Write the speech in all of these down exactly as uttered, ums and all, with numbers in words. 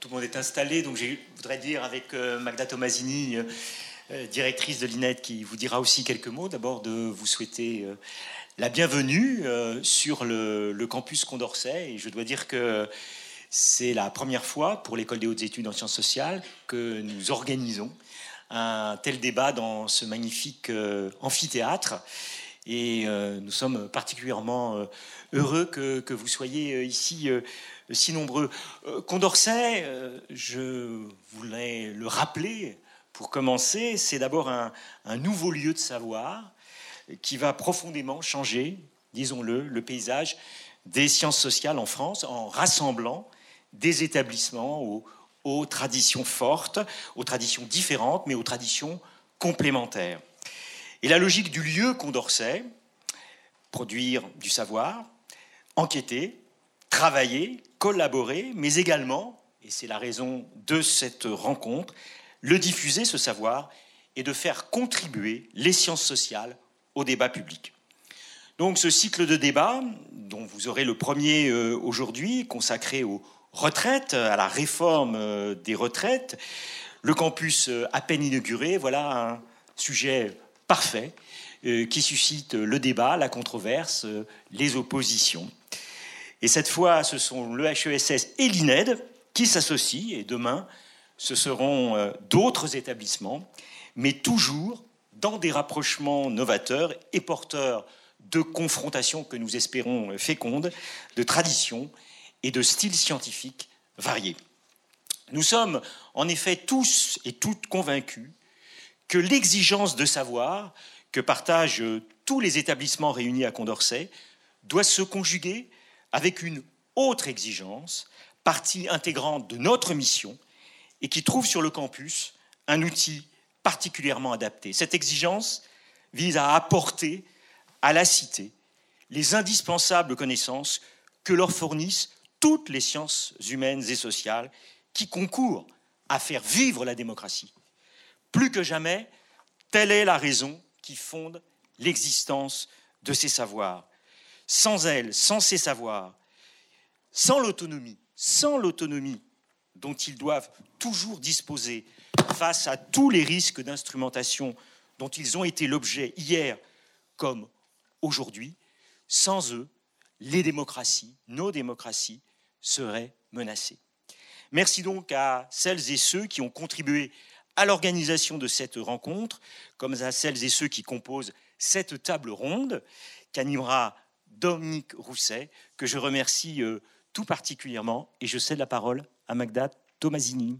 tout le monde est installé, donc je voudrais dire avec euh, Magda Tomasini, euh, directrice de l'I N E D, qui vous dira aussi quelques mots. D'abord, de vous souhaiter euh, la bienvenue euh, sur le, le campus Condorcet. Et je dois dire que c'est la première fois pour l'École des hautes études en sciences sociales que nous organisons un tel débat dans ce magnifique euh, amphithéâtre. Et euh, nous sommes particulièrement euh, heureux que, que vous soyez euh, ici euh, si nombreux. Euh, Condorcet, euh, je voulais le rappeler pour commencer, c'est d'abord un, un nouveau lieu de savoir qui va profondément changer, disons-le, le paysage des sciences sociales en France en rassemblant des établissements aux, aux traditions fortes, aux traditions différentes, mais aux traditions complémentaires. Et la logique du lieu Condorcet, produire du savoir, enquêter, travailler, collaborer, mais également, et c'est la raison de cette rencontre, le diffuser, ce savoir, et de faire contribuer les sciences sociales au débat public. Donc ce cycle de débat, dont vous aurez le premier euh, aujourd'hui, consacré aux retraites, à la réforme euh, des retraites, le campus euh, à peine inauguré, voilà un sujet parfait euh, qui suscite le débat, la controverse, euh, les oppositions. Et cette fois, ce sont le H E S S et l'I N E D qui s'associent, et demain, ce seront euh, d'autres établissements, mais toujours dans des rapprochements novateurs et porteurs de confrontations que nous espérons fécondes, de traditions et de styles scientifiques variés. Nous sommes en effet tous et toutes convaincus que l'exigence de savoir que partagent tous les établissements réunis à Condorcet doit se conjuguer avec une autre exigence, partie intégrante de notre mission, et qui trouve sur le campus un outil particulièrement adapté. Cette exigence vise à apporter à la cité les indispensables connaissances que leur fournissent toutes les sciences humaines et sociales qui concourent à faire vivre la démocratie. Plus que jamais, telle est la raison qui fonde l'existence de ces savoirs. Sans elle, sans ces savoirs, sans l'autonomie, sans l'autonomie dont ils doivent toujours disposer face à tous les risques d'instrumentation dont ils ont été l'objet hier comme aujourd'hui, sans eux, les démocraties, nos démocraties, seraient menacées. Merci donc à celles et ceux qui ont contribué à l'organisation de cette rencontre, comme à celles et ceux qui composent cette table ronde qu'animera Dominique Rousset, que je remercie euh, tout particulièrement, et je cède la parole à Magda Tomasini.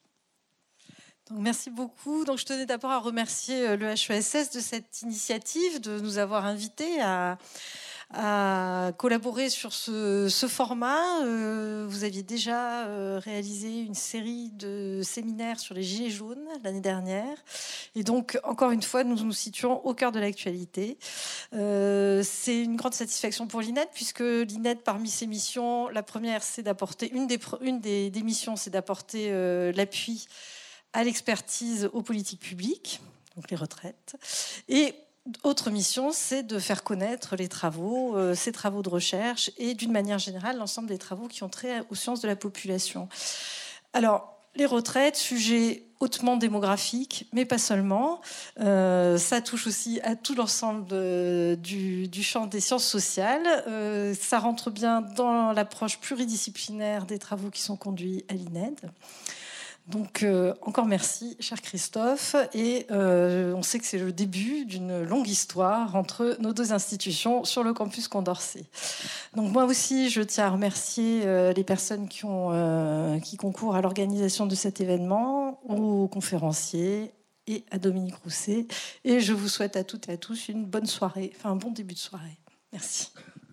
Donc, merci beaucoup. Donc, je tenais d'abord à remercier le H E S S de cette initiative, de nous avoir invités à, à collaborer sur ce, ce format. Euh, vous aviez déjà euh, réalisé une série de séminaires sur les Gilets jaunes l'année dernière. Et donc, encore une fois, nous nous situons au cœur de l'actualité. Euh, c'est une grande satisfaction pour l'I N E D, puisque l'I N E D, parmi ses missions, la première, c'est d'apporter, une des, une des, des missions, c'est d'apporter euh, l'appui à l'expertise aux politiques publiques, donc les retraites. Et autre mission, c'est de faire connaître les travaux, euh, ces travaux de recherche et d'une manière générale, l'ensemble des travaux qui ont trait aux sciences de la population. Alors, les retraites, sujet hautement démographique, mais pas seulement. Euh, ça touche aussi à tout l'ensemble de, du, du champ des sciences sociales. Euh, ça rentre bien dans l'approche pluridisciplinaire des travaux qui sont conduits à l'I N E D. Donc, euh, encore merci, cher Christophe. Et euh, on sait que c'est le début d'une longue histoire entre nos deux institutions sur le campus Condorcet. Donc, moi aussi, je tiens à remercier euh, les personnes qui, ont, euh, qui concourent à l'organisation de cet événement, aux conférenciers et à Dominique Rousset. Et je vous souhaite à toutes et à tous une bonne soirée, enfin un bon début de soirée. Merci.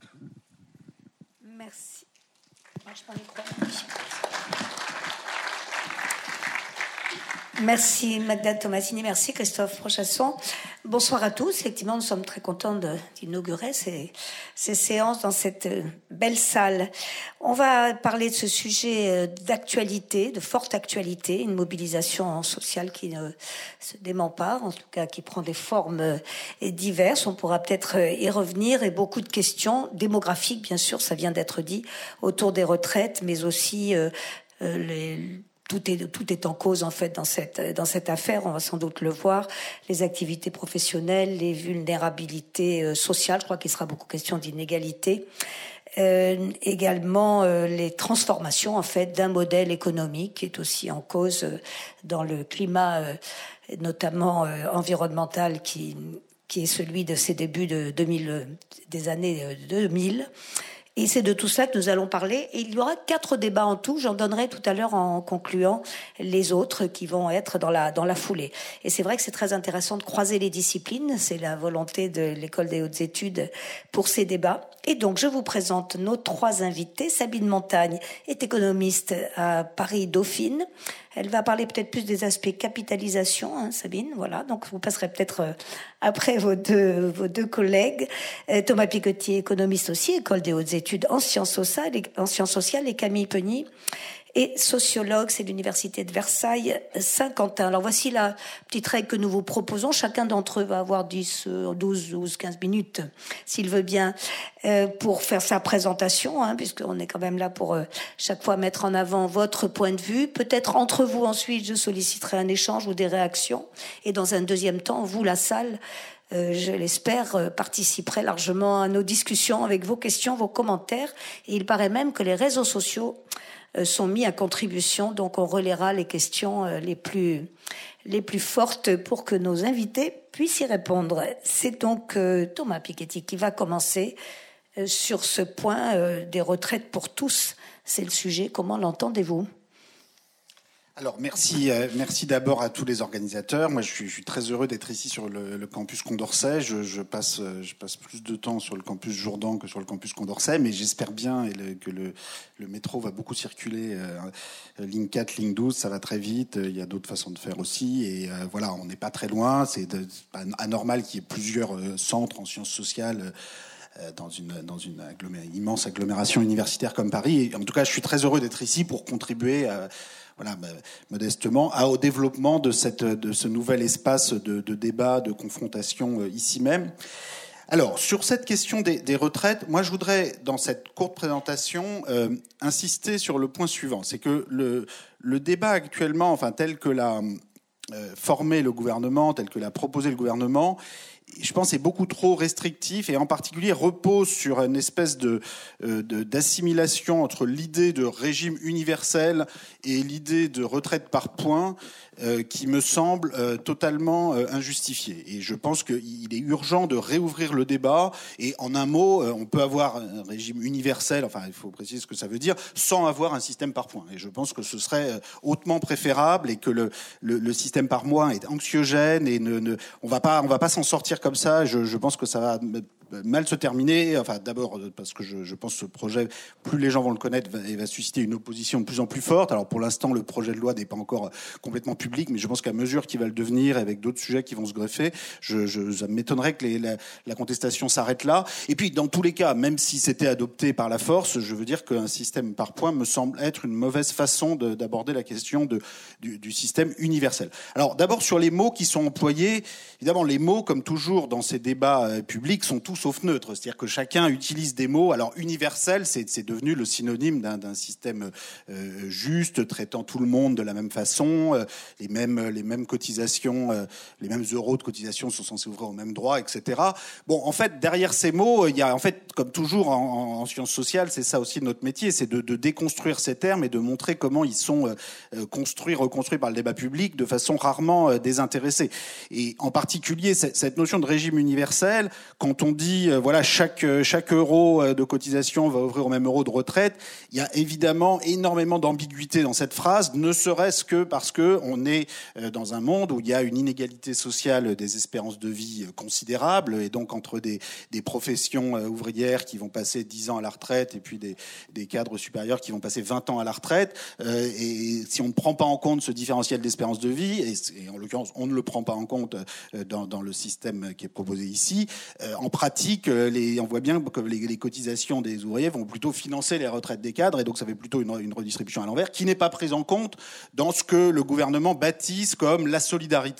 Merci. Marche pas le micro. Merci Magda Tomasini, merci Christophe Prochasson. Bonsoir à tous. Effectivement, nous sommes très contents de, d'inaugurer ces, ces séances dans cette belle salle. On va parler de ce sujet d'actualité, de forte actualité, une mobilisation sociale qui ne se dément pas, en tout cas qui prend des formes diverses. On pourra peut-être y revenir, et beaucoup de questions démographiques, bien sûr, ça vient d'être dit, autour des retraites, mais aussi euh, euh, les Tout est, tout est en cause, en fait, dans cette, dans cette affaire. On va sans doute le voir. Les activités professionnelles, les vulnérabilités euh, sociales. Je crois qu'il sera beaucoup question d'inégalité. Euh, également, euh, les transformations, en fait, d'un modèle économique qui est aussi en cause euh, dans le climat, euh, notamment euh, environnemental, qui, qui est celui de ces débuts de deux mille, des années deux mille. Et c'est de tout ça que nous allons parler. Et il y aura quatre débats en tout. J'en donnerai tout à l'heure en concluant les autres qui vont être dans la, dans la foulée. Et c'est vrai que c'est très intéressant de croiser les disciplines. C'est la volonté de l'École des hautes études pour ces débats. Et donc, je vous présente nos trois invités. Sabine Montagne est économiste à Paris-Dauphine. Elle va parler peut-être plus des aspects capitalisation, hein, Sabine. Voilà. Donc, vous passerez peut-être euh, après vos deux, vos deux collègues. Euh, Thomas Picotier, économiste aussi, École des hautes études en sciences sociales, en sciences sociales, et Camille Peny et sociologue, c'est l'université de Versailles Saint-Quentin. Alors voici la petite règle que nous vous proposons. Chacun d'entre eux va avoir dix, douze, douze, quinze minutes, s'il veut bien, euh, pour faire sa présentation, hein, puisqu'on est quand même là pour euh, chaque fois mettre en avant votre point de vue. Peut-être entre vous ensuite, je solliciterai un échange ou des réactions. Et dans un deuxième temps, vous, la salle, Euh, je l'espère, euh, participerez largement à nos discussions avec vos questions, vos commentaires. Et il paraît même que les réseaux sociaux euh, sont mis à contribution, donc on relaiera les questions euh, les plus, les plus fortes pour que nos invités puissent y répondre. C'est donc euh, Thomas Piketty qui va commencer euh, sur ce point euh, des retraites pour tous. C'est le sujet, comment l'entendez-vous ? Alors merci, euh, merci d'abord à tous les organisateurs. Moi, je suis, je suis très heureux d'être ici sur le, le campus Condorcet. Je, je passe, je passe plus de temps sur le campus Jourdan que sur le campus Condorcet, mais j'espère bien et le, que le, le métro va beaucoup circuler. Euh, ligne quatre, ligne douze, ça va très vite. Il y a d'autres façons de faire aussi, et euh, voilà, on n'est pas très loin. C'est de, pas anormal qu'il y ait plusieurs euh, centres en sciences sociales. Euh, dans une, dans une agglomé- immense agglomération universitaire comme Paris. Et en tout cas, je suis très heureux d'être ici pour contribuer à, voilà, modestement, à, au développement de, cette, de ce nouvel espace de, de débat, de confrontation euh, ici même. Alors, sur cette question des, des retraites, moi, je voudrais, dans cette courte présentation, euh, insister sur le point suivant. C'est que le, le débat actuellement, enfin, tel que l'a euh, formé le gouvernement, tel que l'a proposé le gouvernement, je pense, est beaucoup trop restrictif, et en particulier repose sur une espèce de, euh, de, d'assimilation entre l'idée de régime universel et l'idée de retraite par points euh, qui me semble euh, totalement euh, injustifiée. Et je pense qu'il est urgent de réouvrir le débat. Et en un mot, euh, on peut avoir un régime universel, enfin il faut préciser ce que ça veut dire, sans avoir un système par points. Et je pense que ce serait hautement préférable, et que le, le, le système par mois est anxiogène, et ne, ne, on va pas, on va pas s'en sortir comme ça. Je, je pense que ça va mal se terminer. Enfin, d'abord parce que je, je pense que ce projet, plus les gens vont le connaître, va, va susciter une opposition de plus en plus forte. Alors pour l'instant, le projet de loi n'est pas encore complètement public, mais je pense qu'à mesure qu'il va le devenir, avec d'autres sujets qui vont se greffer, je, je, ça m'étonnerait que les, la, la contestation s'arrête là. Et puis, dans tous les cas, même si c'était adopté par la force, je veux dire qu'un système par points me semble être une mauvaise façon de, d'aborder la question de, du, du système universel. Alors, d'abord sur les mots qui sont employés. Évidemment, les mots, comme toujours dans ces débats euh, publics, sont tous sauf neutres. C'est-à-dire que chacun utilise des mots. Alors, universel, c'est, c'est devenu le synonyme d'un, d'un système euh, juste, traitant tout le monde de la même façon. Euh, les mêmes, les mêmes cotisations, euh, les mêmes euros de cotisation sont censés ouvrir au même droit, et cetera. Bon, en fait, derrière ces mots, il y a, en fait, comme toujours en, en, en sciences sociales, c'est ça aussi notre métier, c'est de, de déconstruire ces termes et de montrer comment ils sont euh, construits, reconstruits par le débat public de façon rarement euh, désintéressée. Et en particulier, cette notion de régime universel, quand on dit euh, voilà, chaque, chaque euro de cotisation va ouvrir au même euro de retraite, il y a évidemment énormément d'ambiguïté dans cette phrase, ne serait-ce que parce qu'on est dans un monde où il y a une inégalité sociale des espérances de vie considérable, et donc entre des, des professions ouvrières qui vont passer dix ans à la retraite et puis des, des cadres supérieurs qui vont passer vingt ans à la retraite. Euh, et si on ne prend pas en compte ce différentiel d'espérance de vie, et, et en l'occurrence on ne le prend pas en compte dans, dans le système qui est proposé ici, euh, en pratique, les, on voit bien que les, les cotisations des ouvriers vont plutôt financer les retraites des cadres, et donc ça fait plutôt une, une redistribution à l'envers qui n'est pas prise en compte dans ce que le gouvernement baptise comme la solidarité,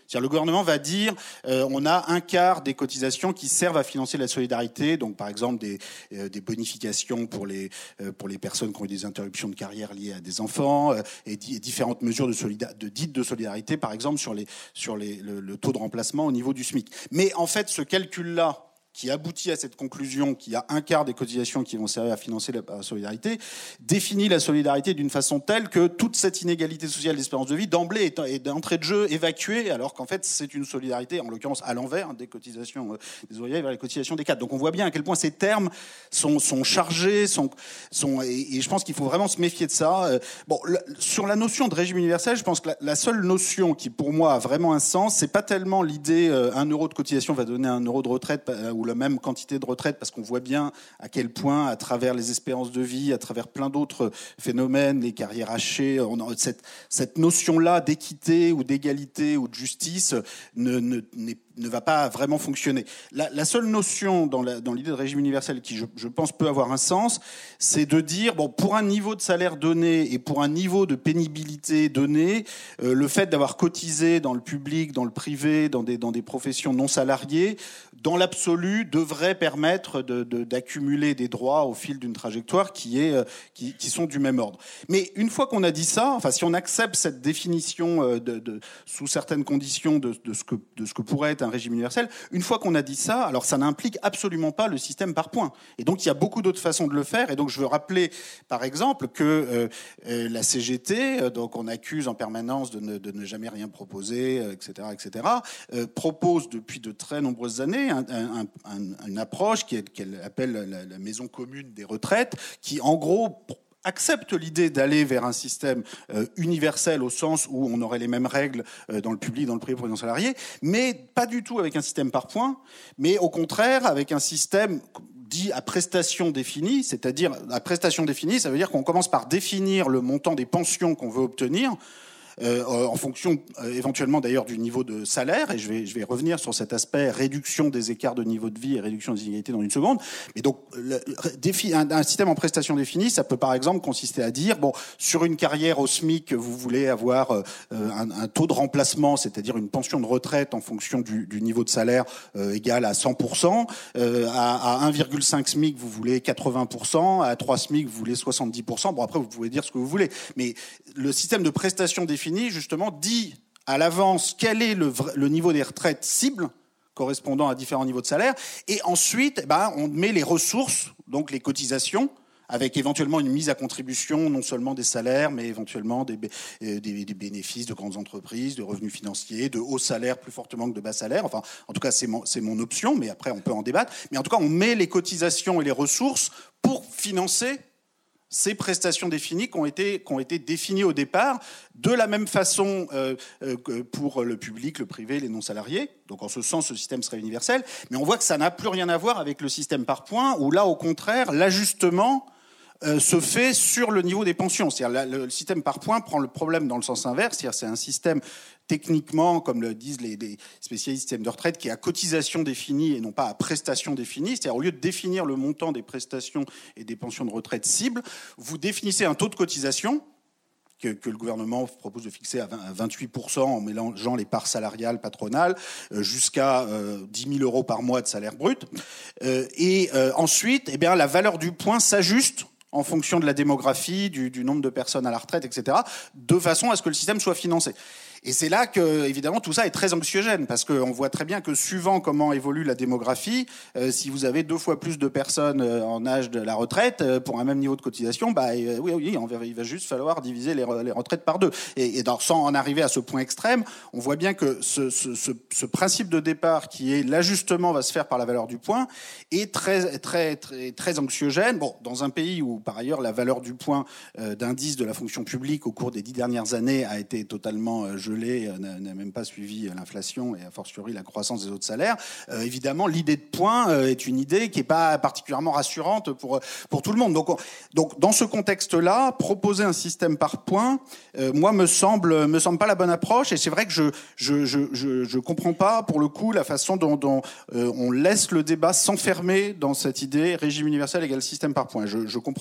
C'est-à-dire le gouvernement va dire euh, on a un quart des cotisations qui servent à financer la solidarité, donc par exemple des, euh, des bonifications pour les, euh, pour les personnes qui ont eu des interruptions de carrière liées à des enfants, euh, et, di- et différentes mesures de, solida- de dites de solidarité, par exemple sur, les, sur les, le, le taux de remplacement au niveau du SMIC. Mais en fait, ce calcul-là, qui aboutit à cette conclusion qu'il y a un quart des cotisations qui vont servir à financer la solidarité, définit la solidarité d'une façon telle que toute cette inégalité sociale d'espérance de vie, d'emblée, est, est d'entrée de jeu évacuée, alors qu'en fait, c'est une solidarité, en l'occurrence à l'envers, des cotisations euh, des ouvriers vers les cotisations des cadres. Donc on voit bien à quel point ces termes sont, sont chargés, sont, sont, et, et je pense qu'il faut vraiment se méfier de ça. Euh, bon, le, sur la notion de régime universel, je pense que la, la seule notion qui, pour moi, a vraiment un sens, c'est pas tellement l'idée euh, un euro de cotisation va donner un euro de retraite, euh, ou la même quantité de retraite, parce qu'on voit bien à quel point, à travers les espérances de vie, à travers plein d'autres phénomènes, les carrières hachées, on a cette, cette notion-là d'équité ou d'égalité ou de justice ne, ne, n'est ne va pas vraiment fonctionner. La, la seule notion dans, la, dans l'idée de régime universel qui, je, je pense, peut avoir un sens, c'est de dire, bon, pour un niveau de salaire donné et pour un niveau de pénibilité donné, euh, le fait d'avoir cotisé dans le public, dans le privé, dans des, dans des professions non salariées, dans l'absolu, devrait permettre de, de, d'accumuler des droits au fil d'une trajectoire qui, est, euh, qui, qui sont du même ordre. Mais une fois qu'on a dit ça, enfin, si on accepte cette définition euh, de, de, sous certaines conditions de, de, ce que, de ce que pourrait être un régime universel, une fois qu'on a dit ça, alors ça n'implique absolument pas le système par points. Et donc il y a beaucoup d'autres façons de le faire. Et donc je veux rappeler, par exemple, que euh, euh, la C G T, euh, donc on accuse en permanence de ne, de ne jamais rien proposer, euh, et cetera, et cetera, euh, propose depuis de très nombreuses années un, un, un, une approche qui est, qu'elle appelle la, la maison commune des retraites, qui en gros accepte l'idée d'aller vers un système euh, universel au sens où on aurait les mêmes règles euh, dans le public, dans le privé pour les non-salariés, mais pas du tout avec un système par points, mais au contraire avec un système dit à prestation définie, c'est-à-dire à prestation définie, ça veut dire qu'on commence par définir le montant des pensions qu'on veut obtenir, Euh, en fonction euh, éventuellement d'ailleurs du niveau de salaire, et je vais, je vais revenir sur cet aspect réduction des écarts de niveau de vie et réduction des inégalités dans une seconde. Mais donc le, défi, un, un système en prestation définie, ça peut par exemple consister à dire, bon, sur une carrière au SMIC, vous voulez avoir euh, un, un taux de remplacement, c'est-à-dire une pension de retraite en fonction du, du niveau de salaire euh, égal à cent pour cent, euh, à, à un virgule cinq SMIC, vous voulez quatre-vingts pour cent, à trois SMIC, vous voulez soixante-dix pour cent. Bon, après, vous pouvez dire ce que vous voulez, mais le système de prestation définie justement dit à l'avance quel est le, vrai, le niveau des retraites cibles correspondant à différents niveaux de salaire, et ensuite eh ben, on met les ressources, donc les cotisations, avec éventuellement une mise à contribution non seulement des salaires, mais éventuellement des, des, des bénéfices de grandes entreprises, de revenus financiers, de hauts salaires plus fortement que de bas salaires. Enfin, en tout cas, c'est mon, c'est mon option, mais après on peut en débattre. Mais en tout cas, on met les cotisations et les ressources pour financer ces prestations définies qui ont été, qui ont été définies au départ de la même façon euh, euh, que pour le public, le privé, les non-salariés. Donc en ce sens, ce système serait universel. Mais on voit que ça n'a plus rien à voir avec le système par points, où là, au contraire, l'ajustement euh, se fait sur le niveau des pensions. C'est-à-dire le, le système par points prend le problème dans le sens inverse. C'est-à-dire c'est un système techniquement, comme le disent les, les spécialistes du système de retraite, qui est à cotisation définie et non pas à prestation définie. C'est-à-dire au lieu de définir le montant des prestations et des pensions de retraite cibles, vous définissez un taux de cotisation que, que le gouvernement propose de fixer à vingt-huit pour cent en mélangeant les parts salariales patronales euh, jusqu'à euh, dix mille euros par mois de salaire brut. Euh, et euh, ensuite, eh bien, la valeur du point s'ajuste en fonction de la démographie, du, du nombre de personnes à la retraite, et cetera, de façon à ce que le système soit financé. Et c'est là que, évidemment, tout ça est très anxiogène, parce qu'on voit très bien que suivant comment évolue la démographie, euh, si vous avez deux fois plus de personnes euh, en âge de la retraite, euh, pour un même niveau de cotisation, bah, euh, oui, oui, on va, il va juste falloir diviser les, re, les retraites par deux. Et, et dans, sans en arriver à ce point extrême, on voit bien que ce, ce, ce, ce principe de départ, qui est l'ajustement va se faire par la valeur du point, est très, très, très, très anxiogène. Bon, dans un pays où, par ailleurs, la valeur du point euh, d'indice de la fonction publique au cours des dix dernières années a été totalement euh, gelée, n'a même pas suivi l'inflation et a fortiori la croissance des autres salaires, euh, évidemment l'idée de point euh, est une idée qui n'est pas particulièrement rassurante pour, pour tout le monde. Donc, on, donc dans ce contexte-là, proposer un système par points, euh, moi, me semble, me semble pas la bonne approche, et c'est vrai que je je, je, je, je comprends pas, pour le coup, la façon dont, dont euh, on laisse le débat s'enfermer dans cette idée régime universel égale système par points. Je, je comprends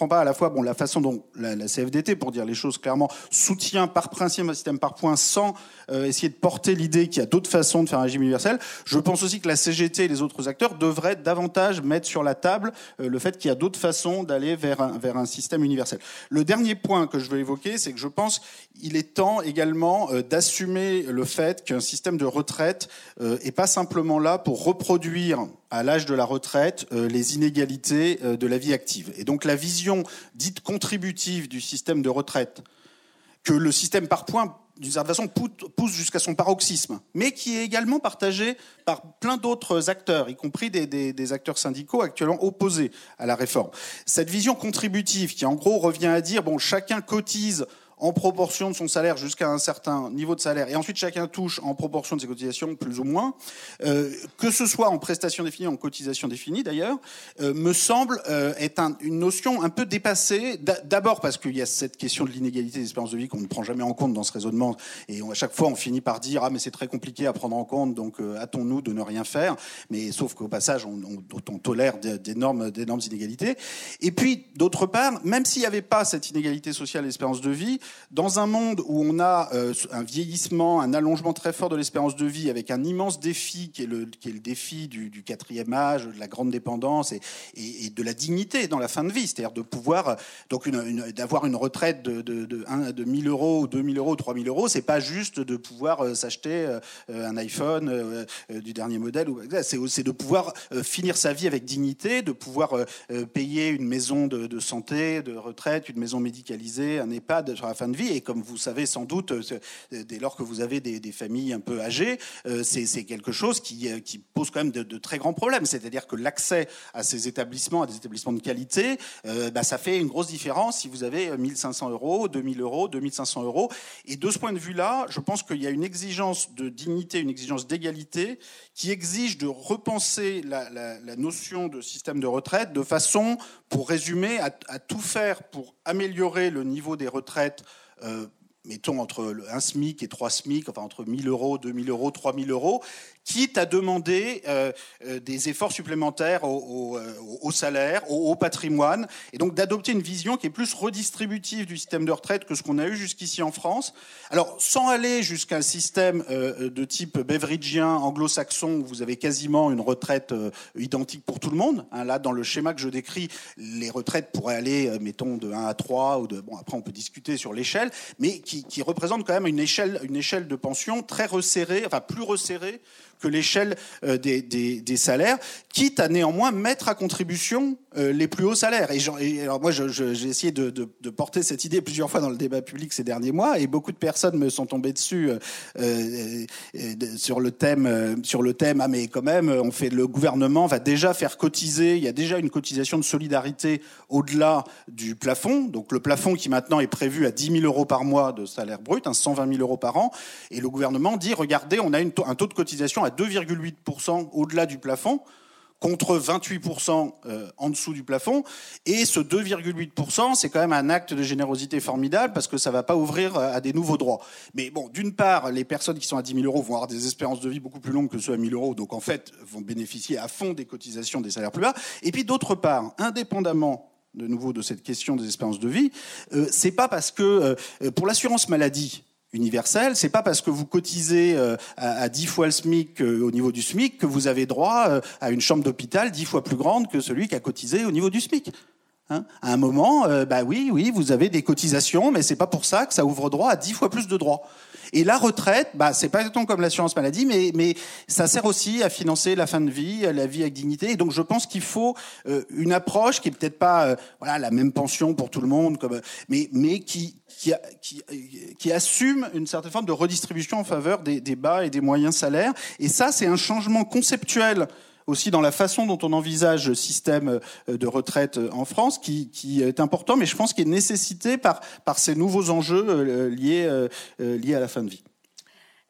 comprends pas à la fois bon, la façon dont la, la C F D T, pour dire les choses clairement, soutient par principe un système par points sans euh, essayer de porter l'idée qu'il y a d'autres façons de faire un régime universel. Je pense aussi que la C G T et les autres acteurs devraient davantage mettre sur la table euh, le fait qu'il y a d'autres façons d'aller vers un, vers un système universel. Le dernier point que je veux évoquer, c'est que je pense qu'il est temps également euh, d'assumer le fait qu'un système de retraite euh, est pas simplement là pour reproduire à l'âge de la retraite euh, les inégalités euh, de la vie active. Et donc la vision dite contributive du système de retraite, que le système par points, d'une certaine façon, pousse jusqu'à son paroxysme, mais qui est également partagé par plein d'autres acteurs, y compris des, des, des acteurs syndicaux actuellement opposés à la réforme. Cette vision contributive qui, en gros, revient à dire, bon, chacun cotise en proportion de son salaire jusqu'à un certain niveau de salaire, et ensuite chacun touche en proportion de ses cotisations, plus ou moins, euh, que ce soit en prestation définie, en cotisation définie d'ailleurs, euh, me semble euh, être un, une notion un peu dépassée, d'abord parce qu'il y a cette question de l'inégalité des espérances de vie qu'on ne prend jamais en compte dans ce raisonnement, et on, à chaque fois on finit par dire « Ah mais c'est très compliqué à prendre en compte, donc euh, hâtons-nous de ne rien faire », mais sauf qu'au passage on, on, on tolère d'énormes, d'énormes inégalités. Et puis, d'autre part, même s'il n'y avait pas cette inégalité sociale et l'espérance de vie, dans un monde où on a euh, un vieillissement, un allongement très fort de l'espérance de vie, avec un immense défi qui est le, qui est le défi du, du quatrième âge, de la grande dépendance et, et, et de la dignité dans la fin de vie, c'est-à-dire de pouvoir donc une, une, d'avoir une retraite de, de, de, un, de mille euros ou deux mille euros ou trois mille euros, c'est pas juste de pouvoir euh, s'acheter euh, un iPhone euh, euh, du dernier modèle, ou, c'est, c'est de pouvoir euh, finir sa vie avec dignité, de pouvoir euh, payer une maison de, de santé, de retraite, une maison médicalisée, un EHPAD sur la fin de vie. Et comme vous savez sans doute, dès lors que vous avez des, des familles un peu âgées, euh, c'est, c'est quelque chose qui, qui pose quand même de, de très grands problèmes. C'est-à-dire que l'accès à ces établissements, à des établissements de qualité, euh, bah, ça fait une grosse différence si vous avez mille cinq cents euros, deux mille euros, deux mille cinq cents euros. Et de ce point de vue-là, je pense qu'il y a une exigence de dignité, une exigence d'égalité qui exige de repenser la, la, la notion de système de retraite de façon, pour résumer, à, à tout faire pour améliorer le niveau des retraites, euh, mettons entre un SMIC et trois SMIC, enfin entre mille euros, deux mille euros, trois mille euros, quitte à demander euh, euh, des efforts supplémentaires au, au, au salaire, au, au patrimoine, et donc d'adopter une vision qui est plus redistributive du système de retraite que ce qu'on a eu jusqu'ici en France. Alors, sans aller jusqu'à un système euh, de type beveridgien, anglo-saxon, où vous avez quasiment une retraite euh, identique pour tout le monde. Hein, là, dans le schéma que je décris, les retraites pourraient aller, euh, mettons, de un à trois, ou de, bon, après on peut discuter sur l'échelle, mais qui, qui représente quand même une échelle, une échelle de pension très resserrée, enfin plus resserrée que l'échelle euh, des, des, des salaires, quitte à néanmoins mettre à contribution euh, les plus hauts salaires. Et, et alors moi, je, je, j'ai essayé de, de, de porter cette idée plusieurs fois dans le débat public ces derniers mois, et beaucoup de personnes me sont tombées dessus euh, euh, sur le thème, euh, sur le thème. Ah mais quand même, on fait le gouvernement va déjà faire cotiser. Il y a déjà une cotisation de solidarité au-delà du plafond. Donc le plafond qui maintenant est prévu à dix mille euros par mois de salaire brut, hein, cent vingt mille euros par an, et le gouvernement dit regardez, on a une, un taux de cotisation à deux virgule huit pour cent au-delà du plafond, contre vingt-huit pour cent euh, en dessous du plafond. Et ce deux virgule huit pour cent, c'est quand même un acte de générosité formidable parce que ça ne va pas ouvrir à des nouveaux droits. Mais bon, d'une part, les personnes qui sont à dix mille euros vont avoir des espérances de vie beaucoup plus longues que ceux à mille euros, donc en fait, vont bénéficier à fond des cotisations des salaires plus bas. Et puis d'autre part, indépendamment de nouveau de cette question des espérances de vie, euh, c'est pas parce que euh, pour l'assurance maladie universelle, c'est pas parce que vous cotisez euh, à, à dix fois le SMIC euh, au niveau du SMIC que vous avez droit euh, à une chambre d'hôpital dix fois plus grande que celui qui a cotisé au niveau du SMIC. Hein, à un moment, euh, bah oui, oui, vous avez des cotisations, mais c'est pas pour ça que ça ouvre droit à dix fois plus de droits. Et la retraite, bah c'est pas exactement comme l'assurance maladie, mais mais ça sert aussi à financer la fin de vie, la vie avec dignité. Et donc je pense qu'il faut euh, une approche qui est peut-être pas euh, voilà la même pension pour tout le monde, comme mais mais qui qui, qui qui assume une certaine forme de redistribution en faveur des, des bas et des moyens salaires. Et ça, c'est un changement conceptuel aussi dans la façon dont on envisage le système de retraite en France, qui, qui est important, mais je pense qu'il est nécessité par, par ces nouveaux enjeux liés, liés à la fin de vie.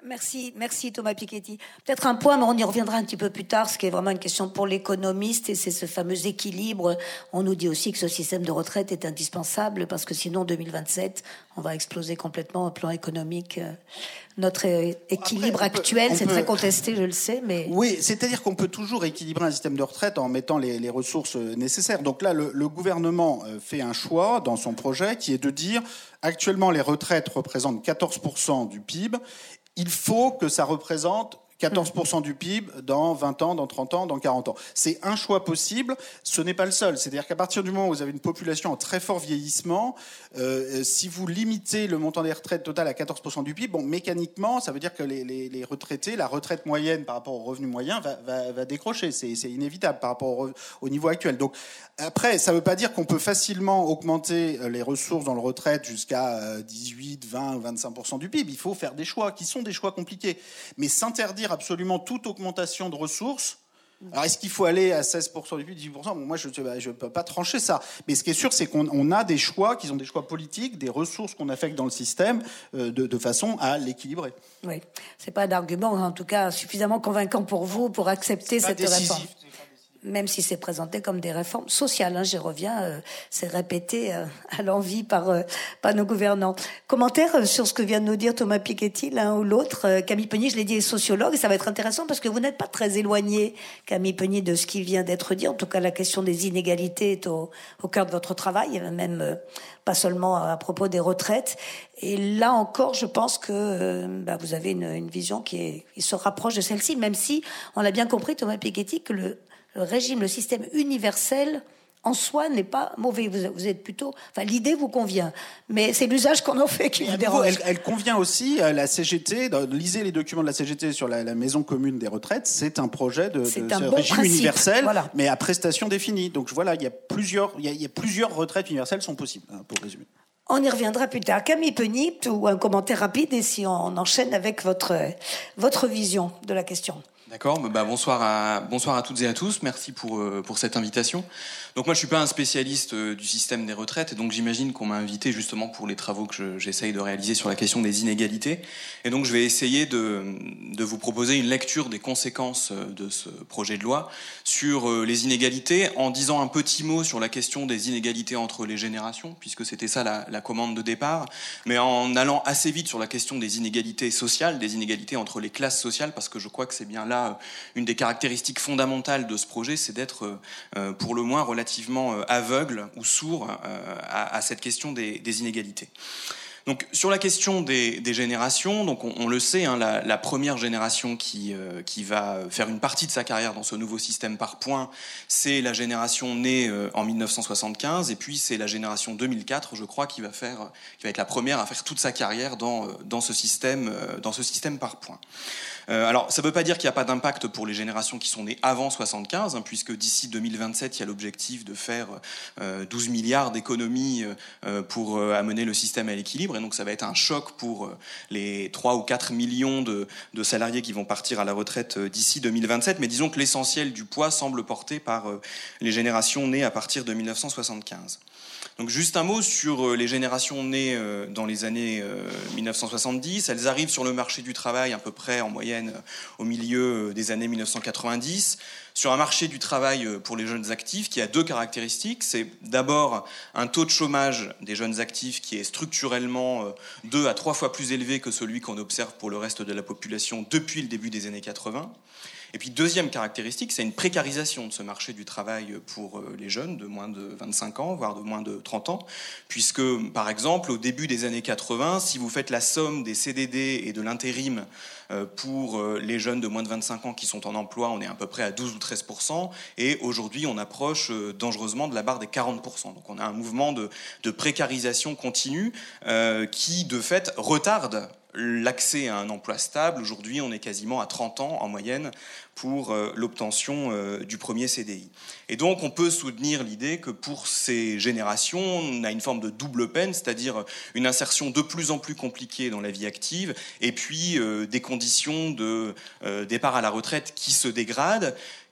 Merci, merci Thomas Piketty. Peut-être un point, mais on y reviendra un petit peu plus tard, ce qui est vraiment une question pour l'économiste, et c'est ce fameux équilibre. On nous dit aussi que ce système de retraite est indispensable, parce que sinon, en deux mille vingt-sept, on va exploser complètement au plan économique. Notre équilibre Après, actuel, c'est peut... très contesté, je le sais, mais... Oui, c'est-à-dire qu'on peut toujours équilibrer un système de retraite en mettant les, les ressources nécessaires. Donc là, le, le gouvernement fait un choix dans son projet qui est de dire, actuellement, les retraites représentent quatorze pour cent du P I B. Il faut que ça représente quatorze pour cent du P I B dans vingt ans, dans trente ans, dans quarante ans. C'est un choix possible, ce n'est pas le seul. C'est-à-dire qu'à partir du moment où vous avez une population en très fort vieillissement, euh, si vous limitez le montant des retraites totales à quatorze pour cent du P I B, bon, mécaniquement, ça veut dire que les, les, les retraités, la retraite moyenne par rapport au revenu moyen va, va, va décrocher. C'est, c'est inévitable par rapport au, au niveau actuel. Donc, après, ça ne veut pas dire qu'on peut facilement augmenter les ressources dans le retraite jusqu'à dix-huit, vingt, vingt-cinq pour cent du P I B. Il faut faire des choix qui sont des choix compliqués. Mais s'interdire absolument toute augmentation de ressources. Alors, est-ce qu'il faut aller à seize pour cent du P I B, dix-huit pour cent ? Bon, moi, je ne peux pas trancher ça. Mais ce qui est sûr, c'est qu'on on a des choix qui sont des choix politiques, des ressources qu'on affecte dans le système euh, de, de façon à l'équilibrer. Oui, c'est pas d'argument, en tout cas, suffisamment convaincant pour vous pour accepter cette décisif. réforme. Même si c'est présenté comme des réformes sociales, hein, j'y reviens, euh, c'est répété euh, à l'envi par, euh, par nos gouvernants. Commentaire sur ce que vient de nous dire Thomas Piketty, l'un ou l'autre. Euh, Camille Peugny, je l'ai dit, est sociologue, et ça va être intéressant parce que vous n'êtes pas très éloigné, Camille Peugny, de ce qui vient d'être dit. En tout cas, la question des inégalités est au, au cœur de votre travail, même euh, pas seulement à propos des retraites. Et là encore, je pense que euh, bah, vous avez une, une vision qui, est, qui se rapproche de celle-ci, même si on a bien compris, Thomas Piketty, que le Le régime, le système universel, en soi, n'est pas mauvais. Vous, vous êtes plutôt... Enfin, l'idée vous convient. Mais c'est l'usage qu'on en fait qui vous dérange. Elle, elle convient aussi à la C G T. Lisez les documents de la C G T sur la, la maison commune des retraites. C'est un projet de, de un ce bon régime principe. universel, Voilà. mais à prestations définies. Donc voilà, il y a plusieurs, il y a, il y a plusieurs retraites universelles sont possibles, hein, pour résumer. On y reviendra plus tard. Camille Peugny, ou un commentaire rapide, et si on enchaîne avec votre, votre vision de la question. D'accord, bah bonsoir à bonsoir à toutes et à tous. Merci pour euh, pour cette invitation. Donc moi je suis pas un spécialiste euh, du système des retraites, et donc j'imagine qu'on m'a invité justement pour les travaux que je, j'essaye de réaliser sur la question des inégalités. Et donc je vais essayer de de vous proposer une lecture des conséquences de ce projet de loi sur euh, les inégalités, en disant un petit mot sur la question des inégalités entre les générations, puisque c'était ça la, la commande de départ, mais en allant assez vite sur la question des inégalités sociales, des inégalités entre les classes sociales, parce que je crois que c'est bien là une des caractéristiques fondamentales de ce projet, c'est d'être euh, pour le moins relativement euh, aveugle ou sourd euh, à, à cette question des, des inégalités. Donc sur la question des, des générations, donc on, on le sait, hein, la, la première génération qui, euh, qui va faire une partie de sa carrière dans ce nouveau système par points, c'est la génération née euh, en mille neuf cent soixante-quinze, et puis c'est la génération deux mille quatre, je crois, qui va faire, qui va être la première à faire toute sa carrière dans, dans ce système, euh, dans ce système par points. Euh, alors, ça ne veut pas dire qu'il n'y a pas d'impact pour les générations qui sont nées avant soixante-quinze, hein, puisque d'ici deux mille vingt-sept, il y a l'objectif de faire euh, douze milliards d'économies euh, pour euh, amener le système à l'équilibre. Et donc, ça va être un choc pour euh, les trois ou quatre millions de, de salariés qui vont partir à la retraite euh, d'ici deux mille vingt-sept. Mais disons que l'essentiel du poids semble porté par euh, les générations nées à partir de mille neuf cent soixante-quinze. Donc juste un mot sur les générations nées dans les années mille neuf cent soixante-dix. Elles arrivent sur le marché du travail à peu près en moyenne au milieu des années mille neuf cent quatre-vingt-dix. Sur un marché du travail pour les jeunes actifs qui a deux caractéristiques. C'est d'abord un taux de chômage des jeunes actifs qui est structurellement deux à trois fois plus élevé que celui qu'on observe pour le reste de la population depuis le début des années quatre-vingts. Et puis, deuxième caractéristique, c'est une précarisation de ce marché du travail pour les jeunes de moins de vingt-cinq ans, voire de moins de trente ans, puisque, par exemple, au début des années quatre-vingts, si vous faites la somme des C D D et de l'intérim pour les jeunes de moins de vingt-cinq ans qui sont en emploi, on est à peu près à douze ou treize pour cent, et aujourd'hui, on approche dangereusement de la barre des quarante pour cent. Donc, on a un mouvement de, de précarisation continue euh, qui, de fait, retarde l'accès à un emploi stable. Aujourd'hui, on est quasiment à trente ans en moyenne pour euh, l'obtention euh, du premier C D I. Et donc, on peut soutenir l'idée que pour ces générations, on a une forme de double peine, c'est-à-dire une insertion de plus en plus compliquée dans la vie active, et puis euh, des conditions de euh, départ à la retraite qui se dégradent,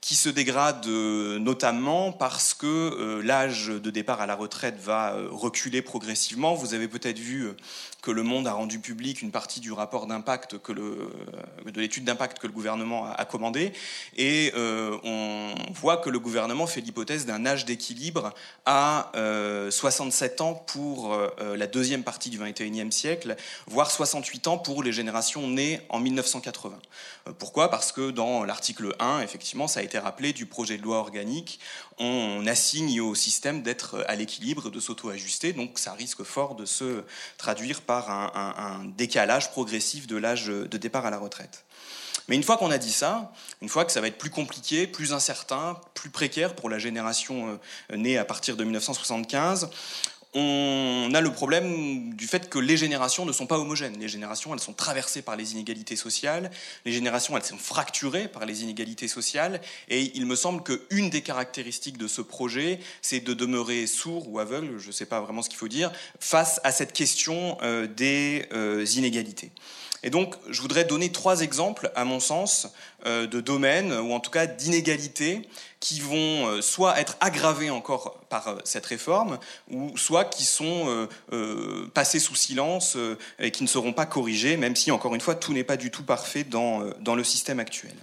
qui se dégrade euh, notamment parce que euh, l'âge de départ à la retraite va euh, reculer progressivement. Vous avez peut-être vu euh, que Le Monde a rendu public une partie du rapport d'impact, que le, de l'étude d'impact que le gouvernement a, a commandé, et euh, on voit que le gouvernement fait l'hypothèse d'un âge d'équilibre à euh, soixante-sept ans pour euh, la deuxième partie du vingt et unième siècle, voire soixante-huit ans pour les générations nées en mille neuf cent quatre-vingts. Euh, pourquoi ? Parce que dans l'article un, effectivement, ça a été rappelé, du projet de loi organique, on assigne au système d'être à l'équilibre, de s'auto-ajuster, donc ça risque fort de se traduire par par un, un, un décalage progressif de l'âge de départ à la retraite. Mais une fois qu'on a dit ça, une fois que ça va être plus compliqué, plus incertain, plus précaire pour la génération née à partir de mille neuf cent soixante-quinze, on a le problème du fait que les générations ne sont pas homogènes. Les générations, elles sont traversées par les inégalités sociales. Les générations, elles sont fracturées par les inégalités sociales. Et il me semble qu'une des caractéristiques de ce projet, c'est de demeurer sourd ou aveugle, je ne sais pas vraiment ce qu'il faut dire, face à cette question euh, des euh, inégalités. Et donc, je voudrais donner trois exemples, à mon sens, euh, de domaines, ou en tout cas d'inégalités, qui vont euh, soit être aggravées encore par euh, cette réforme, ou soit qui sont euh, euh, passées sous silence euh, et qui ne seront pas corrigées, même si, encore une fois, tout n'est pas du tout parfait dans, euh, dans le système actuel.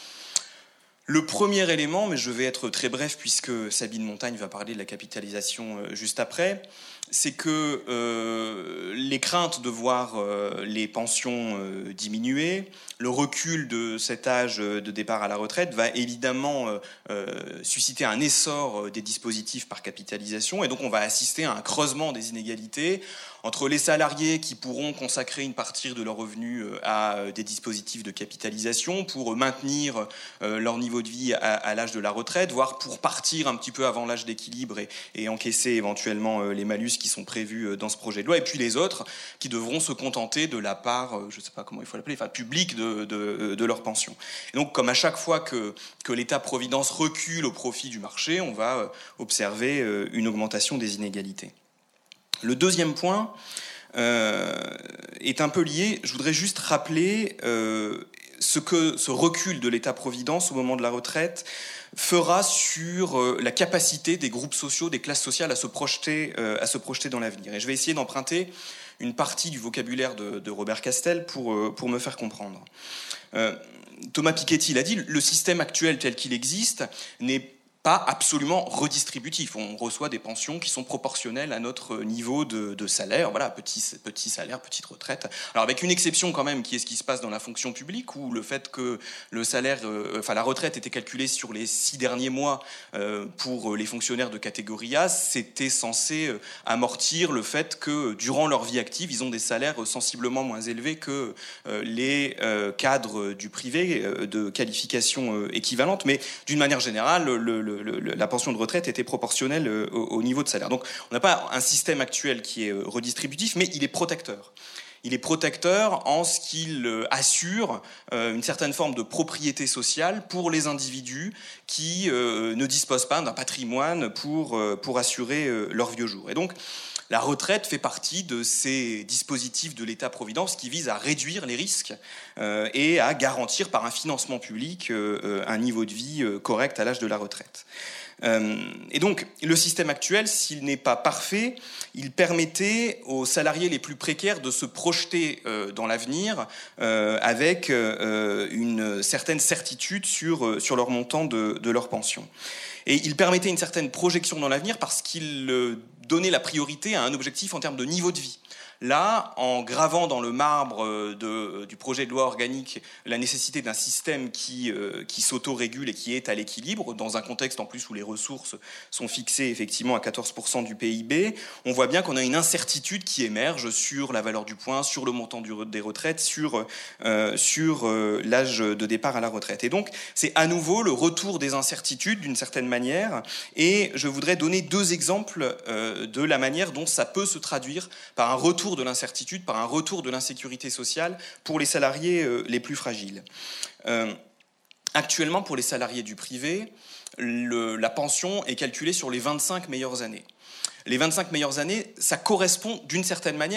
Le premier élément, mais je vais être très bref puisque Sabine Montagne va parler de la capitalisation euh, juste après, c'est que euh, les craintes de voir euh, les pensions euh, diminuer, le recul de cet âge de départ à la retraite va évidemment euh, euh, susciter un essor des dispositifs par capitalisation, et donc on va assister à un creusement des inégalités entre les salariés qui pourront consacrer une partie de leurs revenus à des dispositifs de capitalisation pour maintenir leur niveau de vie à, à l'âge de la retraite, voire pour partir un petit peu avant l'âge d'équilibre et, et encaisser éventuellement les malus qui sont prévus dans ce projet de loi, et puis les autres qui devront se contenter de la part, je ne sais pas comment il faut l'appeler, enfin publique de, de, de leur pension. Et donc, comme à chaque fois que, que l'État-providence recule au profit du marché, on va observer une augmentation des inégalités. Le deuxième point euh, est un peu lié. Je voudrais juste rappeler euh, ce que ce recul de l'État-providence au moment de la retraite fera sur euh, la capacité des groupes sociaux, des classes sociales à se projeter, euh, à se projeter dans l'avenir. Et je vais essayer d'emprunter une partie du vocabulaire de, de Robert Castel pour, euh, pour me faire comprendre. Euh, Thomas Piketty l'a dit, le système actuel tel qu'il existe n'est pas absolument redistributif. On reçoit des pensions qui sont proportionnelles à notre niveau de, de salaire. Voilà, petit, petit salaire, petite retraite. Alors avec une exception quand même, qui est ce qui se passe dans la fonction publique, où le fait que le salaire, euh, enfin la retraite était calculée sur les six derniers mois euh, pour les fonctionnaires de catégorie A, c'était censé euh, amortir le fait que durant leur vie active, ils ont des salaires sensiblement moins élevés que euh, les euh, cadres du privé euh, de qualification euh, équivalente. Mais d'une manière générale, le, le Le, le, la pension de retraite était proportionnelle au, au niveau de salaire. Donc on n'a pas un système actuel qui est redistributif, mais il est protecteur. Il est protecteur en ce qu'il assure une certaine forme de propriété sociale pour les individus qui ne disposent pas d'un patrimoine pour, pour assurer leurs vieux jours. Et donc la retraite fait partie de ces dispositifs de l'État-providence qui visent à réduire les risques euh, et à garantir par un financement public euh, un niveau de vie euh, correct à l'âge de la retraite. Euh, et donc, le système actuel, s'il n'est pas parfait, il permettait aux salariés les plus précaires de se projeter euh, dans l'avenir euh, avec euh, une certaine certitude sur, sur leur montant de, de leur pension. Et il permettait une certaine projection dans l'avenir parce qu'il euh, donnait la priorité à un objectif en termes de niveau de vie. Là, en gravant dans le marbre de, du projet de loi organique la nécessité d'un système qui, euh, qui s'auto-régule et qui est à l'équilibre, dans un contexte en plus où les ressources sont fixées effectivement à quatorze pour cent du P I B, on voit bien qu'on a une incertitude qui émerge sur la valeur du point, sur le montant du, des retraites, sur, euh, sur euh, l'âge de départ à la retraite. Et donc, c'est à nouveau le retour des incertitudes d'une certaine manière, et je voudrais donner deux exemples euh, de la manière dont ça peut se traduire par un retour de l'incertitude, par un retour de l'insécurité sociale pour les salariés euh, les plus fragiles. Euh, actuellement, pour les salariés du privé, le, la pension est calculée sur les vingt-cinq meilleures années. Les vingt-cinq meilleures années, ça correspond d'une certaine manière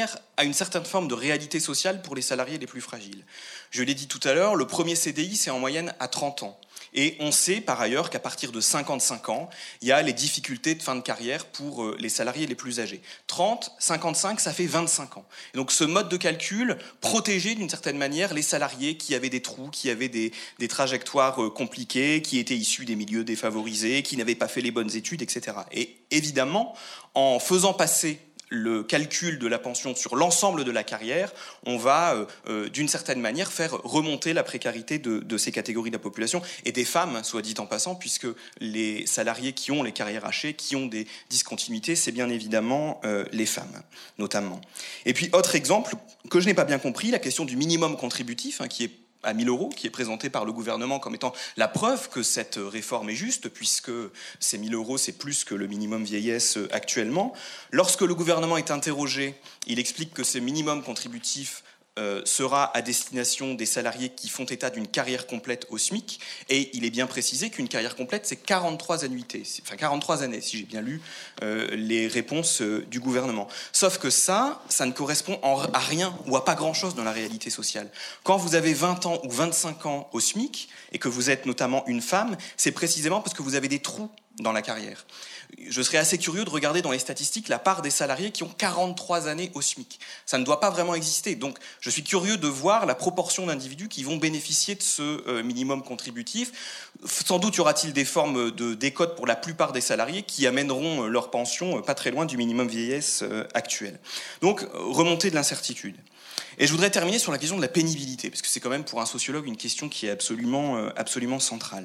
à une certaine forme de réalité sociale pour les salariés les plus fragiles. Je l'ai dit tout à l'heure, le premier C D I, c'est en moyenne à trente ans. Et on sait par ailleurs qu'à partir de cinquante-cinq ans, il y a les difficultés de fin de carrière pour les salariés les plus âgés. trente, cinquante-cinq, ça fait vingt-cinq ans. Et donc ce mode de calcul protégeait d'une certaine manière les salariés qui avaient des trous, qui avaient des, des trajectoires compliquées, qui étaient issus des milieux défavorisés, qui n'avaient pas fait les bonnes études, et cetera. Et évidemment, en faisant passer le calcul de la pension sur l'ensemble de la carrière, on va, euh, euh, d'une certaine manière, faire remonter la précarité de, de ces catégories de la population, et des femmes, soit dit en passant, puisque les salariés qui ont les carrières hachées, qui ont des discontinuités, c'est bien évidemment euh, les femmes, notamment. Et puis, autre exemple, que je n'ai pas bien compris, la question du minimum contributif, hein, qui est à mille euros, qui est présenté par le gouvernement comme étant la preuve que cette réforme est juste, puisque ces mille euros, c'est plus que le minimum vieillesse actuellement. Lorsque le gouvernement est interrogé, il explique que ce minimum contributif Euh, sera à destination des salariés qui font état d'une carrière complète au SMIC, et il est bien précisé qu'une carrière complète, c'est quarante-trois annuités, enfin quarante-trois années, si j'ai bien lu euh, les réponses euh, du gouvernement. Sauf que ça, ça ne correspond en, à rien ou à pas grand-chose dans la réalité sociale. Quand vous avez vingt ans ou vingt-cinq ans au SMIC, et que vous êtes notamment une femme, c'est précisément parce que vous avez des trous dans la carrière. Je serais assez curieux de regarder dans les statistiques la part des salariés qui ont quarante-trois années au SMIC. Ça ne doit pas vraiment exister. Donc, je suis curieux de voir la proportion d'individus qui vont bénéficier de ce euh, minimum contributif. Sans doute y aura-t-il des formes de décote pour la plupart des salariés qui amèneront leur pension euh, pas très loin du minimum vieillesse euh, actuel. Donc, remontée de l'incertitude. Et je voudrais terminer sur la question de la pénibilité, parce que c'est quand même pour un sociologue une question qui est absolument, euh, absolument centrale.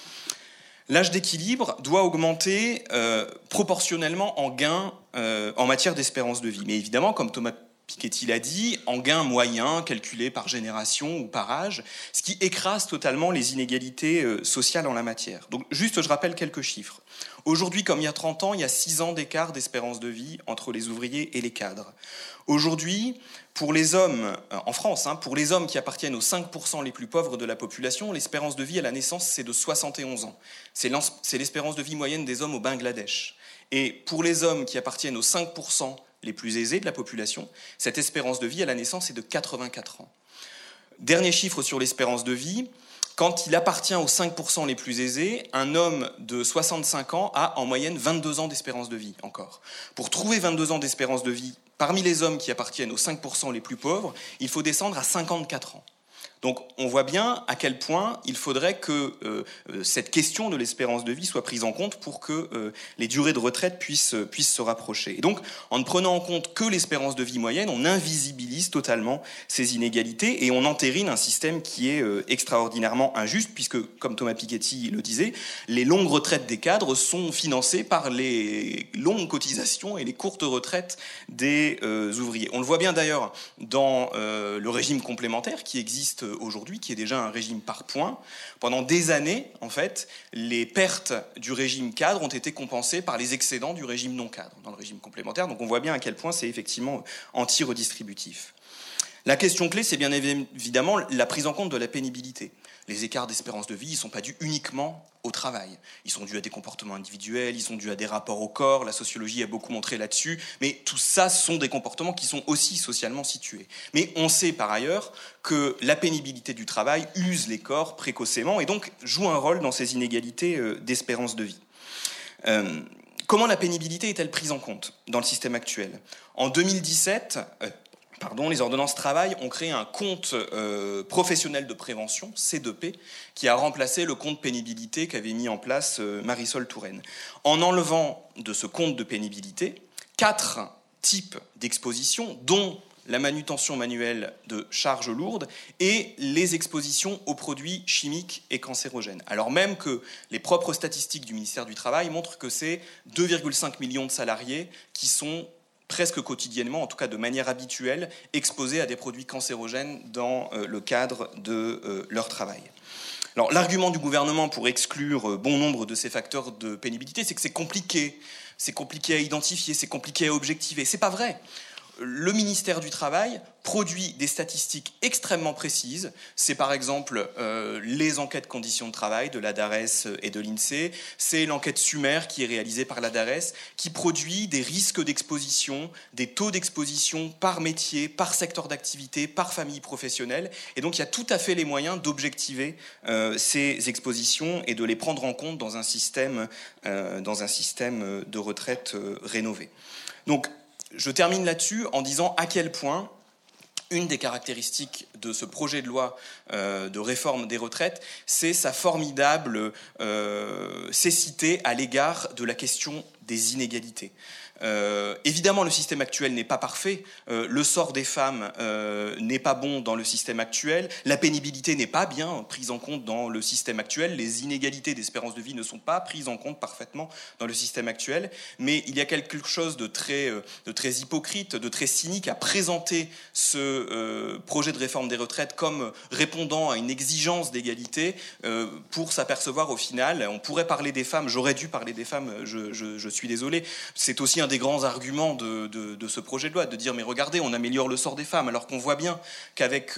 L'âge d'équilibre doit augmenter euh, proportionnellement en gains euh, en matière d'espérance de vie. Mais évidemment, comme Thomas Piketty l'a dit, en gains moyens calculés par génération ou par âge, ce qui écrase totalement les inégalités euh, sociales en la matière. Donc juste, je rappelle quelques chiffres. Aujourd'hui, comme il y a trente ans, il y a six ans d'écart d'espérance de vie entre les ouvriers et les cadres. Aujourd'hui, pour les hommes, en France, hein, pour les hommes qui appartiennent aux cinq pour cent les plus pauvres de la population, l'espérance de vie à la naissance, c'est de soixante et onze ans. C'est l'espérance de vie moyenne des hommes au Bangladesh. Et pour les hommes qui appartiennent aux cinq pour cent les plus aisés de la population, cette espérance de vie à la naissance est de quatre-vingt-quatre ans. Dernier chiffre sur l'espérance de vie, quand il appartient aux cinq pour cent les plus aisés, un homme de soixante-cinq ans a en moyenne vingt-deux ans d'espérance de vie encore. Pour trouver vingt-deux ans d'espérance de vie parmi les hommes qui appartiennent aux cinq pour cent les plus pauvres, il faut descendre à cinquante-quatre ans. Donc on voit bien à quel point il faudrait que euh, cette question de l'espérance de vie soit prise en compte pour que euh, les durées de retraite puissent, puissent se rapprocher. Et donc en ne prenant en compte que l'espérance de vie moyenne, on invisibilise totalement ces inégalités et on entérine un système qui est euh, extraordinairement injuste, puisque, comme Thomas Piketty le disait, les longues retraites des cadres sont financées par les longues cotisations et les courtes retraites des euh, ouvriers. On le voit bien d'ailleurs dans euh, le régime complémentaire qui existe aujourd'hui, qui est déjà un régime par points. Pendant des années, en fait, les pertes du régime cadre ont été compensées par les excédents du régime non cadre dans le régime complémentaire. Donc on voit bien à quel point c'est effectivement anti-redistributif. La question clé, c'est bien évidemment la prise en compte de la pénibilité. Les écarts d'espérance de vie, ils ne sont pas dus uniquement au travail. Ils sont dus à des comportements individuels, ils sont dus à des rapports au corps, la sociologie a beaucoup montré là-dessus, mais tout ça sont des comportements qui sont aussi socialement situés. Mais on sait par ailleurs que la pénibilité du travail use les corps précocement et donc joue un rôle dans ces inégalités d'espérance de vie. Euh, comment la pénibilité est-elle prise en compte dans le système actuel ? En deux mille dix-sept... Euh, Pardon, les ordonnances travail ont créé un compte euh, professionnel de prévention, C deux P, qui a remplacé le compte pénibilité qu'avait mis en place euh, Marisol Touraine. En enlevant de ce compte de pénibilité quatre types d'expositions, dont la manutention manuelle de charges lourdes et les expositions aux produits chimiques et cancérogènes. Alors même que les propres statistiques du ministère du Travail montrent que c'est deux virgule cinq millions de salariés qui sont presque quotidiennement, en tout cas de manière habituelle, exposés à des produits cancérogènes dans euh, le cadre de euh, leur travail. Alors, l'argument du gouvernement pour exclure euh, bon nombre de ces facteurs de pénibilité, c'est que c'est compliqué, c'est compliqué à identifier, c'est compliqué à objectiver. C'est pas vrai. le ministère du Travail produit des statistiques extrêmement précises. C'est par exemple euh, les enquêtes conditions de travail de la DARES et de l'INSEE. C'est l'enquête Sumer qui est réalisée par la DARES, qui produit des risques d'exposition, des taux d'exposition par métier, par secteur d'activité, par famille professionnelle. Et donc il y a tout à fait les moyens d'objectiver euh, ces expositions et de les prendre en compte dans un système, euh, dans un système de retraite euh, rénové. Donc je termine là-dessus en disant à quel point une des caractéristiques de ce projet de loi euh, de réforme des retraites, c'est sa formidable euh, cécité à l'égard de la question des inégalités. Euh, évidemment, le système actuel n'est pas parfait. Euh, le sort des femmes euh, n'est pas bon dans le système actuel. La pénibilité n'est pas bien prise en compte dans le système actuel. Les inégalités d'espérance de vie ne sont pas prises en compte parfaitement dans le système actuel. Mais il y a quelque chose de très, de très hypocrite, de très cynique à présenter ce euh, projet de réforme des retraites comme répondant à une exigence d'égalité euh, pour s'apercevoir au final. On pourrait parler des femmes. J'aurais dû parler des femmes. Je, je, je suis désolé. C'est aussi un des grands arguments de, de, de ce projet de loi, de dire mais regardez, on améliore le sort des femmes, alors qu'on voit bien qu'avec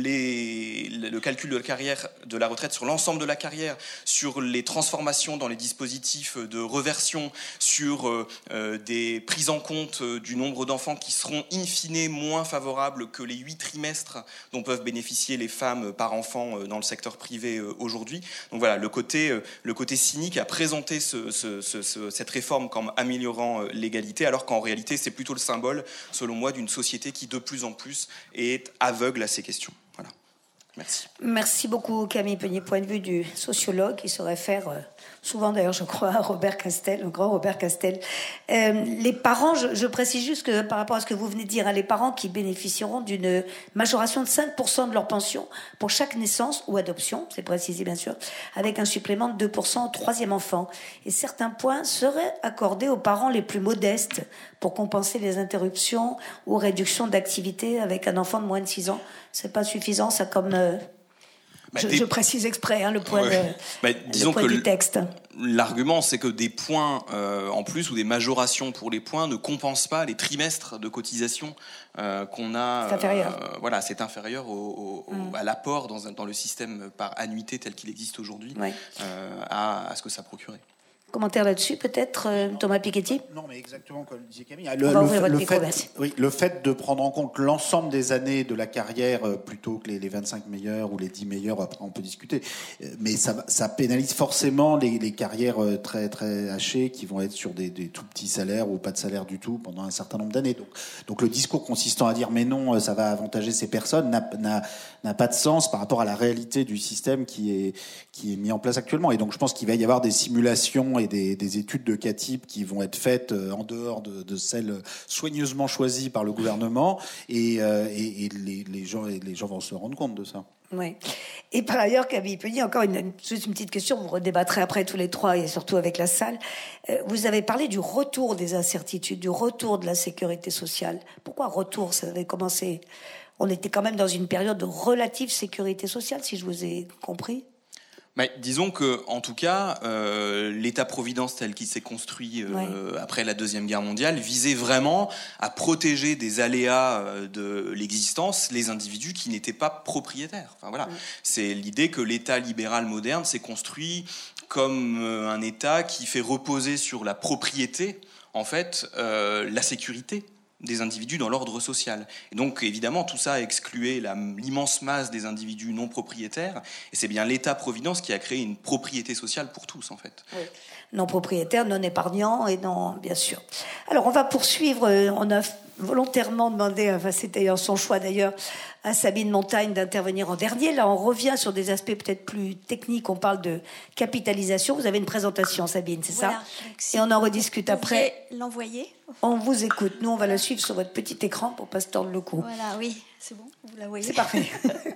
les, le calcul de la carrière, de la retraite sur l'ensemble de la carrière, sur les transformations dans les dispositifs de reversion, sur euh, des prises en compte du nombre d'enfants qui seront in fine moins favorables que les huit trimestres dont peuvent bénéficier les femmes par enfant dans le secteur privé aujourd'hui. Donc voilà, le côté, le côté cynique à présenter ce, ce, ce, cette réforme comme améliorant l'égalité, alors qu'en réalité, c'est plutôt le symbole, selon moi, d'une société qui, de plus en plus, est aveugle à ces questions. Voilà. Merci. Merci beaucoup, Camille Peigné. Point de vue du sociologue qui se réfère euh, souvent, d'ailleurs, je crois, à Robert Castel, le grand Robert Castel. Euh, les parents, je, je précise juste que par rapport à ce que vous venez de dire, hein, les parents qui bénéficieront d'une majoration de cinq pour cent de leur pension pour chaque naissance ou adoption, c'est précisé bien sûr, avec un supplément de deux pour cent au troisième enfant. Et certains points seraient accordés aux parents les plus modestes pour compenser les interruptions ou réductions d'activité avec un enfant de moins de six ans. C'est pas suffisant, ça, comme... Euh, Bah, je, des... je précise exprès hein, le point, ouais. de, bah, disons le point que du texte. L'argument, c'est que des points euh, en plus ou des majorations pour les points ne compensent pas les trimestres de cotisation euh, qu'on a. C'est inférieur. Euh, voilà, c'est inférieur au, au, mmh. à l'apport dans, dans le système par annuité tel qu'il existe aujourd'hui, ouais. euh, à, à ce que ça procurait. Commentaire là-dessus, peut-être, euh, Thomas Piketty ? Non, mais exactement comme le disait Camille. Le, On va le, ouvrir votre le, micro, fait, merci. oui, le fait de prendre en compte l'ensemble des années de la carrière euh, plutôt que les, les vingt-cinq meilleures ou les dix meilleures, après on peut discuter, euh, mais ça, ça pénalise forcément les, les carrières euh, très, très hachées qui vont être sur des, des tout petits salaires ou pas de salaire du tout pendant un certain nombre d'années. Donc, donc le discours consistant à dire mais non, ça va avantager ces personnes n'a, n'a, n'a pas de sens par rapport à la réalité du système qui est, qui est mis en place actuellement. Et donc je pense qu'il va y avoir des simulations et des, des études de cas type qui vont être faites en dehors de, de celles soigneusement choisies par le gouvernement et, euh, et, et les, les, gens, les gens vont se rendre compte de ça. Oui. Et par ailleurs, Camille Peigné, encore une, une, juste une petite question, vous redébattrez après tous les trois et surtout avec la salle. Euh, vous avez parlé du retour des incertitudes, du retour de la sécurité sociale. Pourquoi retour ? Ça avait commencé... On était quand même dans une période de relative sécurité sociale, si je vous ai compris. Mais disons que, en tout cas, euh, l'État-providence tel qu'il s'est construit euh, ouais. après la Deuxième Guerre mondiale visait vraiment à protéger des aléas de l'existence les individus qui n'étaient pas propriétaires. Enfin voilà, ouais. C'est l'idée que l'État libéral moderne s'est construit comme un État qui fait reposer sur la propriété, en fait, euh, la sécurité des individus dans l'ordre social. Et donc, évidemment, tout ça a exclué la, l'immense masse des individus non propriétaires. Et c'est bien l'État-providence qui a créé une propriété sociale pour tous, en fait. Oui. Non propriétaires, non épargnants et non, bien sûr. Alors, on va poursuivre. On a volontairement demandé, enfin, c'était son choix d'ailleurs, à Sabine Montagne d'intervenir en dernier. Là, on revient sur des aspects peut-être plus techniques. On parle de capitalisation. Vous avez une présentation, Sabine, c'est voilà. ça ? Et on en rediscute après. L'envoyer. On vous écoute. Nous, on va la suivre sur votre petit écran pour pas se tordre le cou. Voilà, oui, c'est bon, vous la voyez. C'est parfait.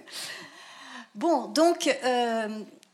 Bon, donc, euh,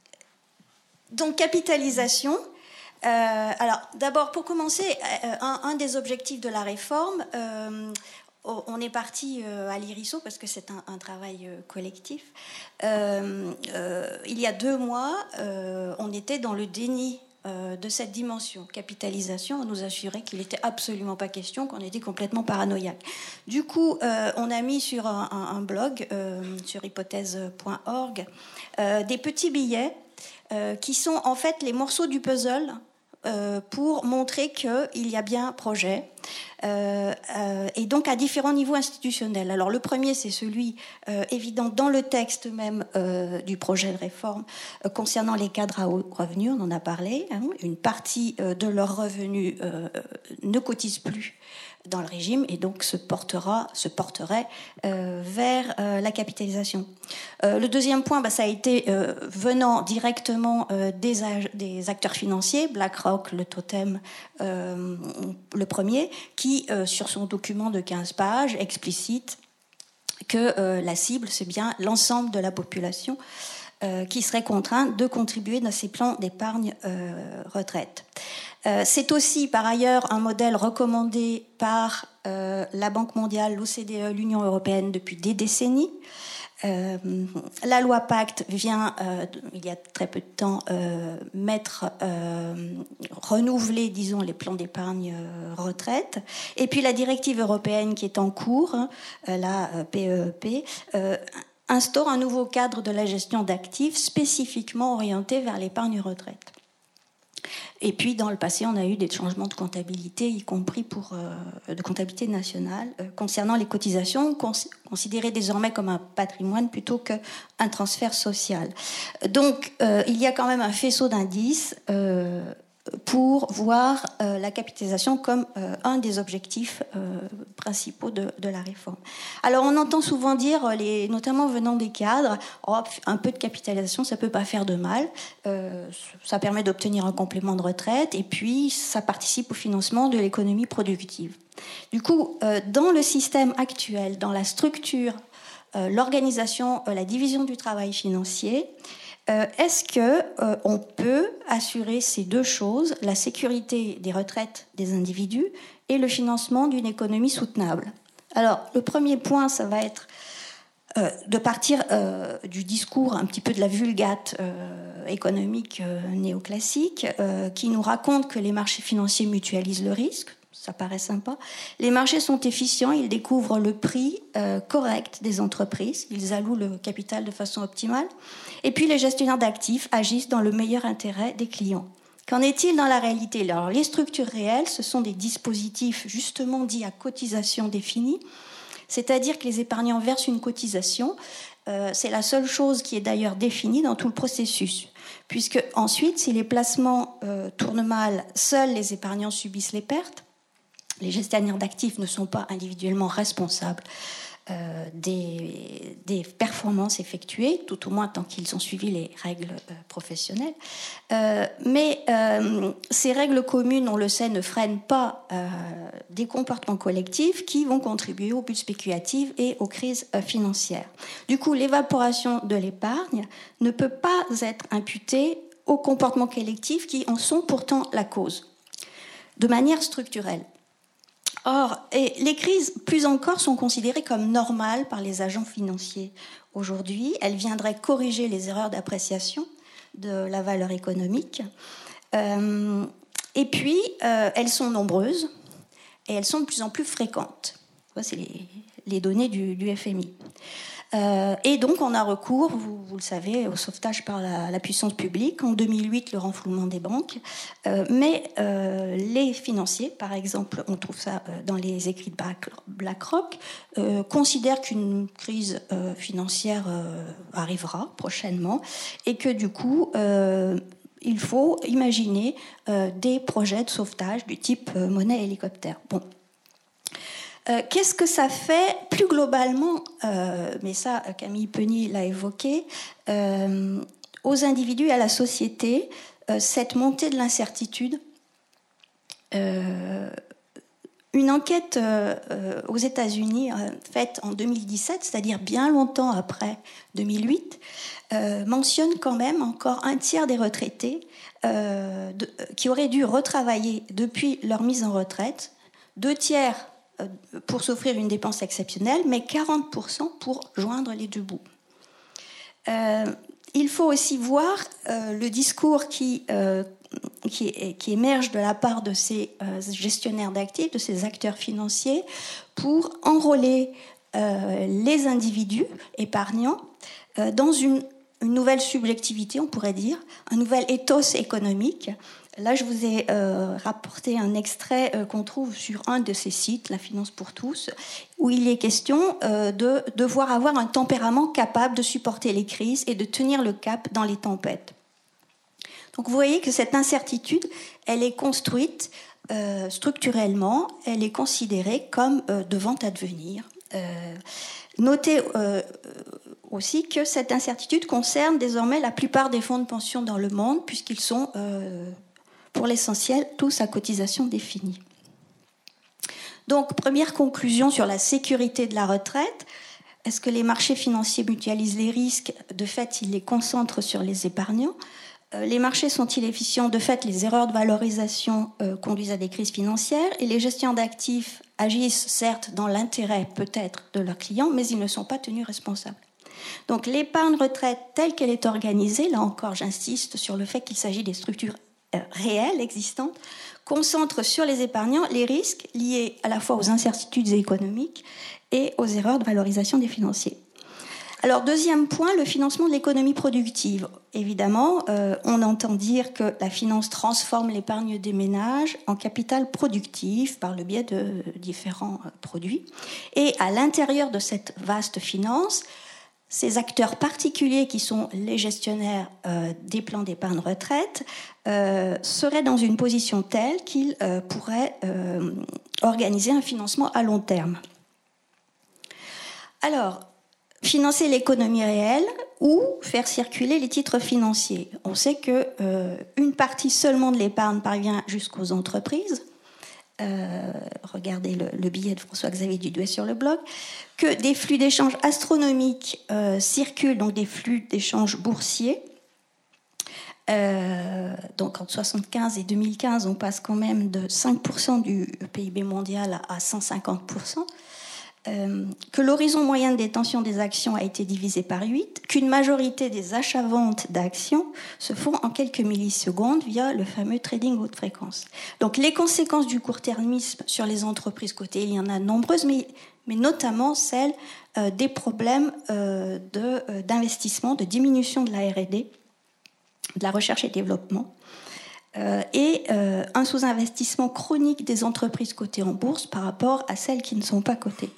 donc capitalisation. Euh, alors, d'abord, pour commencer, euh, un, un des objectifs de la réforme, euh, on est parti euh, à l'I R I S O parce que c'est un, un travail euh, collectif. Euh, euh, il y a deux mois, euh, on était dans le déni euh, de cette dimension capitalisation, on nous assurait qu'il n'était absolument pas question, qu'on était complètement paranoïaque. Du coup, euh, on a mis sur un, un, un blog, euh, sur hypothèse point org, euh, des petits billets euh, qui sont en fait les morceaux du puzzle euh, pour montrer qu'il y a bien un projet. Euh, euh, et donc à différents niveaux institutionnels. Alors le premier, c'est celui euh, évident dans le texte même euh, du projet de réforme euh, concernant les cadres à haut revenu, on en a parlé. Hein, une partie euh, de leurs revenus euh, ne cotise plus dans le régime et donc se portera, se porterait euh, vers euh, la capitalisation. Euh, le deuxième point, bah, ça a été euh, venant directement euh, des, ag- des acteurs financiers, BlackRock, le Totem, euh, le premier, qui, euh, sur son document de quinze pages, explicite que euh, la cible, c'est bien l'ensemble de la population euh, qui serait contrainte de contribuer dans ces plans d'épargne euh, retraite. Euh, c'est aussi, par ailleurs, un modèle recommandé par euh, la Banque mondiale, l'O C D E, l'Union européenne depuis des décennies. Euh, la loi Pacte vient, euh, il y a très peu de temps, euh, mettre, euh, renouveler, disons, les plans d'épargne euh, retraite. Et puis la directive européenne qui est en cours, hein, la P E E P, euh, instaure un nouveau cadre de la gestion d'actifs spécifiquement orienté vers l'épargne retraite. Et puis, dans le passé, on a eu des changements de comptabilité, y compris pour euh, de comptabilité nationale, euh, concernant les cotisations, cons- considérées désormais comme un patrimoine plutôt qu'un transfert social. Donc, euh, il y a quand même un faisceau d'indices euh, pour voir euh, la capitalisation comme euh, un des objectifs euh, principaux de, de la réforme. Alors, on entend souvent dire, les, notamment venant des cadres, oh, un peu de capitalisation, ça peut pas faire de mal, euh, ça permet d'obtenir un complément de retraite, et puis ça participe au financement de l'économie productive. Du coup, euh, dans le système actuel, dans la structure, euh, l'organisation, euh, la division du travail financier, Euh, est-ce que euh, on peut assurer ces deux choses, la sécurité des retraites des individus et le financement d'une économie soutenable? Alors, le premier point, ça va être euh, de partir euh, du discours un petit peu de la vulgate euh, économique euh, néoclassique euh, qui nous raconte que les marchés financiers mutualisent le risque. Ça paraît sympa. Les marchés sont efficients, ils découvrent le prix euh, correct des entreprises, ils allouent le capital de façon optimale. Et puis les gestionnaires d'actifs agissent dans le meilleur intérêt des clients. Qu'en est-il dans la réalité? Alors, les structures réelles, ce sont des dispositifs justement dits à cotisation définie, c'est-à-dire que les épargnants versent une cotisation. Euh, c'est la seule chose qui est d'ailleurs définie dans tout le processus. Puisque ensuite, si les placements euh, tournent mal, seuls les épargnants subissent les pertes. Les gestionnaires d'actifs ne sont pas individuellement responsables euh, des, des performances effectuées, tout au moins tant qu'ils ont suivi les règles euh, professionnelles. Euh, mais euh, ces règles communes, on le sait, ne freinent pas euh, des comportements collectifs qui vont contribuer aux bulles spéculatives et aux crises euh, financières. Du coup, l'évaporation de l'épargne ne peut pas être imputée aux comportements collectifs qui en sont pourtant la cause, de manière structurelle. Or, et les crises, plus encore, sont considérées comme normales par les agents financiers. Aujourd'hui, elles viendraient corriger les erreurs d'appréciation de la valeur économique. Euh, et puis, euh, elles sont nombreuses et elles sont de plus en plus fréquentes. Ça, c'est les, les données du, du F M I. Euh, et donc, on a recours, vous, vous le savez, au sauvetage par la, la puissance publique. En deux mille huit, le renflouement des banques. Euh, mais euh, les financiers, par exemple, on trouve ça dans les écrits de BlackRock, euh, considèrent qu'une crise euh, financière euh, arrivera prochainement et que du coup, euh, il faut imaginer euh, des projets de sauvetage du type euh, monnaie hélicoptère. Bon. Euh, qu'est-ce que ça fait plus globalement, euh, mais ça Camille Penny l'a évoqué, euh, aux individus et à la société, euh, cette montée de l'incertitude. euh, Une enquête euh, euh, aux États-Unis euh, faite en deux mille dix-sept, c'est-à-dire bien longtemps après deux mille huit, euh, mentionne quand même encore un tiers des retraités euh, de, qui auraient dû retravailler depuis leur mise en retraite, deux tiers pour s'offrir une dépense exceptionnelle, mais quarante pour cent pour joindre les deux bouts. Euh, il faut aussi voir euh, le discours qui, euh, qui, qui émerge de la part de ces euh, gestionnaires d'actifs, de ces acteurs financiers, pour enrôler euh, les individus épargnants euh, dans une, une nouvelle subjectivité, on pourrait dire, un nouvel ethos économique. Là, je vous ai euh, rapporté un extrait euh, qu'on trouve sur un de ces sites, La Finance pour tous, où il est question euh, de devoir avoir un tempérament capable de supporter les crises et de tenir le cap dans les tempêtes. Donc vous voyez que cette incertitude, elle est construite euh, structurellement, elle est considérée comme euh, devant advenir. Euh, notez euh, aussi que cette incertitude concerne désormais la plupart des fonds de pension dans le monde, puisqu'ils sont... Euh, pour l'essentiel, tous à cotisation définie. Donc, première conclusion sur la sécurité de la retraite. Est-ce que les marchés financiers mutualisent les risques? De fait, ils les concentrent sur les épargnants. Euh, les marchés sont-ils efficients? De fait, les erreurs de valorisation euh, conduisent à des crises financières et les gestions d'actifs agissent certes dans l'intérêt peut-être de leurs clients, mais ils ne sont pas tenus responsables. Donc, l'épargne retraite telle qu'elle est organisée, là encore j'insiste sur le fait qu'il s'agit des structures réelles, existantes, concentre sur les épargnants les risques liés à la fois aux incertitudes économiques et aux erreurs de valorisation des financiers. Alors, deuxième point, le financement de l'économie productive. Évidemment, euh, on entend dire que la finance transforme l'épargne des ménages en capital productif par le biais de différents produits. Et à l'intérieur de cette vaste finance, ces acteurs particuliers qui sont les gestionnaires euh, des plans d'épargne retraite euh, seraient dans une position telle qu'ils euh, pourraient euh, organiser un financement à long terme. Alors, financer l'économie réelle ou faire circuler les titres financiers. On sait que euh, une partie seulement de l'épargne parvient jusqu'aux entreprises. Euh, regardez le, le billet de François-Xavier Dudouet sur le blog, que des flux d'échanges astronomiques euh, circulent, donc des flux d'échanges boursiers. Euh, donc entre soixante-quinze et deux mille quinze, on passe quand même de cinq pour cent du P I B mondial à cent cinquante pour cent. Euh, que l'horizon moyen de détention des actions a été divisé par huit, qu'une majorité des achats-ventes d'actions se font en quelques millisecondes via le fameux trading haute fréquence. Donc les conséquences du court-termisme sur les entreprises cotées, il y en a nombreuses, mais, mais notamment celles euh, des problèmes euh, de, euh, d'investissement, de diminution de la R et D, de la recherche et développement, euh, et euh, un sous-investissement chronique des entreprises cotées en bourse par rapport à celles qui ne sont pas cotées.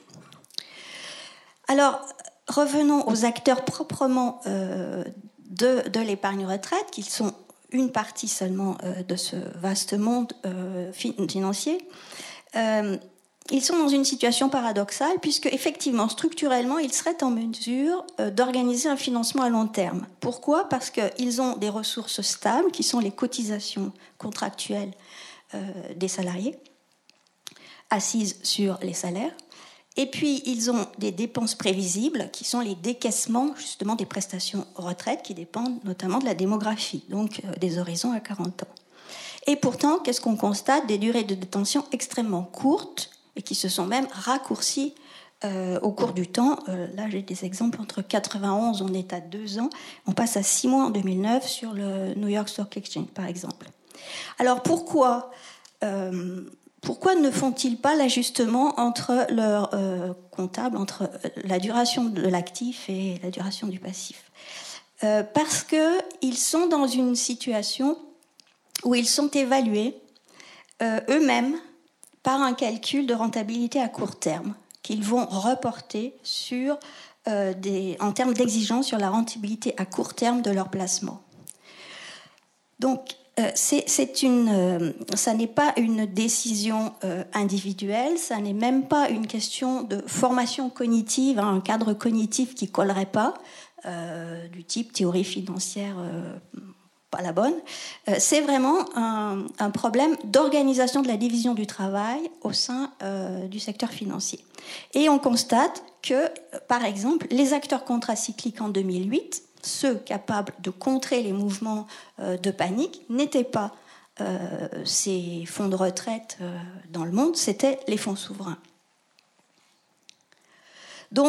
Alors, revenons aux acteurs proprement euh, de, de l'épargne retraite, qui sont une partie seulement euh, de ce vaste monde euh, financier. Euh, ils sont dans une situation paradoxale, puisque effectivement, structurellement, ils seraient en mesure euh, d'organiser un financement à long terme. Pourquoi ? Parce qu'ils ont des ressources stables, qui sont les cotisations contractuelles euh, des salariés, assises sur les salaires. Et puis, ils ont des dépenses prévisibles qui sont les décaissements, justement, des prestations retraite qui dépendent notamment de la démographie, donc euh, des horizons à quarante ans. Et pourtant, qu'est-ce qu'on constate ? Des durées de détention extrêmement courtes et qui se sont même raccourcies euh, au cours du temps. Euh, là, j'ai des exemples. Entre quatre-vingt-onze, on est à deux ans. On passe à six mois en deux mille neuf sur le New York Stock Exchange, par exemple. Alors, pourquoi euh, Pourquoi ne font-ils pas l'ajustement entre leur euh, comptable, entre la duration de l'actif et la duration du passif ? euh, Parce qu'ils sont dans une situation où ils sont évalués euh, eux-mêmes par un calcul de rentabilité à court terme qu'ils vont reporter sur, euh, des, en termes d'exigence sur la rentabilité à court terme de leur placement. Donc, Euh, c'est, c'est une, euh, ça n'est pas une décision euh, individuelle, ça n'est même pas une question de formation cognitive, hein, un cadre cognitif qui collerait pas, euh, du type théorie financière, euh, pas la bonne. Euh, c'est vraiment un, un problème d'organisation de la division du travail au sein euh, du secteur financier. Et on constate que, par exemple, les acteurs contracycliques en deux mille huit, ceux capables de contrer les mouvements euh, de panique, n'étaient pas euh, ces fonds de retraite euh, dans le monde, c'était les fonds souverains. Donc,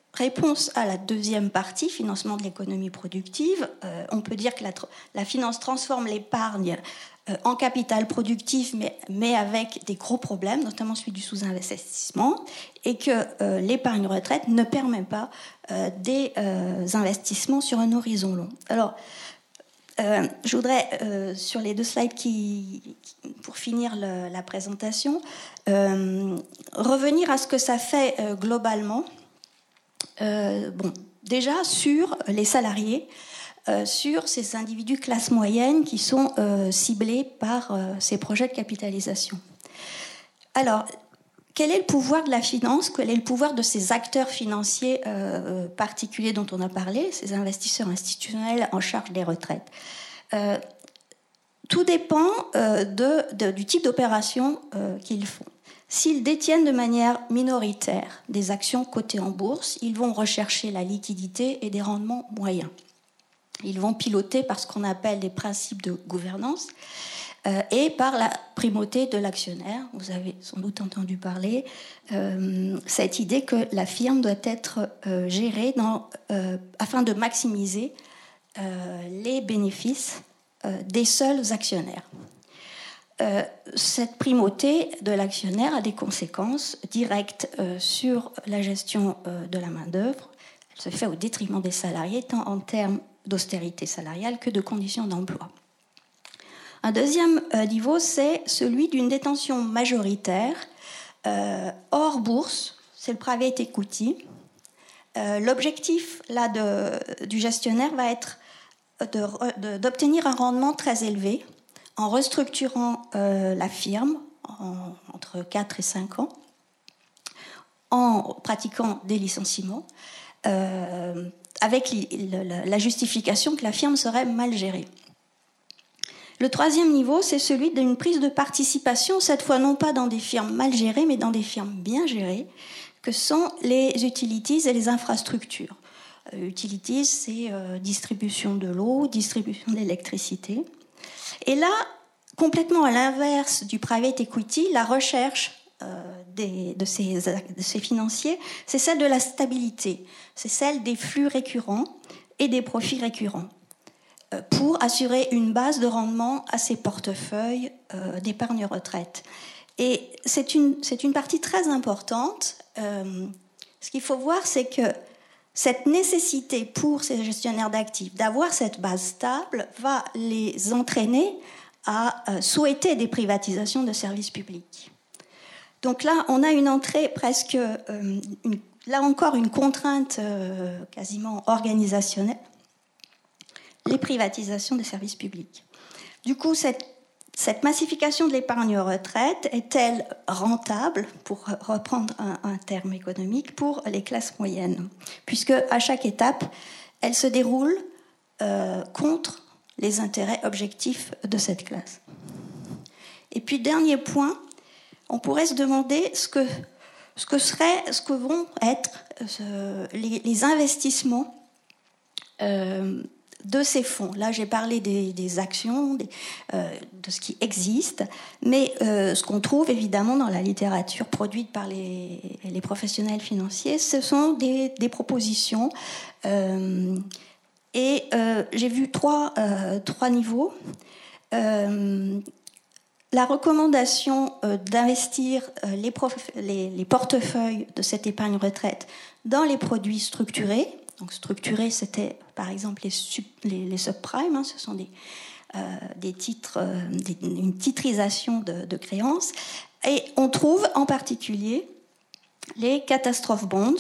réponse à la deuxième partie, financement de l'économie productive, euh, on peut dire que la, la finance transforme l'épargne euh, en capital productif, mais, mais avec des gros problèmes, notamment celui du sous-investissement, et que euh, l'épargne retraite ne permet pas euh, des euh, investissements sur un horizon long. Alors, euh, je voudrais, euh, sur les deux slides qui, qui, pour finir le, la présentation, euh, revenir à ce que ça fait euh, globalement. Euh, bon, déjà sur les salariés, euh, sur ces individus classe moyenne qui sont euh, ciblés par euh, ces projets de capitalisation. Alors, quel est le pouvoir de la finance? Quel est le pouvoir de ces acteurs financiers euh, particuliers dont on a parlé, ces investisseurs institutionnels en charge des retraites? euh, Tout dépend euh, de, de, du type d'opération euh, qu'ils font. S'ils détiennent de manière minoritaire des actions cotées en bourse, ils vont rechercher la liquidité et des rendements moyens. Ils vont piloter par ce qu'on appelle des principes de gouvernance euh, et par la primauté de l'actionnaire. Vous avez sans doute entendu parler euh, cette idée que la firme doit être euh, gérée dans, euh, afin de maximiser euh, les bénéfices euh, des seuls actionnaires. Euh, cette primauté de l'actionnaire a des conséquences directes euh, sur la gestion euh, de la main-d'œuvre. Elle se fait au détriment des salariés, tant en termes d'austérité salariale que de conditions d'emploi. Un deuxième euh, niveau, c'est celui d'une détention majoritaire euh, hors bourse, c'est le private equity. Euh, l'objectif là, de, du gestionnaire va être de, de, d'obtenir un rendement très élevé en restructurant euh, la firme en, entre quatre et cinq ans, en pratiquant des licenciements, euh, avec li, la, la justification que la firme serait mal gérée. Le troisième niveau, c'est celui d'une prise de participation, cette fois non pas dans des firmes mal gérées, mais dans des firmes bien gérées, que sont les utilities et les infrastructures. Euh, utilities, c'est euh, distribution de l'eau, distribution d'électricité. Et là, complètement à l'inverse du private equity, la recherche euh, des, de, ces, de ces financiers, c'est celle de la stabilité, c'est celle des flux récurrents et des profits récurrents, euh, pour assurer une base de rendement à ces portefeuilles euh, d'épargne retraite. Et c'est une, c'est une partie très importante. Euh, ce qu'il faut voir, c'est que cette nécessité pour ces gestionnaires d'actifs d'avoir cette base stable va les entraîner à souhaiter des privatisations de services publics. Donc là, on a une entrée presque, euh, une, là encore, une contrainte euh, quasiment organisationnelle, les privatisations des services publics. Du coup, cette, cette massification de l'épargne retraite est-elle rentable, pour reprendre un, un terme économique, pour les classes moyennes, puisque à chaque étape, elle se déroule euh, contre les intérêts objectifs de cette classe. Et puis, dernier point, on pourrait se demander ce que, ce que, serait, ce que vont être euh, les, les investissements euh, de ces fonds. Là, j'ai parlé des, des actions, des, euh, de ce qui existe, mais euh, ce qu'on trouve évidemment dans la littérature produite par les, les professionnels financiers, ce sont des, des propositions. Euh, et euh, j'ai vu trois, euh, trois niveaux. Euh, la recommandation euh, d'investir euh, les, prof- les, les portefeuilles de cette épargne retraite dans les produits structurés. Donc structurés, c'était par exemple les, sub, les, les subprimes, hein, ce sont des, euh, des titres, euh, des, une titrisation de, de créances. Et on trouve en particulier les catastrophe bonds,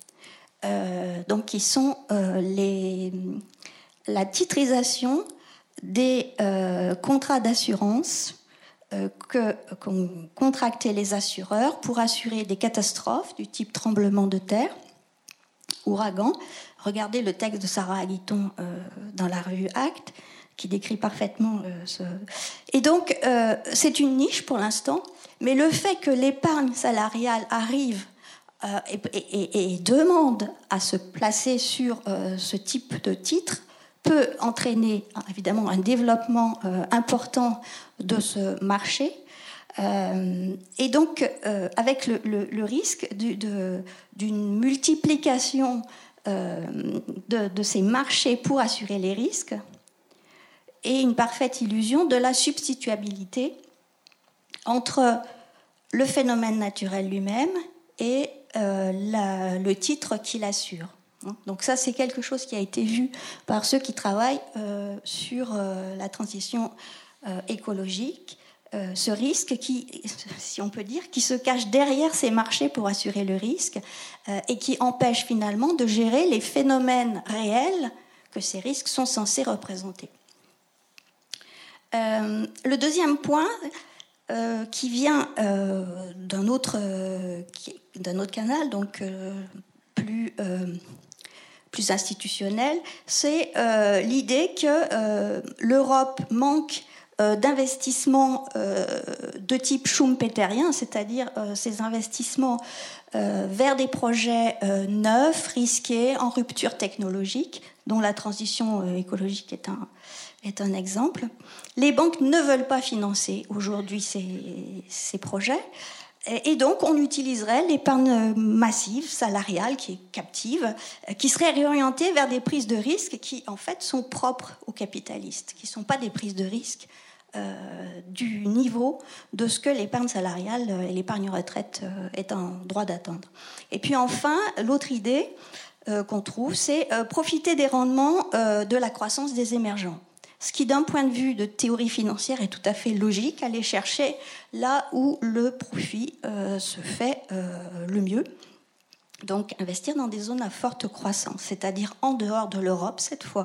euh, donc qui sont euh, les, la titrisation des euh, contrats d'assurance euh, que, qu'ont contracté les assureurs pour assurer des catastrophes du type tremblement de terre, ouragan. Regardez le texte de Sarah Aguiton euh, dans la revue Act, qui décrit parfaitement euh, ce... Et donc, euh, c'est une niche pour l'instant, mais le fait que l'épargne salariale arrive euh, et, et, et demande à se placer sur euh, ce type de titre peut entraîner évidemment un développement euh, important de ce marché, Euh, et donc, euh, avec le, le, le risque du, de, d'une multiplication euh, de, de ces marchés pour assurer les risques, et une parfaite illusion de la substituabilité entre le phénomène naturel lui-même et euh, la, le titre qui l'assure. Donc ça, c'est quelque chose qui a été vu par ceux qui travaillent euh, sur euh, la transition euh, écologique, euh, ce risque qui, si on peut dire, qui se cache derrière ces marchés pour assurer le risque euh, et qui empêche finalement de gérer les phénomènes réels que ces risques sont censés représenter. Euh, le deuxième point, euh, qui vient euh, d'un autre, euh, qui, d'un autre canal, donc euh, plus, euh, plus institutionnel, c'est euh, l'idée que euh, l'Europe manque euh, d'investissements euh, de type schumpeterien, c'est-à-dire euh, ces investissements euh, vers des projets euh, neufs, risqués, en rupture technologique, dont la transition euh, écologique est un est un exemple. Les banques ne veulent pas financer aujourd'hui ces, ces projets et donc on utiliserait l'épargne massive, salariale, qui est captive, qui serait réorientée vers des prises de risques qui en fait sont propres aux capitalistes, qui ne sont pas des prises de risques euh, du niveau de ce que l'épargne salariale et l'épargne retraite euh, est en droit d'attendre. Et puis enfin, l'autre idée euh, qu'on trouve, c'est euh, profiter des rendements euh, de la croissance des émergents. Ce qui, d'un point de vue de théorie financière, est tout à fait logique, aller chercher là où le profit euh, se fait euh, le mieux. Donc, investir dans des zones à forte croissance, c'est-à-dire en dehors de l'Europe, cette fois.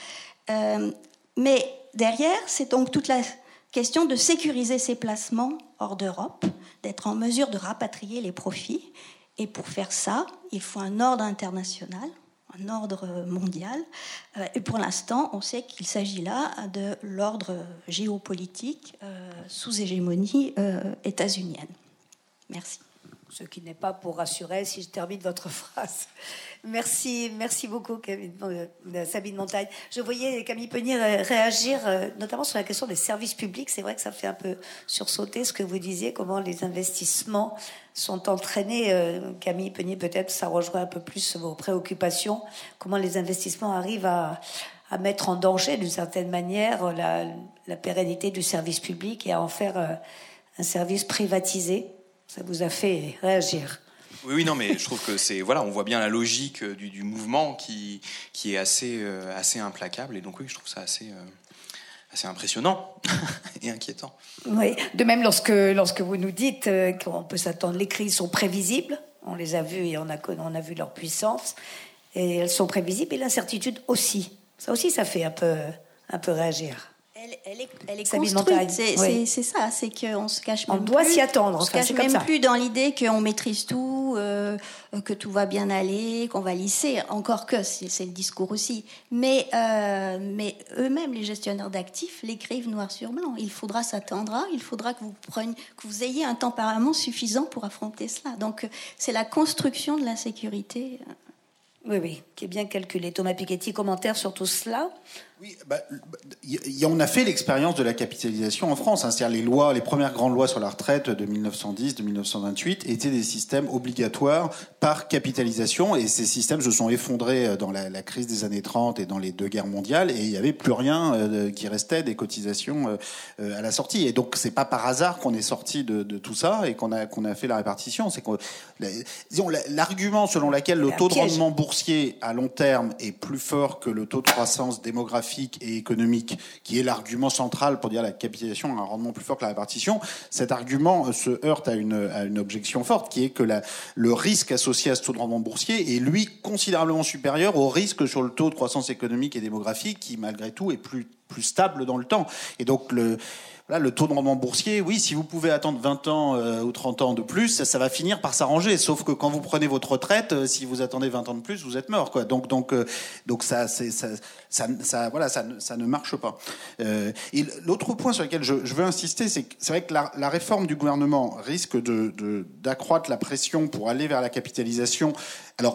Euh, mais derrière, c'est donc toute la question de sécuriser ces placements hors d'Europe, d'être en mesure de rapatrier les profits. Et pour faire ça, il faut un ordre international, un ordre mondial. Et pour l'instant, on sait qu'il s'agit là de l'ordre géopolitique euh, sous hégémonie euh, états-unienne. Merci. Ce qui n'est pas pour rassurer, si je termine votre phrase. Merci, merci beaucoup, Camille, euh, Sabine Montagne. Je voyais Camille Peunier réagir, euh, notamment sur la question des services publics. C'est vrai que ça fait un peu sursauter ce que vous disiez, comment les investissements sont entraînés. Euh, Camille Peunier, peut-être, ça rejoint un peu plus vos préoccupations. Comment les investissements arrivent à, à mettre en danger, d'une certaine manière, la, la pérennité du service public et à en faire euh, un service privatisé. Ça vous a fait réagir. Oui, oui, non, mais je trouve que c'est, voilà, on voit bien la logique du, du mouvement qui, qui est assez, euh, assez implacable. Et donc, oui, je trouve ça assez, euh, assez impressionnant et inquiétant. Oui, de même, lorsque, lorsque vous nous dites euh, qu'on peut s'attendre, les crises sont prévisibles, on les a vues et on a, on a vu leur puissance, et elles sont prévisibles, et l'incertitude aussi. Ça aussi, ça fait un peu, un peu réagir. Elle, elle est, elle est construite, c'est, oui. c'est, c'est ça, c'est qu'on se cache même on doit plus, s'y attendre, on se cache même plus dans l'idée qu'on maîtrise tout, euh, que tout va bien aller, qu'on va lisser, encore que c'est, c'est le discours aussi. Mais, euh, mais eux-mêmes, les gestionnaires d'actifs, l'écrivent noir sur blanc. Il faudra s'attendre à, il faudra que vous preniez, que vous ayez un tempérament suffisant pour affronter cela. Donc c'est la construction de l'insécurité. Oui, oui, qui est bien calculé. Thomas Piketty, commentaire sur tout cela? Oui, bah, y, y, on a fait l'expérience de la capitalisation en France. Hein, c'est-à-dire les lois, les premières grandes lois sur la retraite de mille neuf cent dix, de mille neuf cent vingt-huit étaient des systèmes obligatoires par capitalisation, et ces systèmes se sont effondrés dans la, la crise des années trente et dans les deux guerres mondiales, et il n'y avait plus rien euh, qui restait des cotisations euh, euh, à la sortie. Et donc c'est pas par hasard qu'on est sorti de, de tout ça et qu'on a qu'on a fait la répartition. C'est qu'on, la, disons, l'argument selon lequel le taux de rendement boursier à long terme est plus fort que le taux de croissance démographique et économique, qui est l'argument central pour dire la capitalisation a un rendement plus fort que la répartition, cet argument se heurte à une, à une objection forte, qui est que la, le risque associé à ce taux de rendement boursier est, lui, considérablement supérieur au risque sur le taux de croissance économique et démographique, qui, malgré tout, est plus, plus stable dans le temps. Et donc, le... Là, le taux de rendement boursier, oui, si vous pouvez attendre vingt ans euh, ou trente ans de plus, ça, ça va finir par s'arranger. Sauf que quand vous prenez votre retraite, euh, si vous attendez vingt ans de plus, vous êtes mort, quoi. Donc, donc, euh, donc ça, c'est, ça, ça, ça, voilà, ça, ça ne marche pas. Euh, et l'autre point sur lequel je, je veux insister, c'est que c'est vrai que la, la réforme du gouvernement risque de, de, d'accroître la pression pour aller vers la capitalisation. Alors,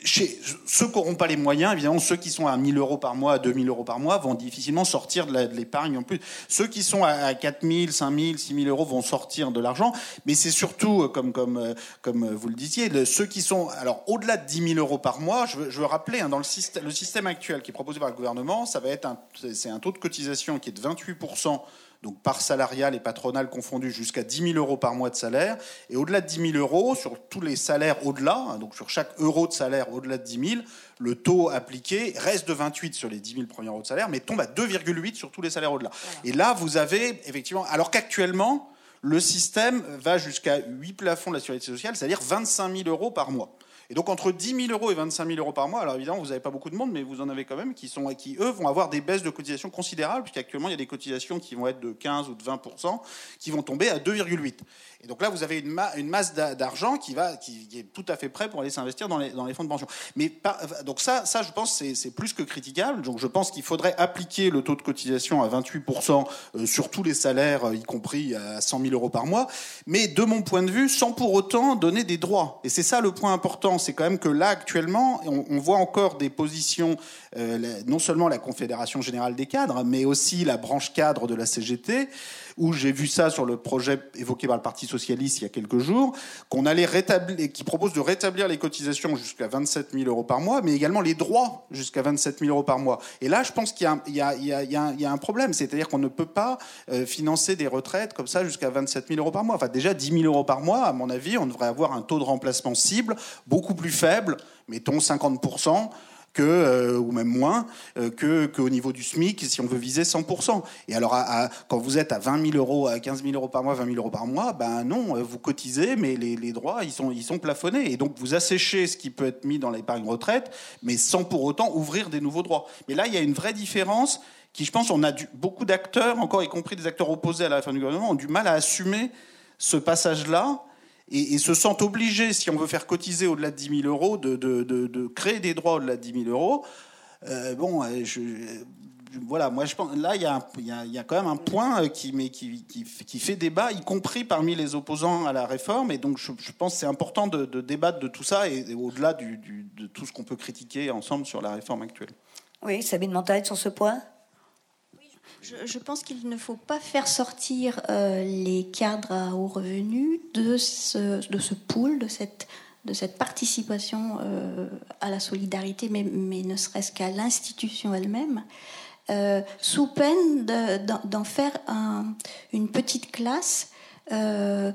chez ceux qui n'auront pas les moyens, évidemment, ceux qui sont à mille euros par mois, à deux mille euros par mois, vont difficilement sortir de, la, de l'épargne en plus. Ceux qui sont à quatre mille, cinq mille, six mille euros vont sortir de l'argent. Mais c'est surtout, comme, comme, comme vous le disiez, le, ceux qui sont... Alors, au-delà de dix mille euros par mois, je veux, je veux rappeler, hein, dans le système, le système actuel qui est proposé par le gouvernement, ça va être un, c'est un taux de cotisation qui est de vingt-huit pour cent, donc par salarial et patronal confondu, jusqu'à dix mille euros par mois de salaire. Et au-delà de dix mille euros, sur tous les salaires au-delà, hein, donc sur chaque euro de salaire au-delà de dix mille, le taux appliqué reste de vingt-huit sur les dix mille premiers euros de salaire, mais tombe à deux virgule huit sur tous les salaires au-delà. Voilà. Et là, vous avez effectivement... Alors qu'actuellement, le système va jusqu'à huit plafonds de la sécurité sociale, c'est-à-dire vingt-cinq mille euros par mois. Et donc, entre dix mille euros et vingt-cinq mille euros par mois, alors évidemment, vous n'avez pas beaucoup de monde, mais vous en avez quand même qui, sont, qui, eux, vont avoir des baisses de cotisation considérables, puisqu'actuellement, il y a des cotisations qui vont être de quinze ou de vingt pour cent, qui vont tomber à deux virgule huit. Et donc là, vous avez une, ma- une masse d'argent qui, va, qui, qui est tout à fait prêt pour aller s'investir dans les, dans les fonds de pension. Mais par, donc ça, ça, je pense, c'est, c'est plus que critiquable. Donc je pense qu'il faudrait appliquer le taux de cotisation à vingt-huit pour cent euh, sur tous les salaires, y compris à cent mille euros par mois. Mais de mon point de vue, sans pour autant donner des droits. Et c'est ça le point important, c'est quand même que là, actuellement, on, on voit encore des positions, euh, la, non seulement la Confédération Générale des Cadres, mais aussi la branche cadre de la C G T, où j'ai vu ça sur le projet évoqué par le Parti Socialiste il y a quelques jours, qu'on allait rétablir, qui propose de rétablir les cotisations jusqu'à vingt-sept mille euros par mois, mais également les droits jusqu'à vingt-sept mille euros par mois. Et là, je pense qu'il y a, il y a, il y a, il y a, il y a un problème, c'est-à-dire qu'on ne peut pas euh, financer des retraites comme ça jusqu'à vingt-sept mille euros par mois. Enfin, déjà dix mille euros par mois, à mon avis, on devrait avoir un taux de remplacement cible beaucoup plus faible, mettons cinquante pour cent, que, euh, ou même moins, euh, que, qu'au niveau du SMIC, si on veut viser cent pour cent. Et alors, à, à, quand vous êtes à vingt mille euros, à quinze mille euros par mois, vingt mille euros par mois, ben non, vous cotisez, mais les, les droits, ils sont, ils sont plafonnés. Et donc, vous asséchez ce qui peut être mis dans l'épargne retraite, mais sans pour autant ouvrir des nouveaux droits. Mais là, il y a une vraie différence qui, je pense, on a du, beaucoup d'acteurs, encore y compris des acteurs opposés à la réforme du gouvernement, ont du mal à assumer ce passage-là, et, et se sentent obligés, si on veut faire cotiser au-delà de dix mille euros, de, de, de, de créer des droits au-delà de dix mille euros. Euh, bon, je, je, voilà, moi je pense, là il y, y, y a quand même un point qui, mais qui, qui, qui fait débat, y compris parmi les opposants à la réforme, et donc je, je pense que c'est important de, de débattre de tout ça, et, et au-delà du, du, de tout ce qu'on peut critiquer ensemble sur la réforme actuelle. Oui, Sabine Montagne sur ce point. Je, je pense qu'il ne faut pas faire sortir euh, les cadres à haut revenu de ce, de ce pool, de cette, de cette participation euh, à la solidarité, mais, mais ne serait-ce qu'à l'institution elle-même, euh, sous peine de, d'en, d'en faire un, une petite classe euh,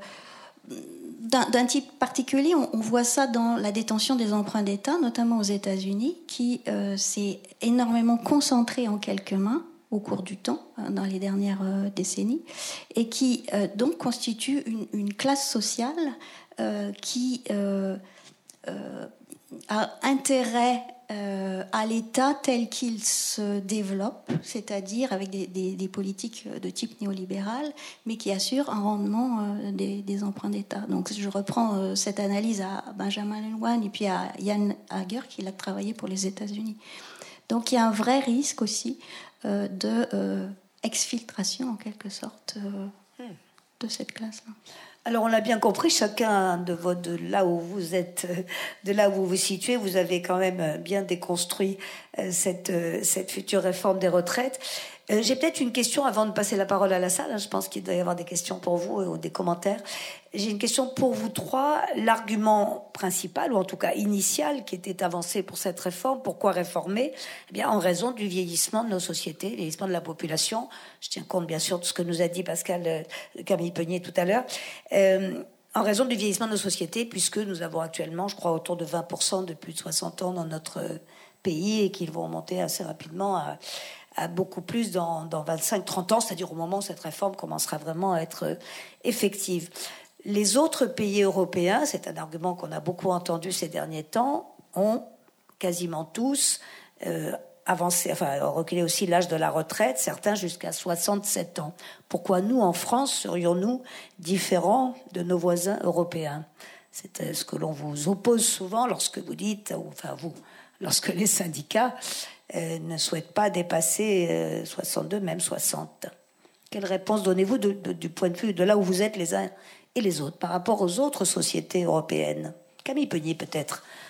d'un, d'un type particulier. On, on voit ça dans la détention des emprunts d'État, notamment aux États-Unis, qui euh, s'est énormément concentrée en quelques mains au cours du temps, dans les dernières euh, décennies, et qui euh, donc constitue une, une classe sociale euh, qui euh, euh, a intérêt euh, à l'État tel qu'il se développe, c'est-à-dire avec des, des, des politiques de type néolibéral, mais qui assure un rendement euh, des, des emprunts d'État. Donc je reprends euh, cette analyse à Benjamin Lerman et puis à Yann Hager, qui a travaillé pour les États-Unis. Donc il y a un vrai risque aussi euh, de euh, exfiltration, en quelque sorte, euh, hmm. de cette classe-là. Alors on l'a bien compris, chacun de, votre, de là où vous êtes, de là où vous vous situez, vous avez quand même bien déconstruit cette, cette future réforme des retraites. Euh, j'ai peut-être une question avant de passer la parole à la salle. Je pense qu'il doit y avoir des questions pour vous ou des commentaires. J'ai une question pour vous trois. L'argument principal, ou en tout cas initial, qui était avancé pour cette réforme, pourquoi réformer ? Eh bien, en raison du vieillissement de nos sociétés, le vieillissement de la population. Je tiens compte bien sûr de ce que nous a dit Pascal euh, Camille Peunier tout à l'heure. Euh, en raison du vieillissement de nos sociétés, puisque nous avons actuellement, je crois, autour de vingt pour cent de plus de soixante ans dans notre pays et qu'ils vont monter assez rapidement à... à beaucoup plus dans, dans vingt-cinq trente ans, c'est-à-dire au moment où cette réforme commencera vraiment à être effective. Les autres pays européens, c'est un argument qu'on a beaucoup entendu ces derniers temps, ont quasiment tous euh, avancé, enfin reculé aussi l'âge de la retraite, certains jusqu'à soixante-sept ans. Pourquoi nous, en France, serions-nous différents de nos voisins européens ? C'est ce que l'on vous oppose souvent lorsque vous dites, enfin vous, lorsque les syndicats Euh, ne souhaite pas dépasser euh, soixante-deux, même soixante. Quelle réponse donnez-vous de, de, du point de vue de là où vous êtes les uns et les autres par rapport aux autres sociétés européennes ? Camille Peunier, peut-être,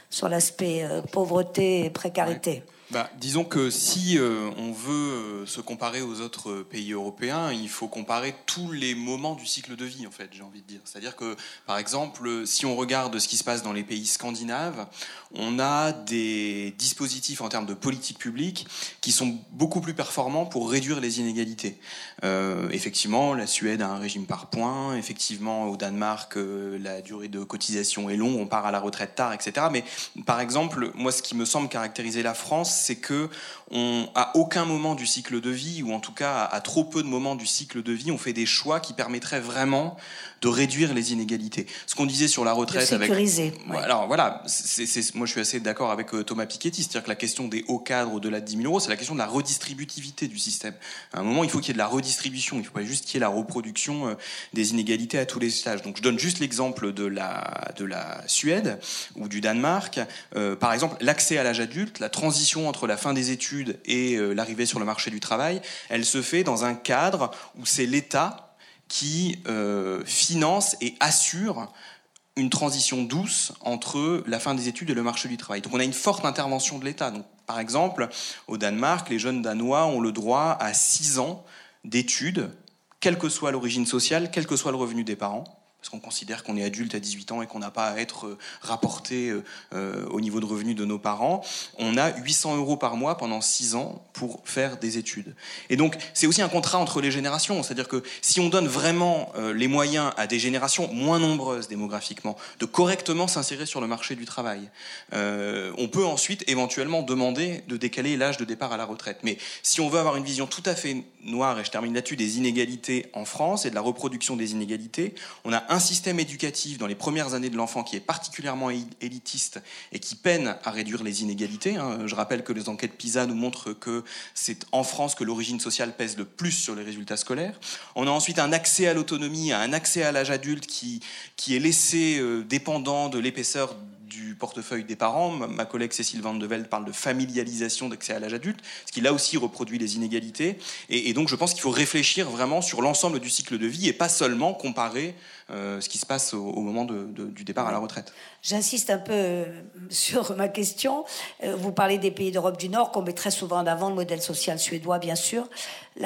sur l'aspect euh, pauvreté et précarité. Ouais. Bah, disons que si euh, on veut euh, se comparer aux autres pays européens, il faut comparer tous les moments du cycle de vie, en fait, j'ai envie de dire. C'est-à-dire que, par exemple, si on regarde ce qui se passe dans les pays scandinaves, on a des dispositifs en termes de politique publique qui sont beaucoup plus performants pour réduire les inégalités. Euh, effectivement, la Suède a un régime par points. Effectivement, au Danemark, euh, la durée de cotisation est longue, on part à la retraite tard, et cetera. Mais, par exemple, moi, ce qui me semble caractériser la France, c'est que on, à aucun moment du cycle de vie, ou en tout cas à, à trop peu de moments du cycle de vie, on fait des choix qui permettraient vraiment de réduire les inégalités. Ce qu'on disait sur la retraite, de sécuriser. Avec, ouais. Alors voilà, c'est, c'est, moi je suis assez d'accord avec euh, Thomas Piketty, c'est-à-dire que la question des hauts cadres au-delà de dix mille euros, c'est la question de la redistributivité du système. À un moment, il faut qu'il y ait de la redistribution, il ne faut pas juste qu'il y ait la reproduction euh, des inégalités à tous les étages. Donc je donne juste l'exemple de la, de la Suède ou du Danemark. Euh, par exemple, l'accès à l'âge adulte, la transition entre la fin des études et euh, l'arrivée sur le marché du travail, elle se fait dans un cadre où c'est l'État qui euh, finance et assure une transition douce entre la fin des études et le marché du travail. Donc on a une forte intervention de l'État. Donc, par exemple, au Danemark, les jeunes Danois ont le droit à six ans d'études, quelle que soit l'origine sociale, quel que soit le revenu des parents, parce qu'on considère qu'on est adulte à dix-huit ans et qu'on n'a pas à être rapporté euh, au niveau de revenu de nos parents. On a huit cents euros par mois pendant six ans pour faire des études. Et donc, c'est aussi un contrat entre les générations. C'est-à-dire que si on donne vraiment euh, les moyens à des générations moins nombreuses démographiquement de correctement s'insérer sur le marché du travail, euh, on peut ensuite éventuellement demander de décaler l'âge de départ à la retraite. Mais si on veut avoir une vision tout à fait noire, et je termine là-dessus, des inégalités en France et de la reproduction des inégalités, on a un système éducatif dans les premières années de l'enfant qui est particulièrement élitiste et qui peine à réduire les inégalités. Je rappelle que les enquêtes PISA nous montrent que c'est en France que l'origine sociale pèse le plus sur les résultats scolaires. On a ensuite un accès à l'autonomie, un accès à l'âge adulte qui, qui est laissé euh, dépendant de l'épaisseur du portefeuille des parents. Ma collègue Cécile Van de Velde parle de familialisation d'accès à l'âge adulte, ce qui là aussi reproduit les inégalités. Et, et donc je pense qu'il faut réfléchir vraiment sur l'ensemble du cycle de vie et pas seulement comparer euh, ce qui se passe au, au moment de, de, du départ à la retraite. J'insiste un peu sur ma question. Vous parlez des pays d'Europe du Nord qu'on met très souvent en avant, le modèle social suédois bien sûr. L'Allemagne ?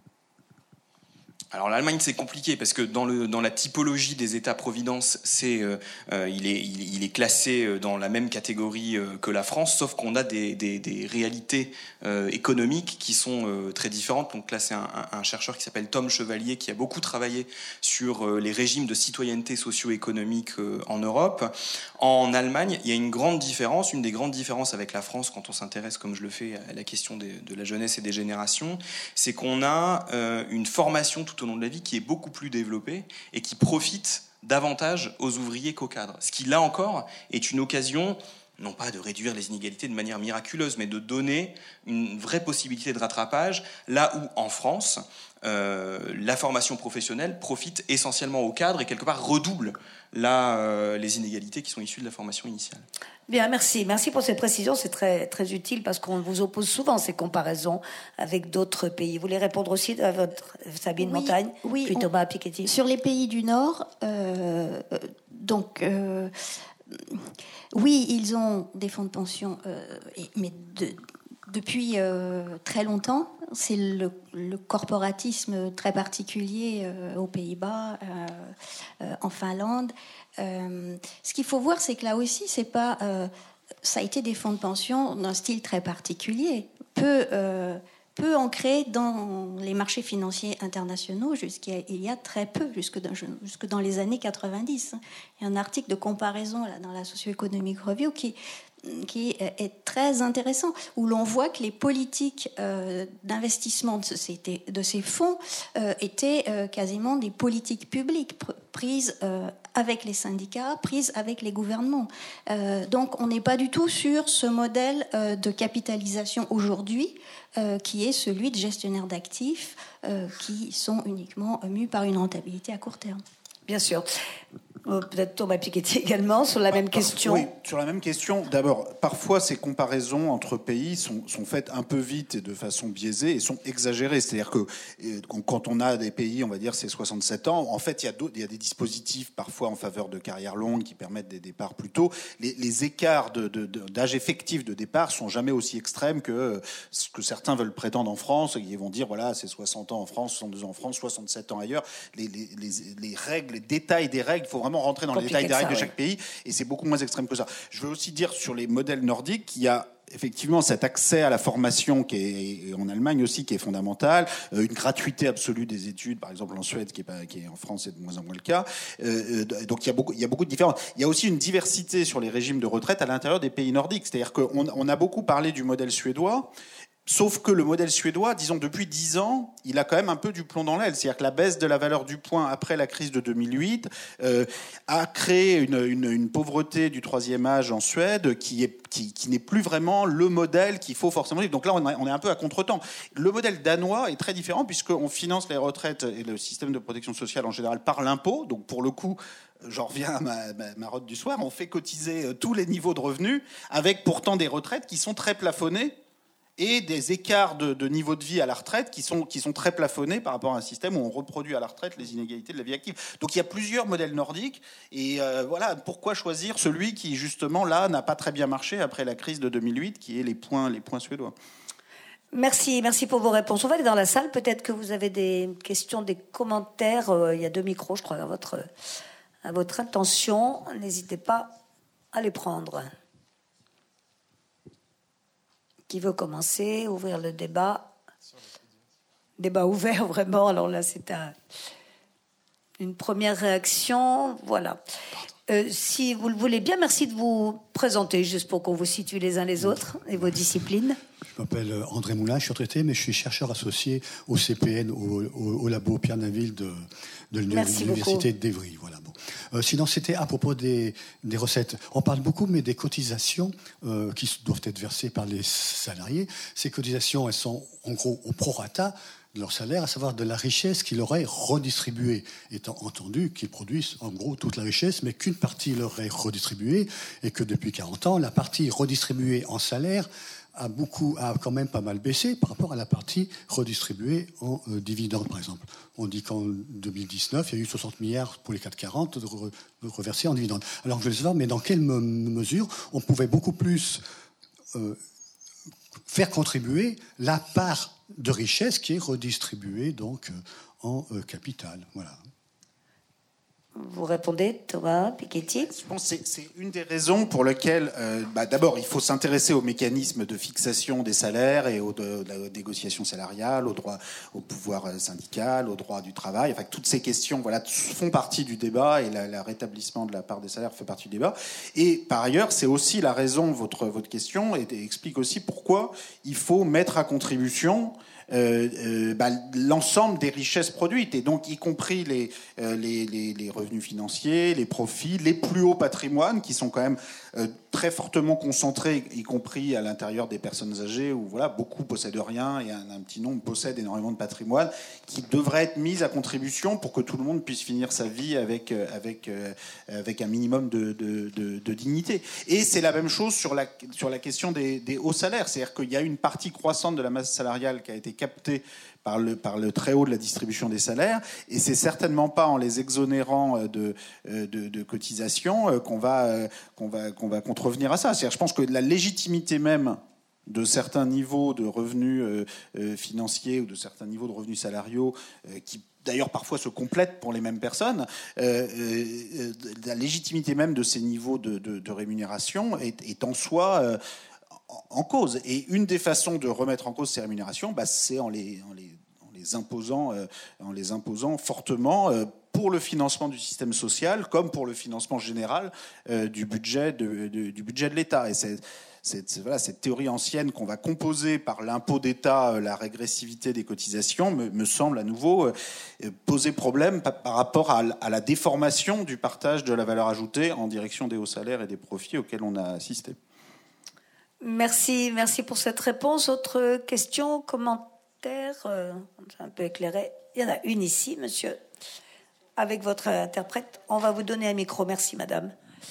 Alors l'Allemagne c'est compliqué parce que dans, le, dans la typologie des États-providence, c'est, euh, euh, il, est, il, il est classé dans la même catégorie euh, que la France, sauf qu'on a des, des, des réalités euh, économiques qui sont euh, très différentes. Donc là c'est un, un, un chercheur qui s'appelle Tom Chevalier qui a beaucoup travaillé sur euh, les régimes de citoyenneté socio-économique euh, en Europe. En Allemagne, il y a une grande différence, une des grandes différences avec la France quand on s'intéresse, comme je le fais, à la question des, de la jeunesse et des générations, c'est qu'on a euh, une formation tout au long de la vie qui est beaucoup plus développée et qui profite davantage aux ouvriers qu'aux cadres. Ce qui, là encore, est une occasion, non pas de réduire les inégalités de manière miraculeuse, mais de donner une vraie possibilité de rattrapage, là où, en France, euh, la formation professionnelle profite essentiellement aux cadres et, quelque part, redouble là, euh, les inégalités qui sont issues de la formation initiale. Bien, merci. Merci pour ces précisions. C'est très, très utile parce qu'on vous oppose souvent ces comparaisons avec d'autres pays. Vous voulez répondre aussi à votre Sabine oui, Montagne, oui, puis on, Thomas Piketty. Sur les pays du Nord, euh, donc, euh, oui, ils ont des fonds de pension, euh, et, mais de, depuis euh, très longtemps. C'est le, le corporatisme très particulier euh, aux Pays-Bas, euh, euh, en Finlande. Euh, ce qu'il faut voir, c'est que là aussi, c'est pas, euh, ça a été des fonds de pension d'un style très particulier, peu, euh, peu ancré dans les marchés financiers internationaux jusqu'il y a très peu, jusque dans, jusque dans les années quatre-vingt-dix. Il y a un article de comparaison là, dans la Socio-Economic Review qui qui est très intéressant, où l'on voit que les politiques euh, d'investissement de, ces, de ces fonds euh, étaient euh, quasiment des politiques publiques pr- prises euh, avec les syndicats, prises avec les gouvernements. Euh, donc on n'est pas du tout sur ce modèle euh, de capitalisation aujourd'hui, euh, qui est celui de gestionnaires d'actifs euh, qui sont uniquement mus par une rentabilité à court terme. Bien sûr. Peut-être Thomas Piketty également, sur la même question. Oui, sur la même question. D'abord, parfois, ces comparaisons entre pays sont, sont faites un peu vite et de façon biaisée et sont exagérées. C'est-à-dire que quand on a des pays, on va dire, c'est soixante-sept ans, en fait, il y a, il y a des dispositifs parfois en faveur de carrières longues qui permettent des départs plus tôt. Les, les écarts de, de, de, d'âge effectif de départ sont jamais aussi extrêmes que ce que certains veulent prétendre en France. Ils vont dire, voilà, c'est soixante ans en France, soixante-deux ans en France, soixante-sept ans ailleurs. Les, les, les, les règles, les détails des règles, il faut vraiment rentrer dans Compliqué les détails des règles ça, de chaque ouais. pays, et c'est beaucoup moins extrême que ça. Je veux aussi dire sur les modèles nordiques qu'il y a effectivement cet accès à la formation qui est, et en Allemagne aussi, qui est fondamental, euh, une gratuité absolue des études, par exemple en Suède, qui est, pas, qui est en France, c'est de moins en moins le cas. Euh, donc il y a beaucoup, il y a beaucoup de différences. Il y a aussi une diversité sur les régimes de retraite à l'intérieur des pays nordiques. C'est-à-dire qu'on on a beaucoup parlé du modèle suédois. Sauf que le modèle suédois, disons depuis dix ans, il a quand même un peu du plomb dans l'aile. C'est-à-dire que la baisse de la valeur du point après la crise de deux mille huit euh, a créé une, une, une pauvreté du troisième âge en Suède qui, est, qui, qui n'est plus vraiment le modèle qu'il faut forcément vivre. Donc là, on, a, on est un peu à contretemps. Le modèle danois est très différent puisqu'on finance les retraites et le système de protection sociale en général par l'impôt. Donc pour le coup, j'en reviens à ma, ma, ma rote du soir, on fait cotiser tous les niveaux de revenus avec pourtant des retraites qui sont très plafonnées et des écarts de, de niveau de vie à la retraite qui sont, qui sont très plafonnés par rapport à un système où on reproduit à la retraite les inégalités de la vie active. Donc il y a plusieurs modèles nordiques, et euh, voilà, pourquoi choisir celui qui, justement, là, n'a pas très bien marché après la crise de deux mille huit, qui est les points, les points suédois. Merci, merci pour vos réponses. On va aller dans la salle, peut-être que vous avez des questions, des commentaires. Euh, il y a deux micros, je crois, à votre, à votre intention. N'hésitez pas à les prendre. Qui veut commencer, ouvrir le débat? Débat ouvert, vraiment. Alors là, c'est un, une première réaction. Voilà. Euh, si vous le voulez bien, merci de vous présenter, juste pour qu'on vous situe les uns les autres et vos disciplines. Je m'appelle André Moulin, je suis retraité, mais je suis chercheur associé au C P N, au, au, au labo Pierre Naville de, de l'Université d'Evry. Voilà, bon. euh, sinon, c'était à propos des, des recettes. On parle beaucoup, mais des cotisations euh, qui doivent être versées par les salariés. Ces cotisations, elles sont en gros au prorata de leur salaire, à savoir de la richesse qu'ils auraient redistribuée, étant entendu qu'ils produisent en gros toute la richesse, mais qu'une partie leur est redistribuée, et que depuis quarante ans, la partie redistribuée en salaire a, beaucoup, a quand même pas mal baissé par rapport à la partie redistribuée en euh, dividendes, par exemple. On dit qu'en deux mille dix-neuf, il y a eu soixante milliards pour les quatre cent quarante de, re, de reversés en dividendes. Alors je voulais savoir, mais dans quelle me- mesure on pouvait beaucoup plus euh, faire contribuer la part de richesse qui est redistribuée donc en euh, capital. Voilà. Vous répondez, Thomas Piketty? Je pense que c'est, c'est une des raisons pour lesquelles, euh, bah, d'abord, il faut s'intéresser aux mécanismes de fixation des salaires et aux, de, de la négociation salariale, au droit, au pouvoir syndical, au droit du travail. Enfin, toutes ces questions, voilà, font partie du débat, et le rétablissement de la part des salaires fait partie du débat. Et par ailleurs, c'est aussi la raison, votre, votre question, et, et explique aussi pourquoi il faut mettre à contribution Euh, euh, bah, l'ensemble des richesses produites, et donc y compris les, euh, les, les, les revenus financiers, les profits, les plus hauts patrimoines qui sont quand même euh, très fortement concentrés, y compris à l'intérieur des personnes âgées où voilà, beaucoup possèdent rien et un, un petit nombre possèdent énormément de patrimoine, qui devraient être mis à contribution pour que tout le monde puisse finir sa vie avec, euh, avec, euh, avec un minimum de, de, de, de dignité. Et c'est la même chose sur la, sur la question des, des hauts salaires, c'est-à-dire qu'il y a une partie croissante de la masse salariale qui a été capté par le, par le très haut de la distribution des salaires, et c'est certainement pas en les exonérant de, de, de cotisations qu'on va, qu'on va, qu'on va contrevenir à ça. C'est-à-dire, je pense que la légitimité même de certains niveaux de revenus euh, financiers ou de certains niveaux de revenus salariaux euh, qui d'ailleurs parfois se complètent pour les mêmes personnes, euh, euh, la légitimité même de ces niveaux de, de, de rémunération est, est en soi euh, en cause. Et une des façons de remettre en cause ces rémunérations, bah, c'est en les, en les, en les imposant, euh, en les imposant fortement euh, pour le financement du système social, comme pour le financement général euh, du budget de, de, du budget de l'État. Et c'est, c'est, c'est voilà, cette théorie ancienne qu'on va composer par l'impôt d'État, euh, la régressivité des cotisations, me, me semble à nouveau euh, poser problème par, par rapport à, à la déformation du partage de la valeur ajoutée en direction des hauts salaires et des profits auxquels on a assisté. Merci, merci pour cette réponse. Autre question, commentaire, euh, un peu éclairé. Il y en a une ici, monsieur. avec votre interprète. On va vous donner un micro. Merci, madame.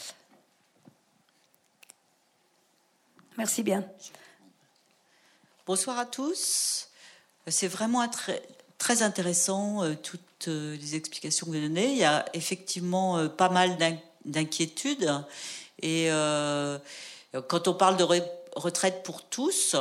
Merci bien. Bonsoir à tous. C'est vraiment très, très intéressant, euh, toutes euh, les explications que vous donnez. Il y a effectivement euh, pas mal d'inquiétudes. Et euh, quand on parle de re retraite pour tous,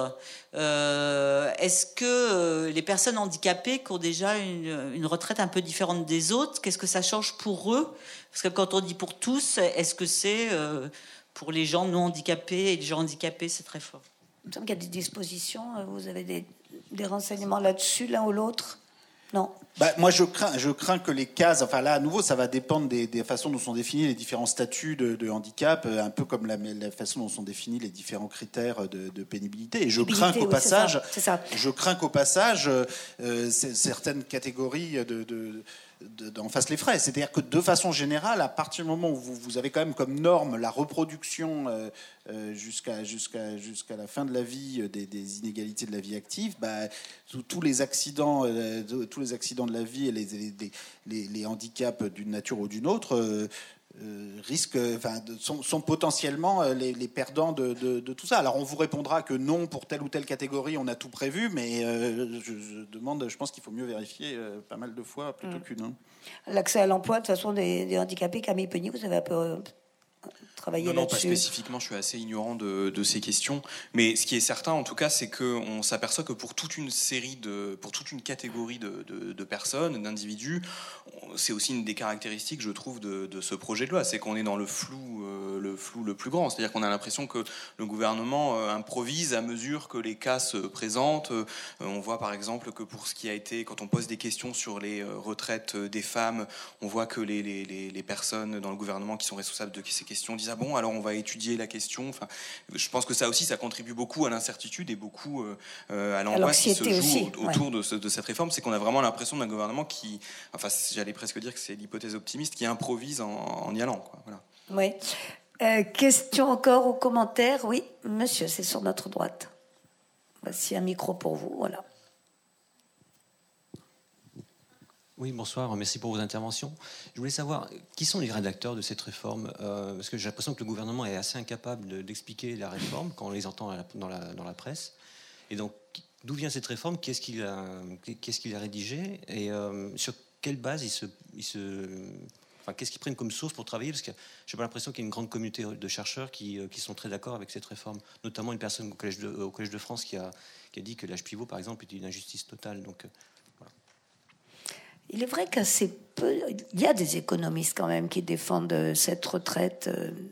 euh, est-ce que euh, les personnes handicapées qui ont déjà une, une retraite un peu différente des autres, qu'est-ce que ça change pour eux? Parce que quand on dit pour tous, est-ce que c'est euh, pour les gens non handicapés et les gens handicapés, c'est très fort? Il me semble qu'il y a des dispositions. Vous avez des, des renseignements là-dessus, l'un ou l'autre? Non. Bah, moi, je crains, je crains que les cases. Enfin, là, à nouveau, ça va dépendre des, des façons dont sont définis les différents statuts de, de handicap, un peu comme la, la façon dont sont définis les différents critères de, de pénibilité. Et je crains qu'au oui, passage, c'est ça, c'est ça. je crains qu'au passage, euh, certaines catégories de, de d'en fasse les frais. C'est-à-dire que de façon générale, à partir du moment où vous, vous avez quand même comme norme la reproduction euh, euh, jusqu'à jusqu'à jusqu'à la fin de la vie des, des inégalités de la vie active, bah, tous les accidents, euh, tous les accidents de la vie et les, les, les, les handicaps d'une nature ou d'une autre euh, Euh, risquent, enfin, de, sont, sont potentiellement les, les perdants de, de, de tout ça. Alors on vous répondra que non, pour telle ou telle catégorie, on a tout prévu, mais euh, je, je demande, je pense qu'il faut mieux vérifier euh, pas mal de fois plutôt mmh. qu'une. Hein. L'accès à l'emploi, de toute façon, des, des handicapés, Camille Peny, vous avez un peu euh, travaillé là-dessus. Non, là-dessus. pas spécifiquement, je suis assez ignorant de, de ces questions, mais ce qui est certain, en tout cas, c'est qu'on s'aperçoit que pour toute une série de, pour toute une catégorie de, de, de personnes, d'individus, c'est aussi une des caractéristiques, je trouve, de, de ce projet de loi, c'est qu'on est dans le flou, euh, le flou le plus grand. C'est-à-dire qu'on a l'impression que le gouvernement euh, improvise à mesure que les cas se présentent. Euh, on voit par exemple que pour ce qui a été, quand on pose des questions sur les euh, retraites des femmes, on voit que les, les, les personnes dans le gouvernement qui sont responsables de ces questions disent ah bon, alors on va étudier la question. Enfin, je pense que ça aussi, ça contribue beaucoup à l'incertitude et beaucoup euh, à l'angoisse qui se joue aussi, autour ouais. de, ce, de cette réforme. C'est qu'on a vraiment l'impression d'un gouvernement qui, enfin, j'allais presque dire que c'est l'hypothèse optimiste qui improvise en, en y allant. Quoi. Voilà. Oui. Euh, question encore ou commentaire? Oui, monsieur, c'est sur notre droite. Voici un micro pour vous. Voilà. Oui, bonsoir, merci pour vos interventions. Je voulais savoir, qui sont les rédacteurs de cette réforme euh, parce que j'ai l'impression que le gouvernement est assez incapable de, d'expliquer la réforme quand on les entend dans la, dans la presse. Et donc, d'où vient cette réforme? Qu'est-ce qu'il a, qu'est-ce qu'il a rédigé? Et euh, sur quelle base ils se... Ils se enfin, qu'est-ce qu'ils prennent comme source pour travailler? Parce que j'ai pas l'impression qu'il y a une grande communauté de chercheurs qui, qui sont très d'accord avec cette réforme. Notamment une personne au Collège de, au Collège de France qui a, qui a dit que l'âge pivot, par exemple, était une injustice totale. Donc, voilà. Il est vrai qu'assez peu... Il y a des économistes quand même qui défendent cette retraite.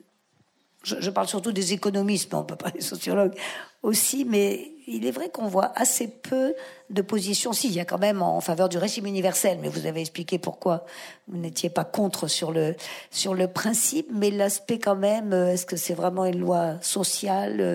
Je, je parle surtout des économistes, mais on peut parler des sociologues aussi, mais il est vrai qu'on voit assez peu de positions. Si, il y a quand même en faveur du régime universel, mais vous avez expliqué pourquoi vous n'étiez pas contre sur le, sur le principe, mais l'aspect quand même, est-ce que c'est vraiment une loi sociale ?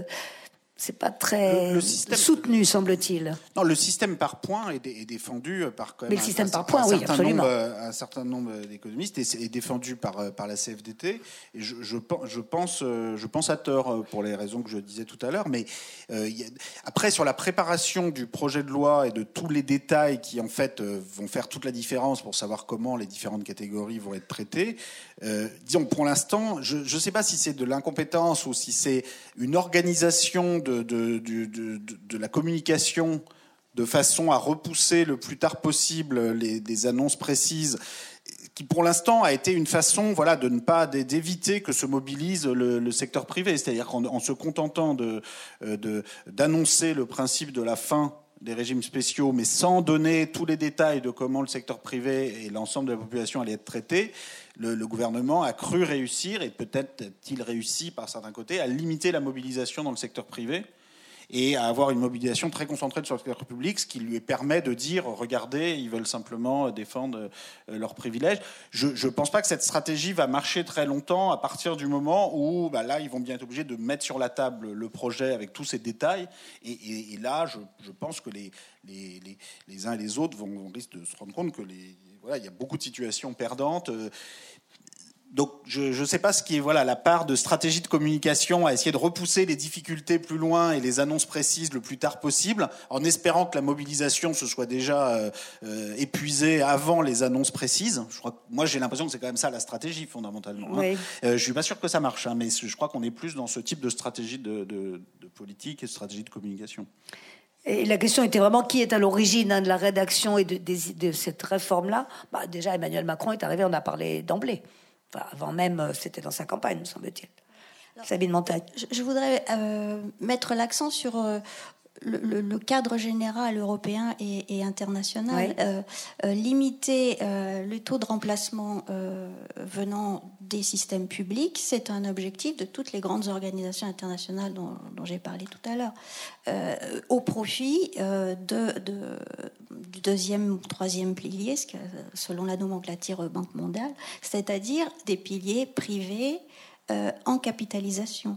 C'est pas très le, le système, soutenu, semble-t-il. Non, le système par points est, est défendu par quand même. Mais le un, système un, par points, oui, absolument. Nombre, un certain nombre d'économistes est, est défendu par par la C F D T. Et je, je, je pense, je pense à tort pour les raisons que je disais tout à l'heure. Mais euh, y a, après, sur la préparation du projet de loi et de tous les détails qui en fait vont faire toute la différence pour savoir comment les différentes catégories vont être traitées. Euh, disons, pour l'instant, je ne sais pas si c'est de l'incompétence ou si c'est une organisation de, de, de, de, de la communication de façon à repousser le plus tard possible les, des annonces précises, qui pour l'instant a été une façon, voilà, de ne pas d'éviter que se mobilise le, le secteur privé. C'est-à-dire qu'en en se contentant de, de, d'annoncer le principe de la fin des régimes spéciaux, mais sans donner tous les détails de comment le secteur privé et l'ensemble de la population allaient être traités, le, le gouvernement a cru réussir, et peut-être a-t-il réussi par certains côtés, à limiter la mobilisation dans le secteur privé et à avoir une mobilisation très concentrée sur le secteur public, ce qui lui permet de dire, regardez, ils veulent simplement défendre leurs privilèges. Je ne pense pas que cette stratégie va marcher très longtemps à partir du moment où, bah là, ils vont bien être obligés de mettre sur la table le projet avec tous ses détails. Et, et, et là, je, je pense que les, les, les, les uns et les autres vont, vont risquer de se rendre compte que les, voilà, il y a beaucoup de situations perdantes. Donc, je ne sais pas ce qui est voilà, la part de stratégie de communication à essayer de repousser les difficultés plus loin et les annonces précises le plus tard possible, en espérant que la mobilisation se soit déjà euh, euh, épuisée avant les annonces précises. Je crois que, moi, j'ai l'impression que c'est quand même ça la stratégie, fondamentalement. Hein. Oui. Euh, je ne suis pas sûr que ça marche, hein, mais je crois qu'on est plus dans ce type de stratégie de, de, de politique et de stratégie de communication. Et la question était vraiment qui est à l'origine hein, de la rédaction et de, de, de cette réforme-là. Bah, déjà, Emmanuel Macron est arrivé, on a parlé d'emblée. Enfin, avant même, c'était dans sa campagne, me semble-t-il. Alors, Sabine Montagne. Je, je voudrais euh, mettre l'accent sur euh, le, le, le cadre général européen et, et international. Oui. Euh, euh, limiter euh, le taux de remplacement euh, venant des systèmes publics, c'est un objectif de toutes les grandes organisations internationales dont, dont j'ai parlé tout à l'heure, euh, au profit euh, de, de, du deuxième ou troisième pilier, ce que, selon la nomenclature Banque mondiale, c'est-à-dire des piliers privés euh, en capitalisation.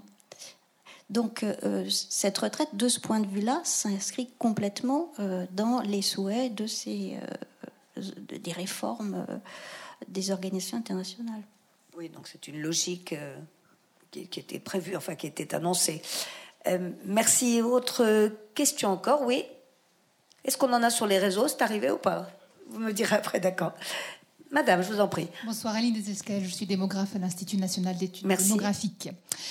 Donc, euh, cette retraite, de ce point de vue-là, s'inscrit complètement euh, dans les souhaits de ces, euh, des réformes euh, des organisations internationales. Oui, donc c'est une logique euh, qui, qui était prévue, enfin qui était annoncée. Euh, merci. Autre question encore, oui. Est-ce qu'on en a sur les réseaux? C'est arrivé ou pas? Vous me direz après, d'accord. Madame, je vous en prie. Bonsoir, Aline Desesquelles, je suis démographe à l'Institut national d'études Merci. démographiques.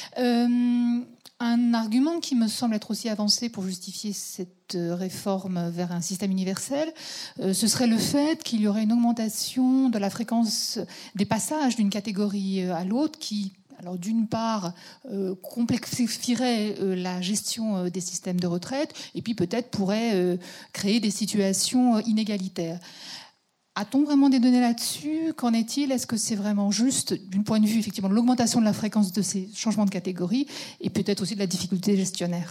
Euh, un argument qui me semble être aussi avancé pour justifier cette réforme vers un système universel, euh, ce serait le fait qu'il y aurait une augmentation de la fréquence des passages d'une catégorie à l'autre qui, alors d'une part, euh, complexifierait euh, la gestion euh, des systèmes de retraite et puis peut-être pourrait euh, créer des situations euh, inégalitaires. A-t-on vraiment des données là-dessus? Qu'en est-il? Est-ce que c'est vraiment juste, d'une point de vue, effectivement, de l'augmentation de la fréquence de ces changements de catégorie et peut-être aussi de la difficulté gestionnaire?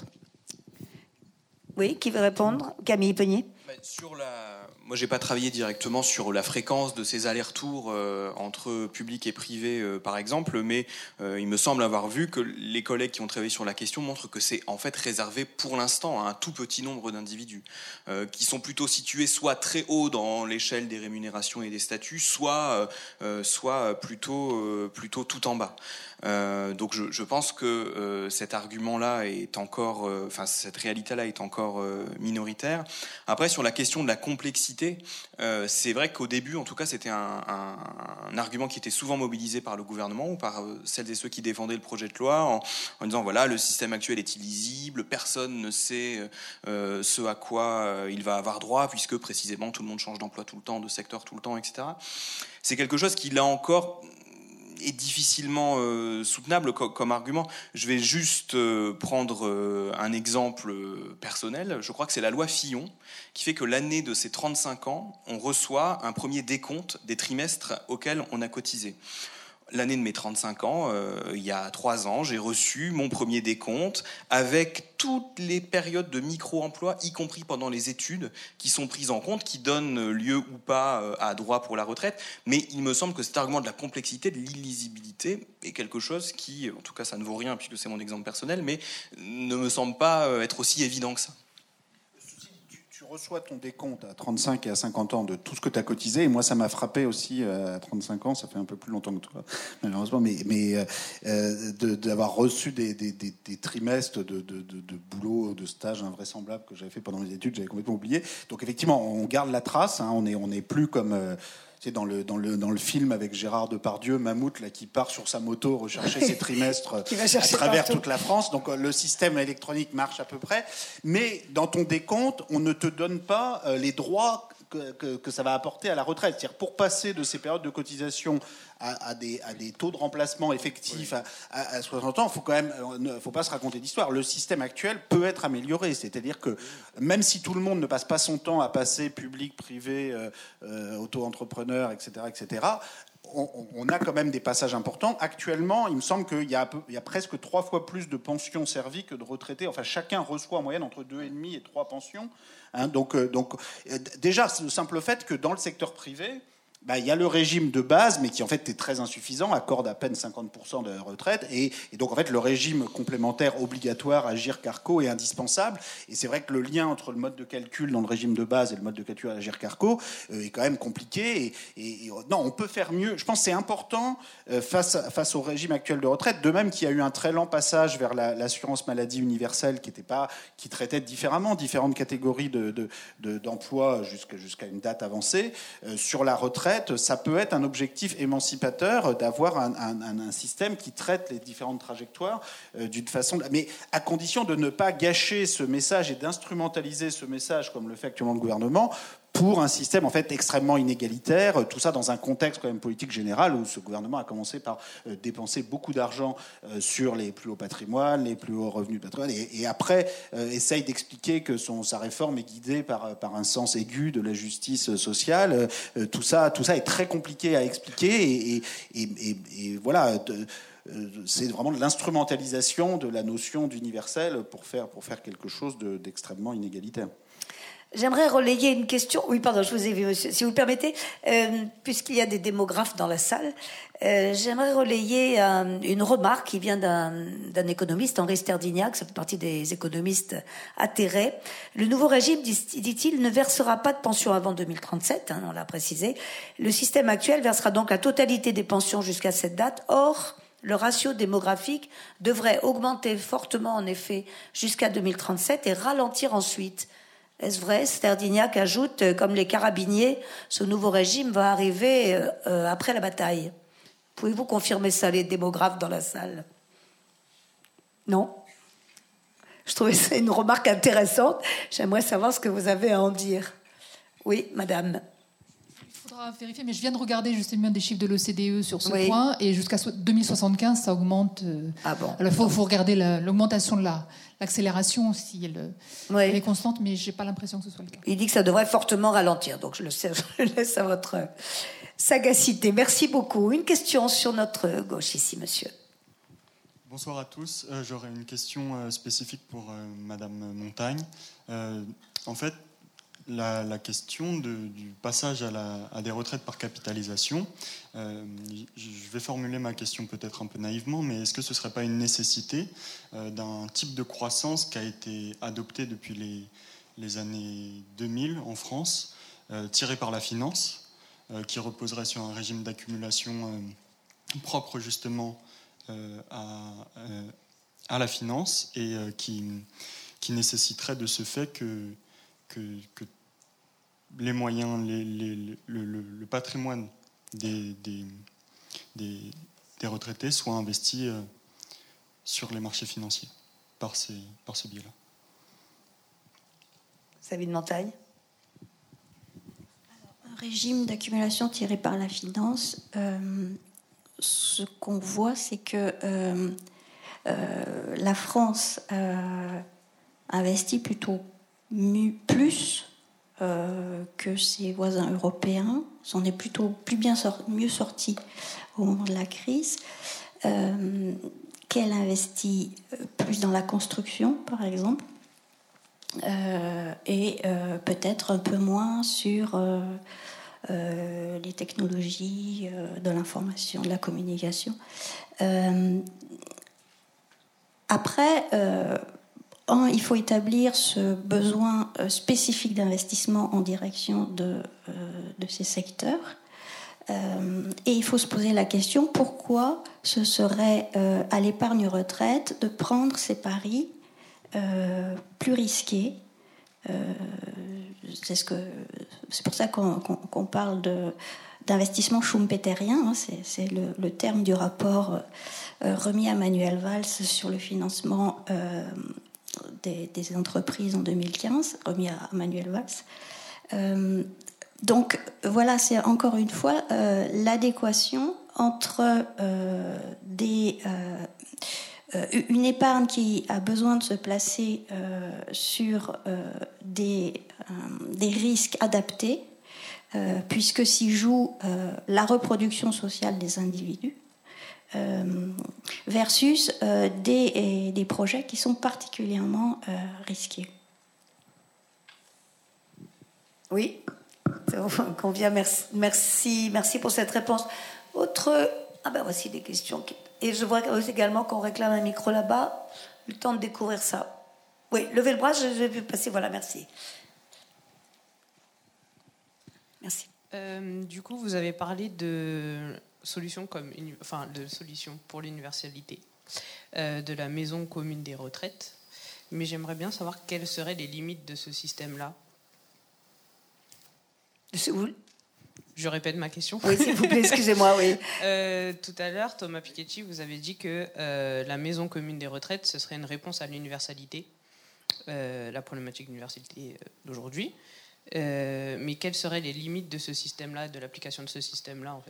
Oui, qui veut répondre? Camille Peignet. Sur la... Moi, j'ai pas travaillé directement sur la fréquence de ces allers-retours euh, entre public et privé, euh, par exemple, mais euh, il me semble avoir vu que les collègues qui ont travaillé sur la question montrent que c'est en fait réservé pour l'instant à un tout petit nombre d'individus, euh, qui sont plutôt situés soit très haut dans l'échelle des rémunérations et des statuts, soit, euh, soit plutôt, euh, plutôt tout en bas. Euh, donc je, je pense que euh, cet argument-là est encore, euh, enfin cette réalité-là est encore euh, minoritaire. Après, sur la question de la complexité, euh, c'est vrai qu'au début, en tout cas, c'était un, un, un argument qui était souvent mobilisé par le gouvernement ou par euh, celles et ceux qui défendaient le projet de loi en, en disant voilà, le système actuel est illisible, personne ne sait euh, ce à quoi euh, il va avoir droit puisque précisément tout le monde change d'emploi tout le temps, de secteur tout le temps, et cetera. C'est quelque chose qui, là encore, est difficilement euh, soutenable comme, comme argument. Je vais juste euh, prendre euh, un exemple euh, personnel. Je crois que c'est la loi Fillon qui fait que l'année de ses trente-cinq ans, on reçoit un premier décompte des trimestres auxquels on a cotisé. L'année de mes trente-cinq ans, euh, il y a trois ans, j'ai reçu mon premier décompte avec toutes les périodes de micro-emploi, y compris pendant les études, qui sont prises en compte, qui donnent lieu ou pas à droit pour la retraite. Mais il me semble que cet argument de la complexité, de l'illisibilité, est quelque chose qui, en tout cas ça ne vaut rien puisque c'est mon exemple personnel, mais ne me semble pas être aussi évident que ça. Tu reçois ton décompte à trente-cinq et à cinquante ans de tout ce que tu as cotisé, et moi ça m'a frappé aussi à trente-cinq ans, ça fait un peu plus longtemps que toi malheureusement, mais, mais euh, de, d'avoir reçu des, des, des, des trimestres de, de, de, de boulot, de stage invraisemblable que j'avais fait pendant mes études, j'avais complètement oublié. Donc effectivement on garde la trace, hein, on n'est on est plus comme... Euh, Dans le, dans, le, dans le film avec Gérard Depardieu, Mammouth, là, qui part sur sa moto rechercher ses trimestres à travers partout. Toute la France. Donc le système électronique marche à peu près. Mais dans ton décompte, on ne te donne pas euh, les droits que, que, que ça va apporter à la retraite. C'est-à-dire pour passer de ces périodes de cotisation à, à, des, à des taux de remplacement effectifs oui. à, à, à soixante ans, il faut quand même, ne faut pas se raconter d'histoire. Le système actuel peut être amélioré. C'est-à-dire que même si tout le monde ne passe pas son temps à passer public, privé, euh, euh, auto-entrepreneur, et cetera, et cetera, on, on a quand même des passages importants. Actuellement, il me semble qu'il y a, il y a presque trois fois plus de pensions servies que de retraités. Enfin, chacun reçoit en moyenne entre deux et demi et trois pensions. Hein, donc, euh, donc, euh, déjà, c'est le simple fait que dans le secteur privé, bah, il y a le régime de base, mais qui en fait est très insuffisant, accorde à peine cinquante pour cent de la retraite, et, et donc en fait le régime complémentaire obligatoire Agirc-Arrco est indispensable. Et c'est vrai que le lien entre le mode de calcul dans le régime de base et le mode de calcul Agirc-Arrco euh, est quand même compliqué. Et, et, et non, on peut faire mieux. Je pense que c'est important euh, face, face au régime actuel de retraite, de même qu'il y a eu un très lent passage vers la, l'assurance maladie universelle qui était pas, qui traitait différemment différentes catégories de, de, de, d'emploi jusqu'à, jusqu'à une date avancée. Euh, sur la retraite, ça peut être un objectif émancipateur d'avoir un, un, un système qui traite les différentes trajectoires euh, d'une façon... Mais à condition de ne pas gâcher ce message et d'instrumentaliser ce message, comme le fait actuellement le gouvernement, pour un système en fait extrêmement inégalitaire, tout ça dans un contexte quand même politique général où ce gouvernement a commencé par euh, dépenser beaucoup d'argent euh, sur les plus hauts patrimoines, les plus hauts revenus de patrimoine, et, et après euh, essaye d'expliquer que son, sa réforme est guidée par, par un sens aigu de la justice sociale. Euh, tout ça, tout ça est très compliqué à expliquer, et, et, et, et, et voilà. De, c'est vraiment de l'instrumentalisation de la notion d'universel pour faire, pour faire quelque chose de, d'extrêmement inégalitaire. J'aimerais relayer une question. Oui, pardon, je vous ai vu, monsieur. Si vous le permettez, euh, puisqu'il y a des démographes dans la salle, euh, j'aimerais relayer euh, une remarque qui vient d'un, d'un économiste, Henri Sterdignac, ça fait partie des économistes atterrés. Le nouveau régime, dit-il, ne versera pas de pension avant deux mille trente-sept, hein, on l'a précisé. Le système actuel versera donc la totalité des pensions jusqu'à cette date. Or, le ratio démographique devrait augmenter fortement, en effet, jusqu'à deux mille trente-sept et ralentir ensuite. Est-ce vrai? Sterdignac ajoute, comme les carabiniers, ce nouveau régime va arriver euh, après la bataille. Pouvez-vous confirmer ça, les démographes dans la salle? Non? Je trouvais ça une remarque intéressante. J'aimerais savoir ce que vous avez à en dire. Oui, madame. Il faudra vérifier, mais je viens de regarder justement des chiffres de l'O C D E sur ce oui. point, et jusqu'à deux mille soixante-quinze, ça augmente. Euh, ah bon? Alors, il faut, faut regarder la, l'augmentation de la, l'accélération, si elle, oui. elle est constante, mais je n'ai pas l'impression que ce soit le cas. Il dit que ça devrait fortement ralentir, donc je le, sais, je le laisse à votre sagacité. Merci beaucoup. Une question sur notre gauche ici, monsieur. Bonsoir à tous. Euh, j'aurais une question euh, spécifique pour euh, Madame Montagne. Euh, en fait, La, la question de, du passage à, la, à des retraites par capitalisation, euh, je vais formuler ma question peut-être un peu naïvement, mais est-ce que ce ne serait pas une nécessité euh, d'un type de croissance qui a été adopté depuis les, les années deux mille en France, euh, tiré par la finance, euh, qui reposerait sur un régime d'accumulation euh, propre justement euh, à, euh, à la finance et euh, qui, qui nécessiterait de ce fait que Que, que les moyens, les, les, le, le, le patrimoine des, des, des, des retraités soient investis euh, sur les marchés financiers par, ces, par ce biais-là. Sabine Montagne. Alors, un régime d'accumulation tiré par la finance, euh, ce qu'on voit, c'est que euh, euh, la France euh, investit plutôt plus euh, que ses voisins européens, s'en est plutôt plus bien sort, mieux sorti au moment de la crise, euh, qu'elle investit plus dans la construction, par exemple, euh, et euh, peut-être un peu moins sur euh, euh, les technologies euh, de l'information, de la communication. Euh, après, euh, Un, il faut établir ce besoin spécifique d'investissement en direction de, euh, de ces secteurs. Euh, et il faut se poser la question, pourquoi ce serait euh, à l'épargne retraite de prendre ces paris euh, plus risqués. euh, c'est, ce que, c'est pour ça qu'on, qu'on, qu'on parle de, d'investissement schumpeterien, hein, c'est, c'est le, le terme du rapport euh, remis à Manuel Valls sur le financement euh, Des, des entreprises en deux mille quinze, remis à Manuel Valls. Euh, donc voilà, c'est encore une fois euh, l'adéquation entre euh, des, euh, une épargne qui a besoin de se placer euh, sur euh, des, euh, des risques adaptés, euh, puisque s'y joue euh, la reproduction sociale des individus, Euh, versus euh, des, des projets qui sont particulièrement euh, risqués. Oui, convient. Merci, merci, merci pour cette réponse. Autre. Ah ben voici des questions. Qui... Et je vois également qu'on réclame un micro là-bas. Le temps de découvrir ça. Oui, levez le bras, je vais passer. Voilà, merci. Merci. Euh, du coup, vous avez parlé de solutions comme, enfin, de solutions pour l'universalité, euh, de la maison commune des retraites. Mais j'aimerais bien savoir quelles seraient les limites de ce système-là. Je répète ma question. Oui, s'il vous plaît, excusez-moi, oui. Euh, tout à l'heure, Thomas Piketty, vous avez dit que euh, la maison commune des retraites, ce serait une réponse à l'universalité, euh, la problématique d'universalité d'aujourd'hui. Euh, mais quelles seraient les limites de ce système-là, de l'application de ce système-là, en fait ?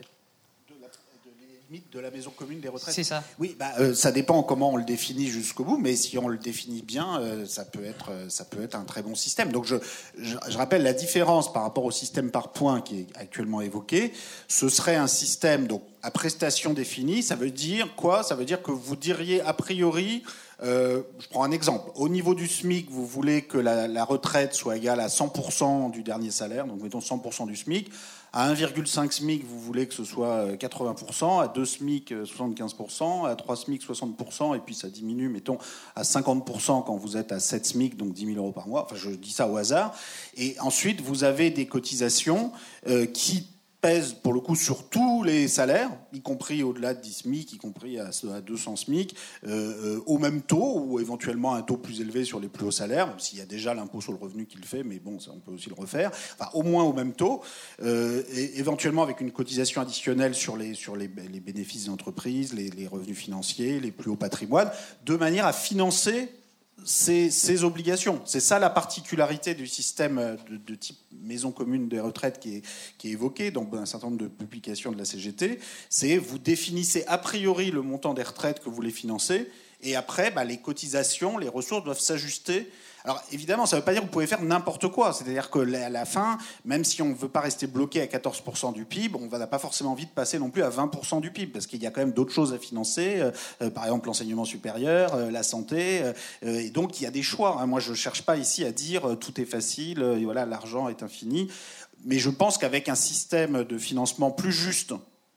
De la maison commune des retraites. C'est ça. Oui, bah, euh, ça dépend comment on le définit jusqu'au bout, mais si on le définit bien, euh, ça peut être, euh, ça peut être un très bon système. Donc, je, je, je rappelle la différence par rapport au système par points qui est actuellement évoqué. Ce serait un système donc à prestation définie. Ça veut dire quoi ? Ça veut dire que vous diriez a priori. Euh, je prends un exemple. Au niveau du SMIC, vous voulez que la, la retraite soit égale à cent pour cent du dernier salaire, donc mettons cent pour cent du SMIC. À un virgule cinq SMIC, vous voulez que ce soit quatre-vingts pour cent. À deux SMIC, soixante-quinze pour cent. À trois SMIC, soixante pour cent. Et puis ça diminue, mettons, à cinquante pour cent quand vous êtes à sept SMIC, donc dix mille euros par mois. Enfin, je dis ça au hasard. Et ensuite, vous avez des cotisations euh, qui pèse pour le coup sur tous les salaires, y compris au-delà de dix SMIC, y compris à deux cents SMIC, euh, euh, au même taux, ou éventuellement un taux plus élevé sur les plus hauts salaires, même s'il y a déjà l'impôt sur le revenu qui le fait, mais bon, ça on peut aussi le refaire, enfin au moins au même taux, euh, et éventuellement avec une cotisation additionnelle sur les, sur les, les bénéfices des entreprises, les, les revenus financiers, les plus hauts patrimoines, de manière à financer Ces, ces obligations. C'est ça la particularité du système de, de type maison commune des retraites qui est, qui est évoqué dans un certain nombre de publications de la C G T. C'est vous définissez a priori le montant des retraites que vous voulez financer et après, bah, les cotisations, les ressources doivent s'ajuster. Alors évidemment, ça ne veut pas dire que vous pouvez faire n'importe quoi. C'est-à-dire qu'à la fin, même si on ne veut pas rester bloqué à quatorze pour cent du P I B, on n'a pas forcément envie de passer non plus à vingt pour cent du P I B, parce qu'il y a quand même d'autres choses à financer, euh, par exemple l'enseignement supérieur, euh, la santé, euh, et donc il y a des choix. Hein. Moi, je ne cherche pas ici à dire euh, tout est facile, euh, et voilà, l'argent est infini. Mais je pense qu'avec un système de financement plus juste,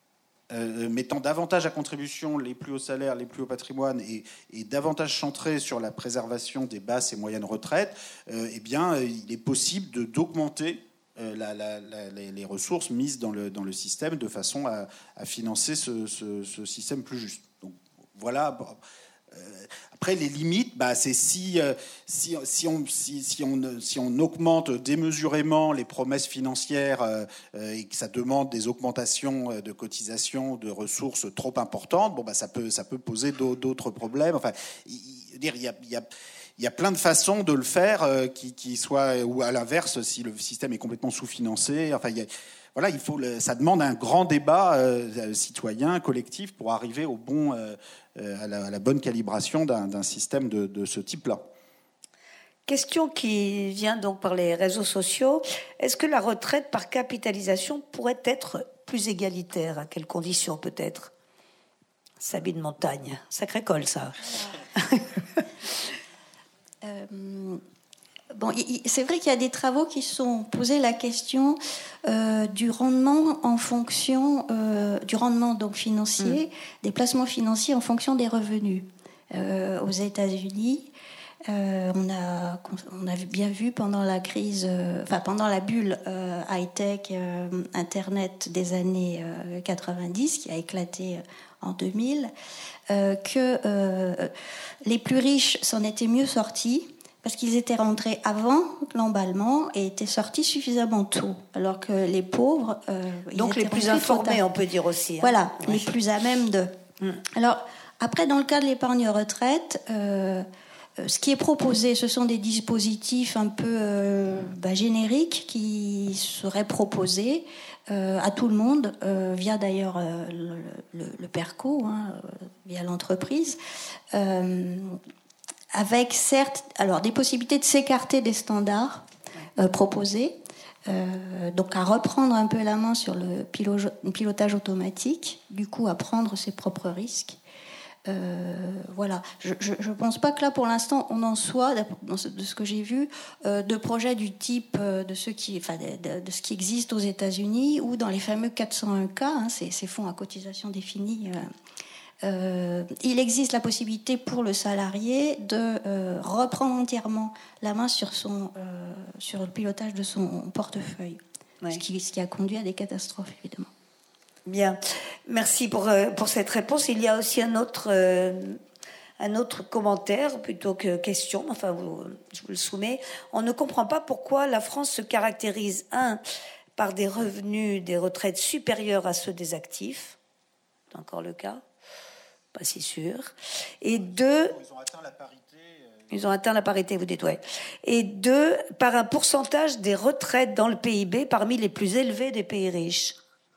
Euh, mettant davantage à contribution les plus hauts salaires, les plus hauts patrimoines et, et davantage centré sur la préservation des basses et moyennes retraites, euh, eh bien, euh, il est possible de, d'augmenter euh, la, la, la, les, les ressources mises dans le, dans le système de façon à, à financer ce, ce, ce système plus juste. Donc voilà. Bon, euh, après, les limites, bah, c'est si, euh, si, si, on, si, si, on, si on augmente démesurément les promesses financières euh, et que ça demande des augmentations de cotisations, de ressources trop importantes, bon, bah, ça, peut, ça peut poser d'autres problèmes. Enfin, il, il y a, il y a Il y a plein de façons de le faire euh, qui, qui soient, ou à l'inverse, si le système est complètement sous-financé. Enfin, il y a, voilà, il faut le, ça demande un grand débat euh, citoyen, collectif, pour arriver au bon, euh, à, la, à la bonne calibration d'un, d'un système de, de ce type-là. Question qui vient donc par les réseaux sociaux. Est-ce que la retraite par capitalisation pourrait être plus égalitaire ? À quelles conditions peut-être ? Sabine Montagne, sacré col ça. Euh, bon, c'est vrai qu'il y a des travaux qui sont posés la question euh, du rendement en fonction euh, du rendement donc financier, mmh. des placements financiers en fonction des revenus. Euh, aux États-Unis, euh, on a on a bien vu pendant la crise, euh, enfin pendant la bulle euh, high-tech euh, Internet des années euh, quatre-vingt-dix qui a éclaté en deux mille. Euh, que euh, les plus riches s'en étaient mieux sortis parce qu'ils étaient rentrés avant l'emballement et étaient sortis suffisamment tôt, alors que les pauvres... Euh, Donc les plus informés, on peut dire aussi. Hein. Voilà, oui. les plus à même de... Mm. Alors, après, dans le cas de l'épargne retraite, euh, ce qui est proposé, ce sont des dispositifs un peu euh, bah, génériques qui seraient proposés Euh, à tout le monde, euh, via d'ailleurs euh, le, le, le PERCO, hein, euh, via l'entreprise, euh, avec certes alors, des possibilités de s'écarter des standards euh, proposés, euh, donc à reprendre un peu la main sur le pilo- pilotage automatique, du coup à prendre ses propres risques, Euh, voilà. Je ne pense pas que là, pour l'instant, on en soit, de ce que j'ai vu, euh, de projets du type euh, de, ceux qui, enfin, de, de, de ce qui existe aux États-Unis ou dans les fameux quatre cent un K, hein, ces, ces fonds à cotisation définie. Euh, euh, il existe la possibilité pour le salarié de euh, reprendre entièrement la main sur, son, euh, sur le pilotage de son portefeuille, ouais. ce, qui, ce qui a conduit à des catastrophes, évidemment. Bien, merci pour, euh, pour cette réponse. Il y a aussi un autre, euh, un autre commentaire plutôt que question, enfin vous, je vous le soumets. On ne comprend pas pourquoi la France se caractérise, un, par des revenus des retraites supérieurs à ceux des actifs, c'est encore le cas, pas si sûr, et deux... Ils ont atteint la parité. Ils ont atteint la parité, vous dites, ouais. Et deux, par un pourcentage des retraites dans le P I B parmi les plus élevés des pays riches.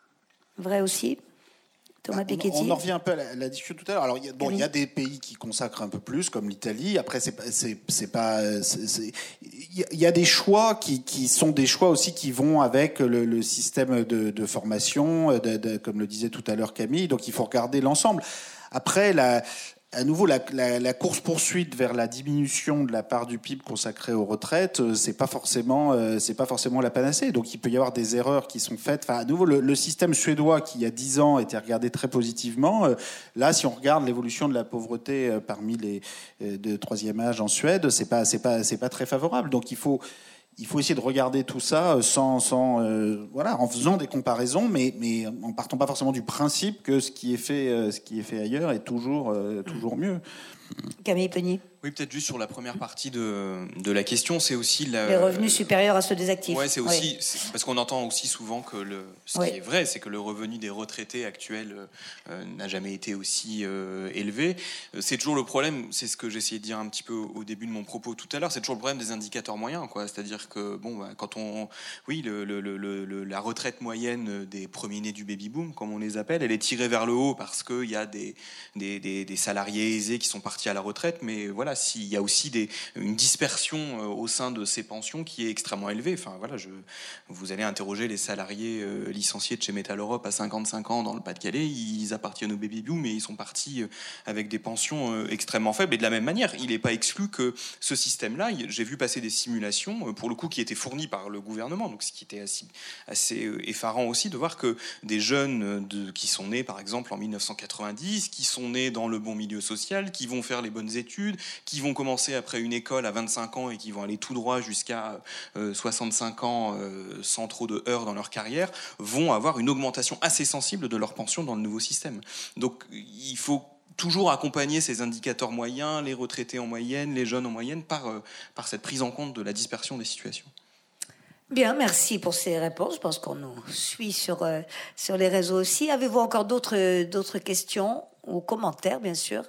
Vrai aussi, Thomas Piketty. On, on en revient un peu à la, à la discussion tout à l'heure. Alors, il y a, bon, il y a des pays qui consacrent un peu plus, comme l'Italie. Après, c'est, c'est, c'est pas, c'est, c'est, il y a des choix qui, qui sont des choix aussi qui vont avec le, le système de, de formation, de, de, comme le disait tout à l'heure Camille. Donc, il faut regarder l'ensemble. Après, la À nouveau, la, la, la course-poursuite vers la diminution de la part du P I B consacrée aux retraites, c'est pas forcément, euh, c'est pas forcément la panacée. Donc, il peut y avoir des erreurs qui sont faites. Enfin, à nouveau, le, le système suédois, qui il y a dix ans était regardé très positivement, euh, là, si on regarde l'évolution de la pauvreté euh, parmi les euh, de troisième âge en Suède, c'est pas, c'est pas, c'est pas très favorable. Donc, il faut Il faut essayer de regarder tout ça sans, sans euh, voilà, en faisant des comparaisons, mais, mais en partant pas forcément du principe que ce qui est fait, euh, ce qui est fait ailleurs est toujours, euh, toujours mieux. Camille Penier. Oui, peut-être juste sur la première partie de, de la question, c'est aussi la, les revenus supérieurs à ceux des actifs. Ouais, c'est aussi oui. c'est, parce qu'on entend aussi souvent que le ce oui. qui est vrai, c'est que le revenu des retraités actuels euh, n'a jamais été aussi euh, élevé. C'est toujours le problème, c'est ce que j'essayais de dire un petit peu au début de mon propos tout à l'heure. C'est toujours le problème des indicateurs moyens, quoi. C'est-à-dire que bon, bah, quand on, oui, le, le, le, le, la retraite moyenne des premiers-nés du baby boom, comme on les appelle, elle est tirée vers le haut parce qu'il y a des, des, des, des salariés aisés qui sont partis à la retraite, mais voilà, s'il y a aussi Des, une dispersion au sein de ces pensions qui est extrêmement élevée. Enfin, voilà, je, vous allez interroger les salariés euh, licenciés de chez Metal Europe à cinquante-cinq ans dans le Pas-de-Calais, ils appartiennent au baby boom, mais ils sont partis avec des pensions euh, extrêmement faibles. Et de la même manière, il n'est pas exclu que ce système-là, j'ai vu passer des simulations, pour le coup, qui étaient fournies par le gouvernement, donc ce qui était assez, assez effarant aussi, de voir que des jeunes de, qui sont nés, par exemple, en mille neuf cent quatre-vingt-dix, qui sont nés dans le bon milieu social, qui vont faire les bonnes études, qui vont commencer après une école à vingt-cinq ans et qui vont aller tout droit jusqu'à euh, soixante-cinq ans euh, sans trop de heurts dans leur carrière, vont avoir une augmentation assez sensible de leur pension dans le nouveau système. Donc il faut toujours accompagner ces indicateurs moyens, les retraités en moyenne, les jeunes en moyenne, par, euh, par cette prise en compte de la dispersion des situations. Bien, merci pour ces réponses. Je pense qu'on nous suit sur, euh, sur les réseaux aussi. Avez-vous encore d'autres, d'autres questions ou commentaires, bien sûr?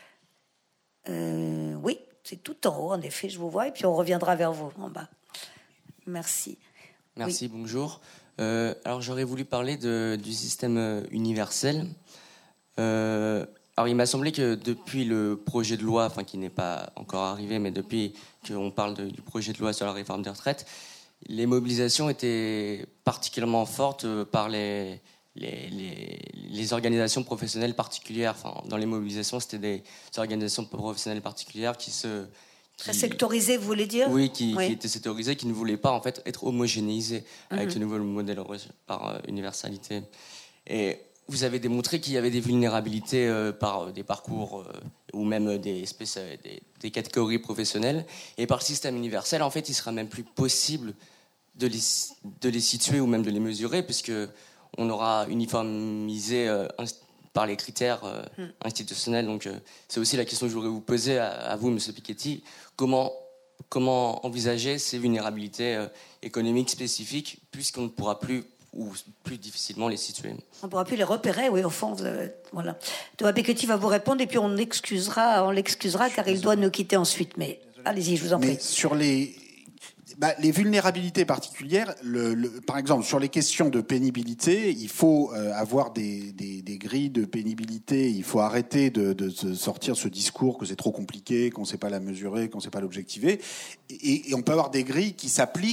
euh, Oui. C'est tout en haut, en effet, je vous vois, et puis on reviendra vers vous en bas. Merci. Merci, oui. Bonjour. Euh, alors, j'aurais voulu parler de, du système universel. Euh, alors, il m'a semblé que depuis le projet de loi, enfin, qui n'est pas encore arrivé, mais depuis qu'on parle de, du projet de loi sur la réforme des retraites, les mobilisations étaient particulièrement fortes par les... Les, les, les organisations professionnelles particulières. Enfin, dans les mobilisations, c'était des, des organisations professionnelles particulières qui se... Qui, Très sectorisées, vous voulez dire? Oui, qui, oui. qui étaient sectorisées, qui ne voulaient pas en fait, être homogénéisées mm-hmm. avec ce nouveau modèle par euh, universalité. Et vous avez démontré qu'il y avait des vulnérabilités euh, par euh, des parcours euh, ou même des, espèces, euh, des, des catégories professionnelles. Et par le système universel, en fait, il sera même plus possible de les, de les situer ou même de les mesurer, puisque on aura uniformisé euh, par les critères euh, mm. institutionnels. Donc, euh, c'est aussi la question que je voudrais vous poser à, à vous, M. Piketty. Comment, comment envisager ces vulnérabilités euh, économiques spécifiques, puisqu'on ne pourra plus ou plus difficilement les situer? On ne pourra plus les repérer, oui, au fond. Euh, voilà. Thomas Piketty va vous répondre, et puis on l'excusera, on l'excusera car il doit nous quitter ensuite. Mais allez-y, je vous en prie. Mais sur les... Bah, les vulnérabilités particulières, le, le, par exemple, sur les questions de pénibilité, il faut euh, avoir des, des, des grilles de pénibilité. Il faut arrêter de, de, de sortir ce discours que c'est trop compliqué, qu'on ne sait pas la mesurer, qu'on ne sait pas l'objectiver. Et, et on peut avoir des grilles qui s'appliquent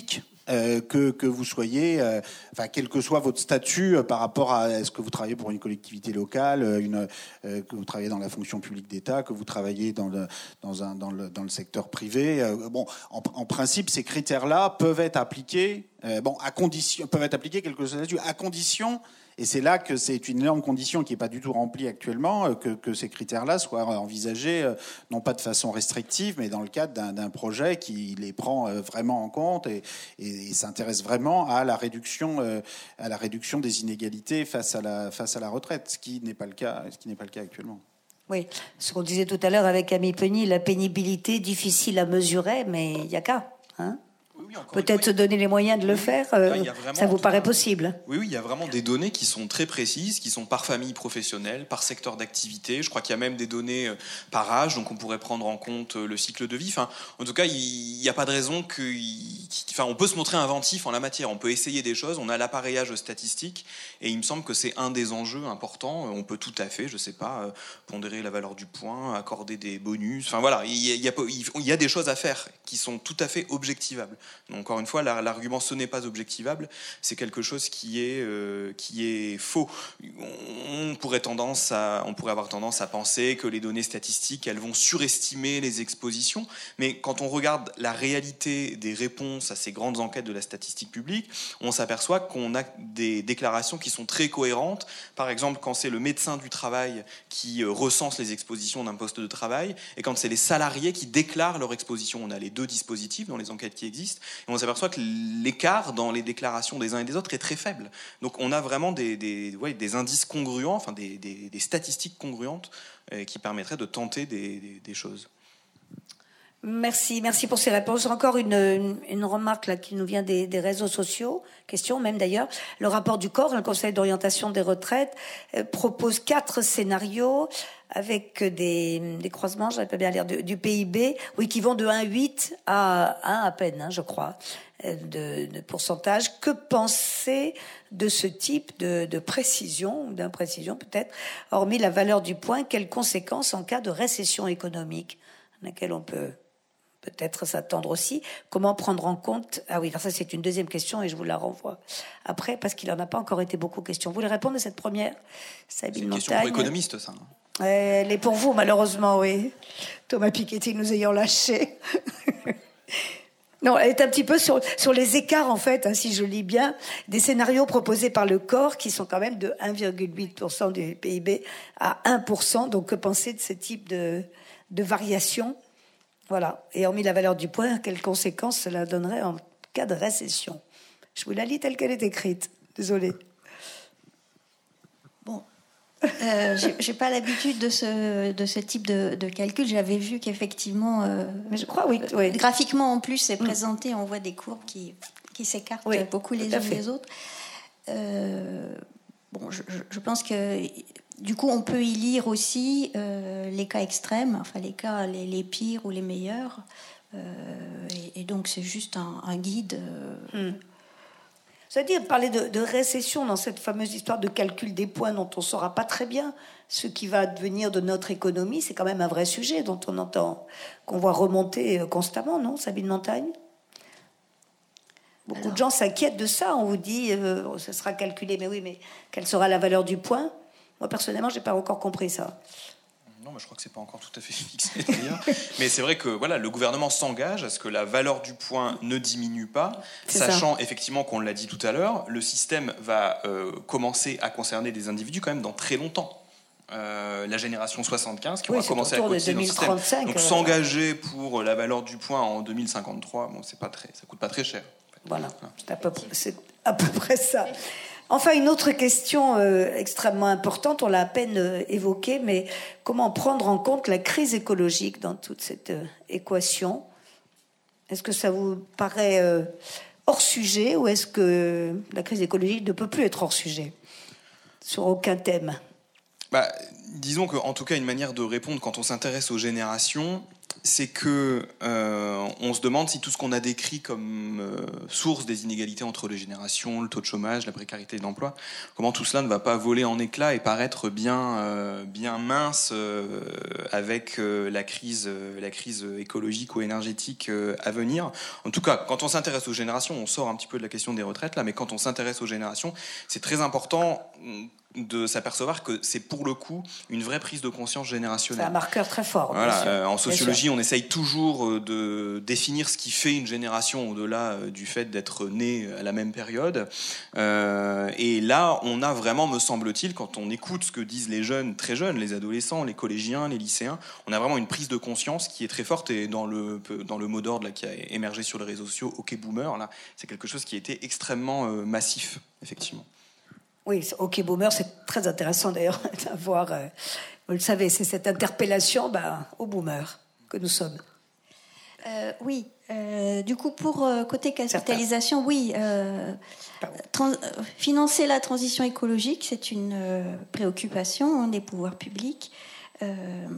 euh, que, que vous soyez, euh, enfin, quel que soit votre statut euh, par rapport à est-ce que vous travaillez pour une collectivité locale, une, euh, que vous travaillez dans la fonction publique d'État, que vous travaillez dans le, dans un, dans le, dans le secteur privé. Euh, bon, en, en principe, ces critères-là peuvent être appliqués, euh, bon, à condition, peuvent être appliqués, quel que soit le statut, à condition. Et c'est là que c'est une énorme condition qui n'est pas du tout remplie actuellement, que, que ces critères-là soient envisagés, non pas de façon restrictive, mais dans le cadre d'un, d'un projet qui les prend vraiment en compte et, et, et s'intéresse vraiment à la réduction, à la réduction des inégalités face à la, face à la retraite, ce qui n'est pas le cas, ce qui n'est pas le cas actuellement. Oui, ce qu'on disait tout à l'heure avec Ami Penny, la pénibilité difficile à mesurer, mais il n'y a qu'à, hein. Oui, peut-être se donner les moyens de le faire, euh, ça vous paraît possible? Oui, oui, il y a vraiment des données qui sont très précises, qui sont par famille professionnelle, par secteur d'activité. Je crois qu'il y a même des données par âge, donc on pourrait prendre en compte le cycle de vie. Enfin, en tout cas, il n'y a pas de raison que... Enfin, on peut se montrer inventif en la matière, on peut essayer des choses, on a l'appareillage statistique, et il me semble que c'est un des enjeux importants. On peut tout à fait, je ne sais pas, pondérer la valeur du point, accorder des bonus. Enfin voilà, il y a, il y a, il y a des choses à faire qui sont tout à fait objectivables. Donc, encore une fois, l'argument ce n'est pas objectivable, c'est quelque chose qui est, euh, qui est faux. On pourrait, tendance à, on pourrait avoir tendance à penser que les données statistiques, elles vont surestimer les expositions, mais quand on regarde la réalité des réponses à ces grandes enquêtes de la statistique publique, on s'aperçoit qu'on a des déclarations qui sont très cohérentes. Par exemple, quand c'est le médecin du travail qui recense les expositions d'un poste de travail, et quand c'est les salariés qui déclarent leur exposition. On a les deux dispositifs dans les enquêtes qui existent, et on s'aperçoit que l'écart dans les déclarations des uns et des autres est très faible. Donc on a vraiment des, des, ouais, des indices congruents, enfin des, des, des statistiques congruentes euh, qui permettraient de tenter des, des, des choses. Merci, merci pour ces réponses. Encore une, une, une remarque là, qui nous vient des, des réseaux sociaux, question même d'ailleurs. Le rapport du corps, le Conseil d'orientation des retraites, euh, propose quatre scénarios avec des, des croisements, j'avais pas bien lire, du, du P I B, oui, qui vont de un virgule huit à un à peine, hein, je crois, de, de pourcentage. Que penser de ce type de, de précision, d'imprécision peut-être, hormis la valeur du point, quelles conséquences en cas de récession économique, à laquelle on peut peut-être s'attendre aussi? Comment prendre en compte... Ah oui, ça c'est une deuxième question et je vous la renvoie après parce qu'il n'en a pas encore été beaucoup question. Vous voulez répondre à cette première, Sabine C'est une Montagne? question pour économiste, ça. Elle est pour vous, malheureusement, oui. Thomas Piketty nous ayant lâchés. Non, elle est un petit peu sur, sur les écarts, en fait, hein, si je lis bien, des scénarios proposés par le corps qui sont quand même de un virgule huit pour cent du P I B à un pour cent. Donc, que penser de ce type de, de variation? Voilà. Et hormis la valeur du point, quelles conséquences cela donnerait en cas de récession? Je vous la lis telle qu'elle est écrite. Désolée. Bon. Euh, j'ai, j'ai pas l'habitude de ce, de ce type de, de calcul. J'avais vu qu'effectivement... Euh, Mais je crois, oui. oui. Graphiquement, en plus, c'est présenté. On voit des courbes qui, qui s'écartent oui, beaucoup les unes des autres. Euh, bon, je, je pense que... Du coup, on peut y lire aussi euh, les cas extrêmes, enfin les cas les, les pires ou les meilleurs. Euh, et, et donc, c'est juste un, un guide. Euh... Hmm. C'est-à-dire parler de, de récession dans cette fameuse histoire de calcul des points dont on ne saura pas très bien ce qui va devenir de notre économie, c'est quand même un vrai sujet dont on entend, qu'on voit remonter constamment, non, Sabine Montagne? Beaucoup Alors... de gens s'inquiètent de ça. On vous dit, euh, ça sera calculé, mais oui, mais quelle sera la valeur du point? Moi, personnellement, je n'ai pas encore compris ça. Non, mais je crois que c'est pas encore tout à fait fixé d'ailleurs. Mais c'est vrai que voilà, le gouvernement s'engage à ce que la valeur du point ne diminue pas, c'est sachant ça. Effectivement qu'on l'a dit tout à l'heure, le système va euh, commencer à concerner des individus quand même dans très longtemps. Euh, la génération soixante-quinze qui oui, va commencer à cotiser dans le système. Donc euh, s'engager pour la valeur du point en deux mille cinquante-trois, bon, c'est pas très, ça coûte pas très cher. En fait. Voilà, c'est à peu près, c'est à peu près ça. Enfin, une autre question euh, extrêmement importante, on l'a à peine euh, évoquée, mais comment prendre en compte la crise écologique dans toute cette euh, équation? Est-ce que ça vous paraît euh, hors sujet ou est-ce que la crise écologique ne peut plus être hors sujet sur aucun thème? bah, disons qu'en tout cas, une manière de répondre quand on s'intéresse aux générations, c'est que euh, on se demande si tout ce qu'on a décrit comme euh, source des inégalités entre les générations, le taux de chômage, la précarité de l'emploi, comment tout cela ne va pas voler en éclats et paraître bien, euh, bien mince euh, avec euh, la crise, euh, la crise écologique ou énergétique euh, à venir. En tout cas, quand on s'intéresse aux générations, on sort un petit peu de la question des retraites là, mais quand on s'intéresse aux générations, c'est très important de s'apercevoir que c'est pour le coup une vraie prise de conscience générationnelle. C'est un marqueur très fort. Voilà, euh, en sociologie, on essaye toujours de définir ce qui fait une génération au-delà du fait d'être né à la même période. Euh, et là, on a vraiment, me semble-t-il, quand on écoute ce que disent les jeunes, très jeunes, les adolescents, les collégiens, les lycéens, on a vraiment une prise de conscience qui est très forte. Et dans le, dans le mot d'ordre là, qui a émergé sur les réseaux sociaux, OK Boomer, là, c'est quelque chose qui a été extrêmement euh, massif, effectivement. Oui, OK Boomer, c'est très intéressant d'ailleurs d'avoir, euh, vous le savez, c'est cette interpellation bah, aux boomers que nous sommes. Euh, oui, euh, du coup, pour euh, côté capitalisation, Certains. oui, euh, trans- financer la transition écologique, c'est une euh, préoccupation hein, des pouvoirs publics. Euh,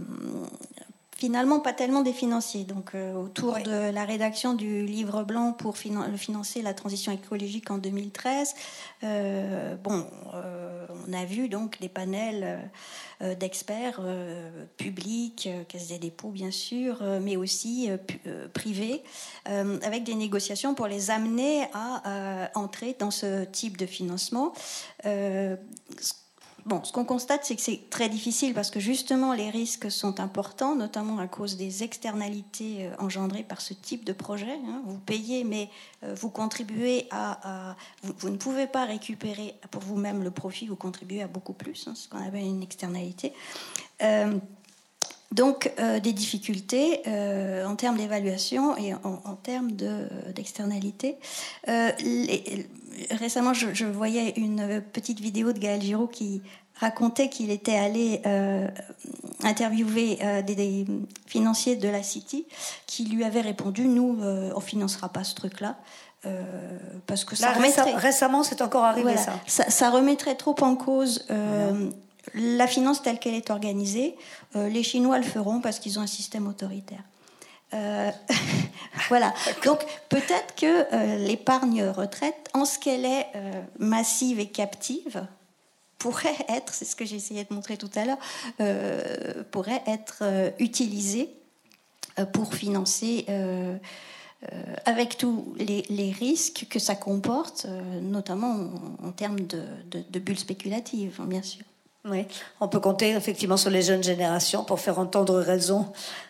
Finalement, pas tellement des financiers. Donc, euh, autour oui. de la rédaction du livre blanc pour finan- financer la transition écologique en deux mille treize, euh, bon, euh, on a vu donc des panels euh, d'experts euh, publics, euh, Caisse des dépôts bien sûr, euh, mais aussi euh, pu- euh, privés, euh, avec des négociations pour les amener à euh, entrer dans ce type de financement. Euh, Bon, ce qu'on constate, c'est que c'est très difficile parce que justement les risques sont importants, notamment à cause des externalités engendrées par ce type de projet. Vous payez, mais vous contribuez à... à vous, vous ne pouvez pas récupérer pour vous-même le profit, vous contribuez à beaucoup plus, hein, ce qu'on appelle une externalité. Euh, donc, euh, des difficultés euh, en termes d'évaluation et en, en termes de, d'externalité. Euh, les, récemment, je, je voyais une petite vidéo de Gaël Giraud qui racontait qu'il était allé euh, interviewer euh, des, des financiers de la City qui lui avaient répondu « Nous, euh, on ne financera pas ce truc-là. Euh, » parce que ça Là, remettrait... Récemment, c'est encore arrivé, voilà, ça. ça. Ça remettrait trop en cause... Euh, voilà. La finance telle qu'elle est organisée, euh, les Chinois le feront parce qu'ils ont un système autoritaire. Euh, voilà. Donc peut-être que euh, l'épargne retraite, en ce qu'elle est euh, massive et captive, pourrait être, c'est ce que j'ai essayé de montrer tout à l'heure, euh, pourrait être euh, utilisée euh, pour financer, euh, euh, avec tous les, les risques que ça comporte, euh, notamment en, en termes de, de, de bulles spéculatives, bien sûr. Oui, on peut compter effectivement sur les jeunes générations pour faire entendre raison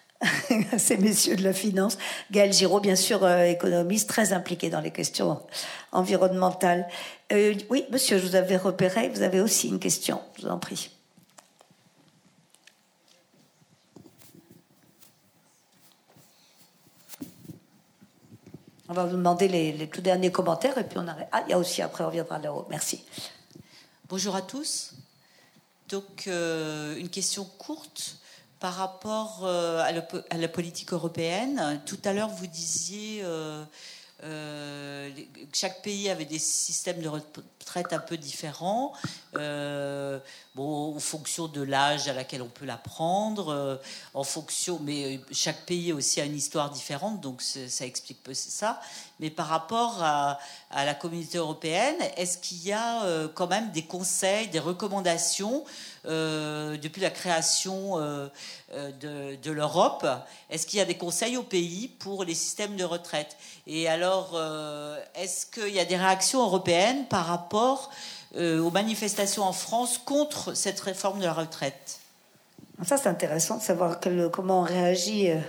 à ces messieurs de la finance. Gaël Giraud, bien sûr, euh, économiste, très impliqué dans les questions environnementales. Euh, oui, monsieur, je vous avais repéré, vous avez aussi une question, je vous en prie. On va vous demander les, les tout derniers commentaires et puis on arrête. Ah, il y a aussi, après on reviendra là-haut. Merci. Bonjour à tous. Donc, euh, une question courte par rapport euh, à, la, à la politique européenne. Tout à l'heure, vous disiez euh, euh, chaque pays avait des systèmes de retraite un peu différents, euh, bon, en fonction de l'âge à laquelle on peut la prendre, euh, en fonction, mais chaque pays aussi a une histoire différente, donc ça explique peu ça. Mais par rapport à, à la communauté européenne, est-ce qu'il y a euh, quand même des conseils, des recommandations euh, depuis la création euh, de, de l'Europe? Est-ce qu'il y a des conseils aux pays pour les systèmes de retraite? Et alors, euh, est-ce qu'il y a des réactions européennes par rapport euh, aux manifestations en France contre cette réforme de la retraite? Ça, c'est intéressant de savoir quel, comment on réagit... Euh...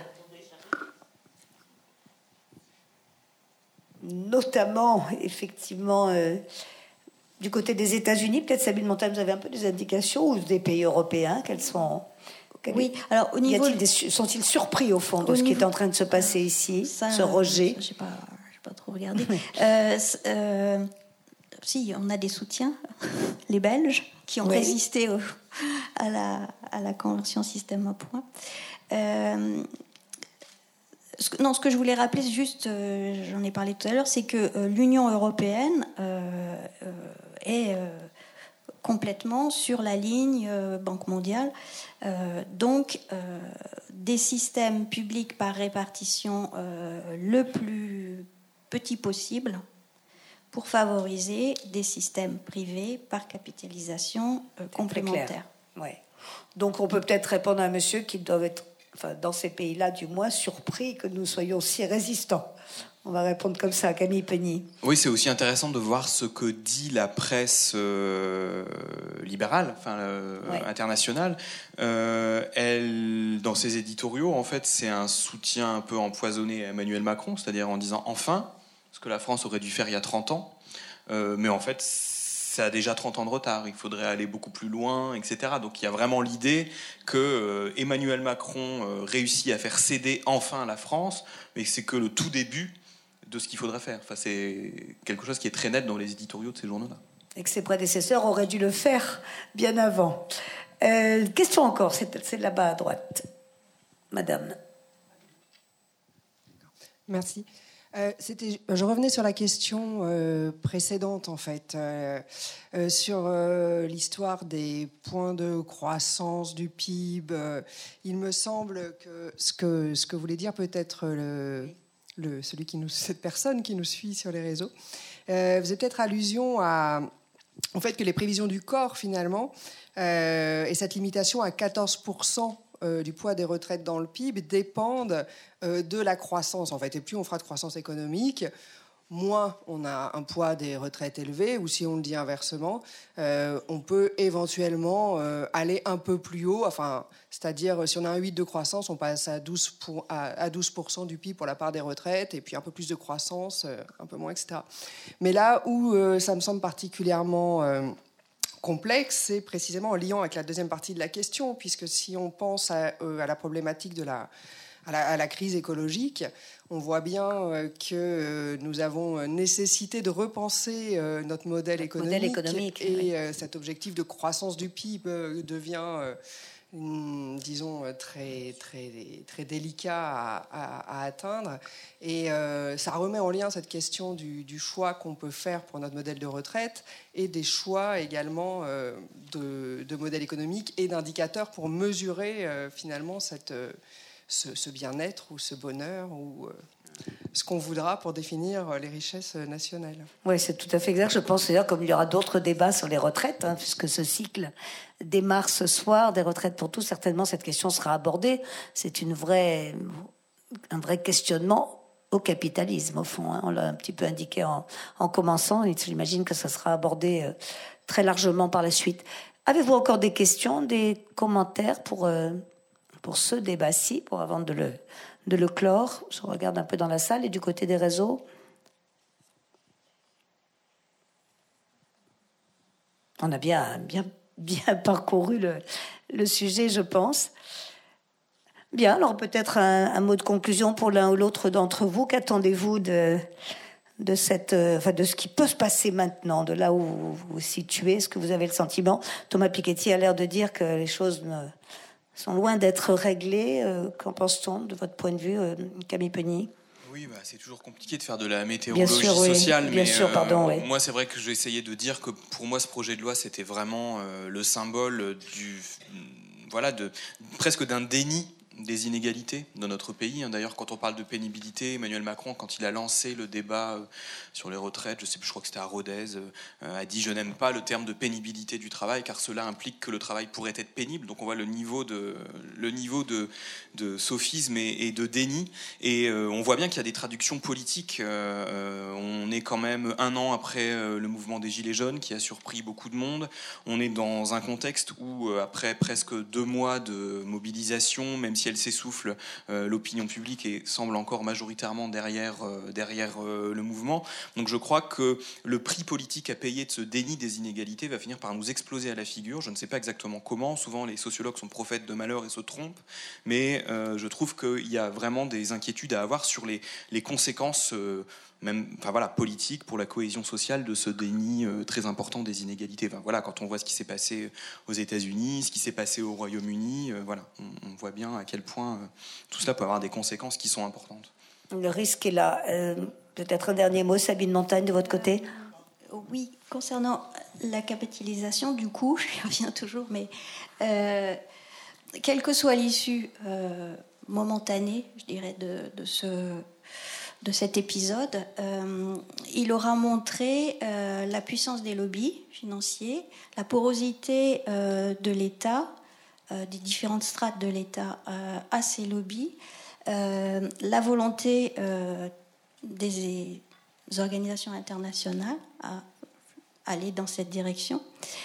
notamment, effectivement, euh, du côté des États-Unis. Peut-être, Sabine Montagne, vous avez un peu des indications, ou des pays européens, quels sont... Quels... Oui, alors au niveau... Des... Sont-ils surpris, au fond, de au ce niveau... qui est en train de se passer ici, ça, ce rejet? Je n'ai pas, pas trop regardé. euh, euh, si, on a des soutiens, les Belges, qui ont oui. résisté au, à, la, à la conversion système à points. Euh, Non, ce que je voulais rappeler, c'est juste, euh, j'en ai parlé tout à l'heure, c'est que euh, l'Union européenne euh, euh, est euh, complètement sur la ligne euh, Banque mondiale. Euh, donc, euh, des systèmes publics par répartition euh, le plus petit possible pour favoriser des systèmes privés par capitalisation euh, complémentaire. Ouais. Donc, on peut peut-être répondre à un monsieur qui doit être, enfin, dans ces pays-là du moins, surpris que nous soyons si résistants. On va répondre comme ça, Camille Penny. Oui, c'est aussi intéressant de voir ce que dit la presse euh, libérale, enfin euh, ouais. internationale. Euh, elle, dans ses éditoriaux, en fait, c'est un soutien un peu empoisonné à Emmanuel Macron, c'est-à-dire en disant enfin, ce que la France aurait dû faire il y a trente ans, euh, mais en fait, ça a déjà trente ans de retard. Il faudrait aller beaucoup plus loin, et cetera. Donc il y a vraiment l'idée que euh, Emmanuel Macron euh, réussit à faire céder enfin la France, mais c'est que le tout début de ce qu'il faudrait faire. Enfin, c'est quelque chose qui est très net dans les éditoriaux de ces journaux-là. Et que ses prédécesseurs auraient dû le faire bien avant. Euh, question encore, c'est, c'est là-bas à droite. Madame. Merci. Euh, c'était, je revenais sur la question euh, précédente, en fait, euh, euh, sur euh, l'histoire des points de croissance du P I B. Euh, il me semble que ce que, ce que voulait dire peut-être le... Le, celui qui nous, cette personne qui nous suit sur les réseaux, euh, faisait peut-être allusion à, au fait que les prévisions du corps, finalement, euh, et cette limitation à quatorze pour cent euh, du poids des retraites dans le P I B dépendent euh, de la croissance, en fait. Et plus on fera de croissance économique, moins on a un poids des retraites élevé, ou si on le dit inversement, euh, on peut éventuellement euh, aller un peu plus haut, enfin, c'est-à-dire si on a un huit de croissance, on passe à douze pour, à, à douze pour cent du P I B pour la part des retraites, et puis un peu plus de croissance, euh, un peu moins, et cetera. Mais là où euh, ça me semble particulièrement euh, complexe, c'est précisément en liant avec la deuxième partie de la question, puisque si on pense à, euh, à la problématique de la À la, à la crise écologique, on voit bien euh, que euh, nous avons nécessité de repenser euh, notre modèle économique, modèle économique et oui. euh, cet objectif de croissance du P I B euh, devient, euh, une, disons, très, très, très délicat à, à, à atteindre. Et euh, ça remet en lien cette question du, du choix qu'on peut faire pour notre modèle de retraite et des choix également euh, de, de modèle économique et d'indicateurs pour mesurer euh, finalement cette... Euh, Ce, ce bien-être ou ce bonheur ou euh, ce qu'on voudra pour définir les richesses nationales. Oui, c'est tout à fait exact. Je pense d'ailleurs comme il y aura d'autres débats sur les retraites, hein, puisque ce cycle démarre ce soir, des retraites pour tous, certainement cette question sera abordée. C'est une vraie, un vrai questionnement au capitalisme, au fond. Hein. On l'a un petit peu indiqué en, en commençant, et j'imagine que ça sera abordé euh, très largement par la suite. Avez-vous encore des questions, des commentaires pour... Euh, pour ce débat-ci, pour avant de le, de le clore? Je regarde un peu dans la salle et du côté des réseaux. On a bien, bien, bien parcouru le, le sujet, je pense. Bien, alors peut-être un, un mot de conclusion pour l'un ou l'autre d'entre vous. Qu'attendez-vous de, de, cette, enfin de ce qui peut se passer maintenant, de là où vous vous situez? Est-ce que vous avez le sentiment? Thomas Piketty a l'air de dire que les choses ne... sont loin d'être réglés. Euh, qu'en pense-t-on de votre point de vue, euh, Camille Penny? Oui, bah, c'est toujours compliqué de faire de la météorologie bien sûr, sociale, oui. bien mais sûr, pardon, euh, oui. moi c'est vrai que j'ai essayé de dire que pour moi ce projet de loi c'était vraiment euh, le symbole du, voilà, de presque d'un déni des inégalités dans notre pays. D'ailleurs, quand on parle de pénibilité, Emmanuel Macron, quand il a lancé le débat sur les retraites, je sais plus, je crois que c'était à Rodez, a dit « Je n'aime pas le terme de pénibilité du travail, car cela implique que le travail pourrait être pénible. » Donc on voit le niveau de, le niveau de, de sophisme et, et de déni. Et euh, on voit bien qu'il y a des traductions politiques. Euh, on est quand même un an après euh, le mouvement des Gilets jaunes, qui a surpris beaucoup de monde. On est dans un contexte où, euh, après presque deux mois de mobilisation, même si elle s'essouffle, euh, l'opinion publique et semble encore majoritairement derrière, euh, derrière euh, le mouvement. Donc je crois que le prix politique à payer de ce déni des inégalités va finir par nous exploser à la figure. Je ne sais pas exactement comment. Souvent, les sociologues sont prophètes de malheur et se trompent. Mais euh, je trouve qu'il y a vraiment des inquiétudes à avoir sur les, les conséquences euh, même, enfin voilà, politique pour la cohésion sociale de ce déni euh, très important des inégalités. Enfin, voilà, quand on voit ce qui s'est passé aux États-Unis, ce qui s'est passé au Royaume-Uni, euh, voilà, on, on voit bien à quel point euh, tout cela peut avoir des conséquences qui sont importantes. Le risque est là. Euh, peut-être un dernier mot, Sabine Montagne, de votre côté. Euh, oui, concernant la capitalisation, du coup, je reviens toujours, mais euh, quelle que soit l'issue euh, momentanée, je dirais, de, de, ce, de cet épisode, euh, il aura montré euh, la puissance des lobbies financiers, la porosité euh, de l'État, euh, des différentes strates de l'État euh, à ces lobbies, euh, la volonté euh, des organisations internationales à aller dans cette direction.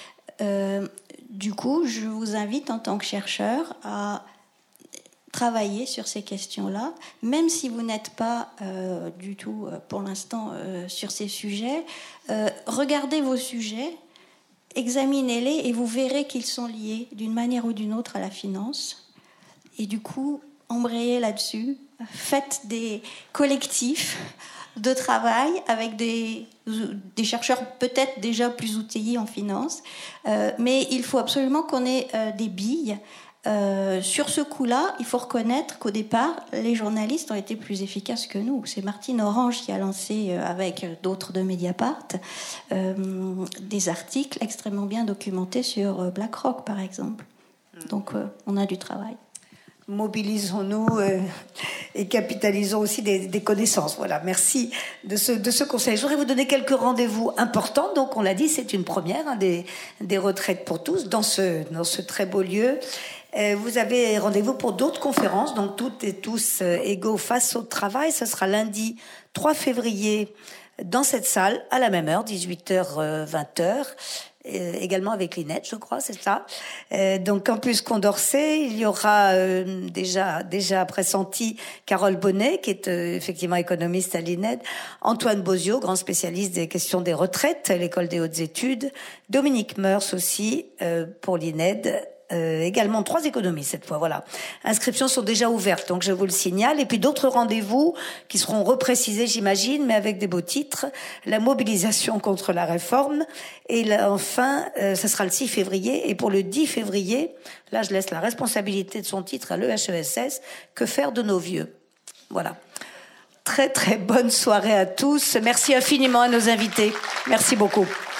Euh, du coup, je vous invite en tant que chercheur à travailler sur ces questions-là, même si vous n'êtes pas euh, du tout, euh, pour l'instant, euh, sur ces sujets. Euh, regardez vos sujets, examinez-les et vous verrez qu'ils sont liés d'une manière ou d'une autre à la finance. Et du coup, embrayez là-dessus, faites des collectifs de travail avec des, des chercheurs peut-être déjà plus outillés en finance, euh, mais il faut absolument qu'on ait euh, des billes. Euh, sur ce coup-là, il faut reconnaître qu'au départ, les journalistes ont été plus efficaces que nous. C'est Martine Orange qui a lancé, euh, avec d'autres de Mediapart, euh, des articles extrêmement bien documentés sur BlackRock, par exemple. Donc, euh, on a du travail. Mobilisons-nous euh, et capitalisons aussi des, des connaissances. Voilà, merci de ce, de ce conseil. Je voudrais vous donner quelques rendez-vous importants. Donc, on l'a dit, c'est une première, hein, des, des retraites pour tous dans ce, dans ce très beau lieu. Euh, vous avez rendez-vous pour d'autres conférences, donc toutes et tous euh, égaux face au travail. Ce sera lundi trois février dans cette salle, à la même heure, dix-huit heures vingt heures. Euh, également avec l'I N E D, je crois, c'est ça. Euh, donc, Campus Condorcet, il y aura euh, déjà déjà pressenti Carole Bonnet, qui est euh, effectivement économiste à l'I N E D, Antoine Bozio, grand spécialiste des questions des retraites à l'École des hautes études, Dominique Meurs aussi euh, pour l'I N E D, Euh, également trois économies cette fois, voilà. Inscriptions sont déjà ouvertes, donc je vous le signale. Et puis d'autres rendez-vous qui seront reprécisés, j'imagine, mais avec des beaux titres. La mobilisation contre la réforme. Et là, enfin, euh, ça sera le six février. Et pour le dix février, là, je laisse la responsabilité de son titre à l'E H E S S. Que faire de nos vieux? Voilà. Très, très bonne soirée à tous. Merci infiniment à nos invités. Merci beaucoup.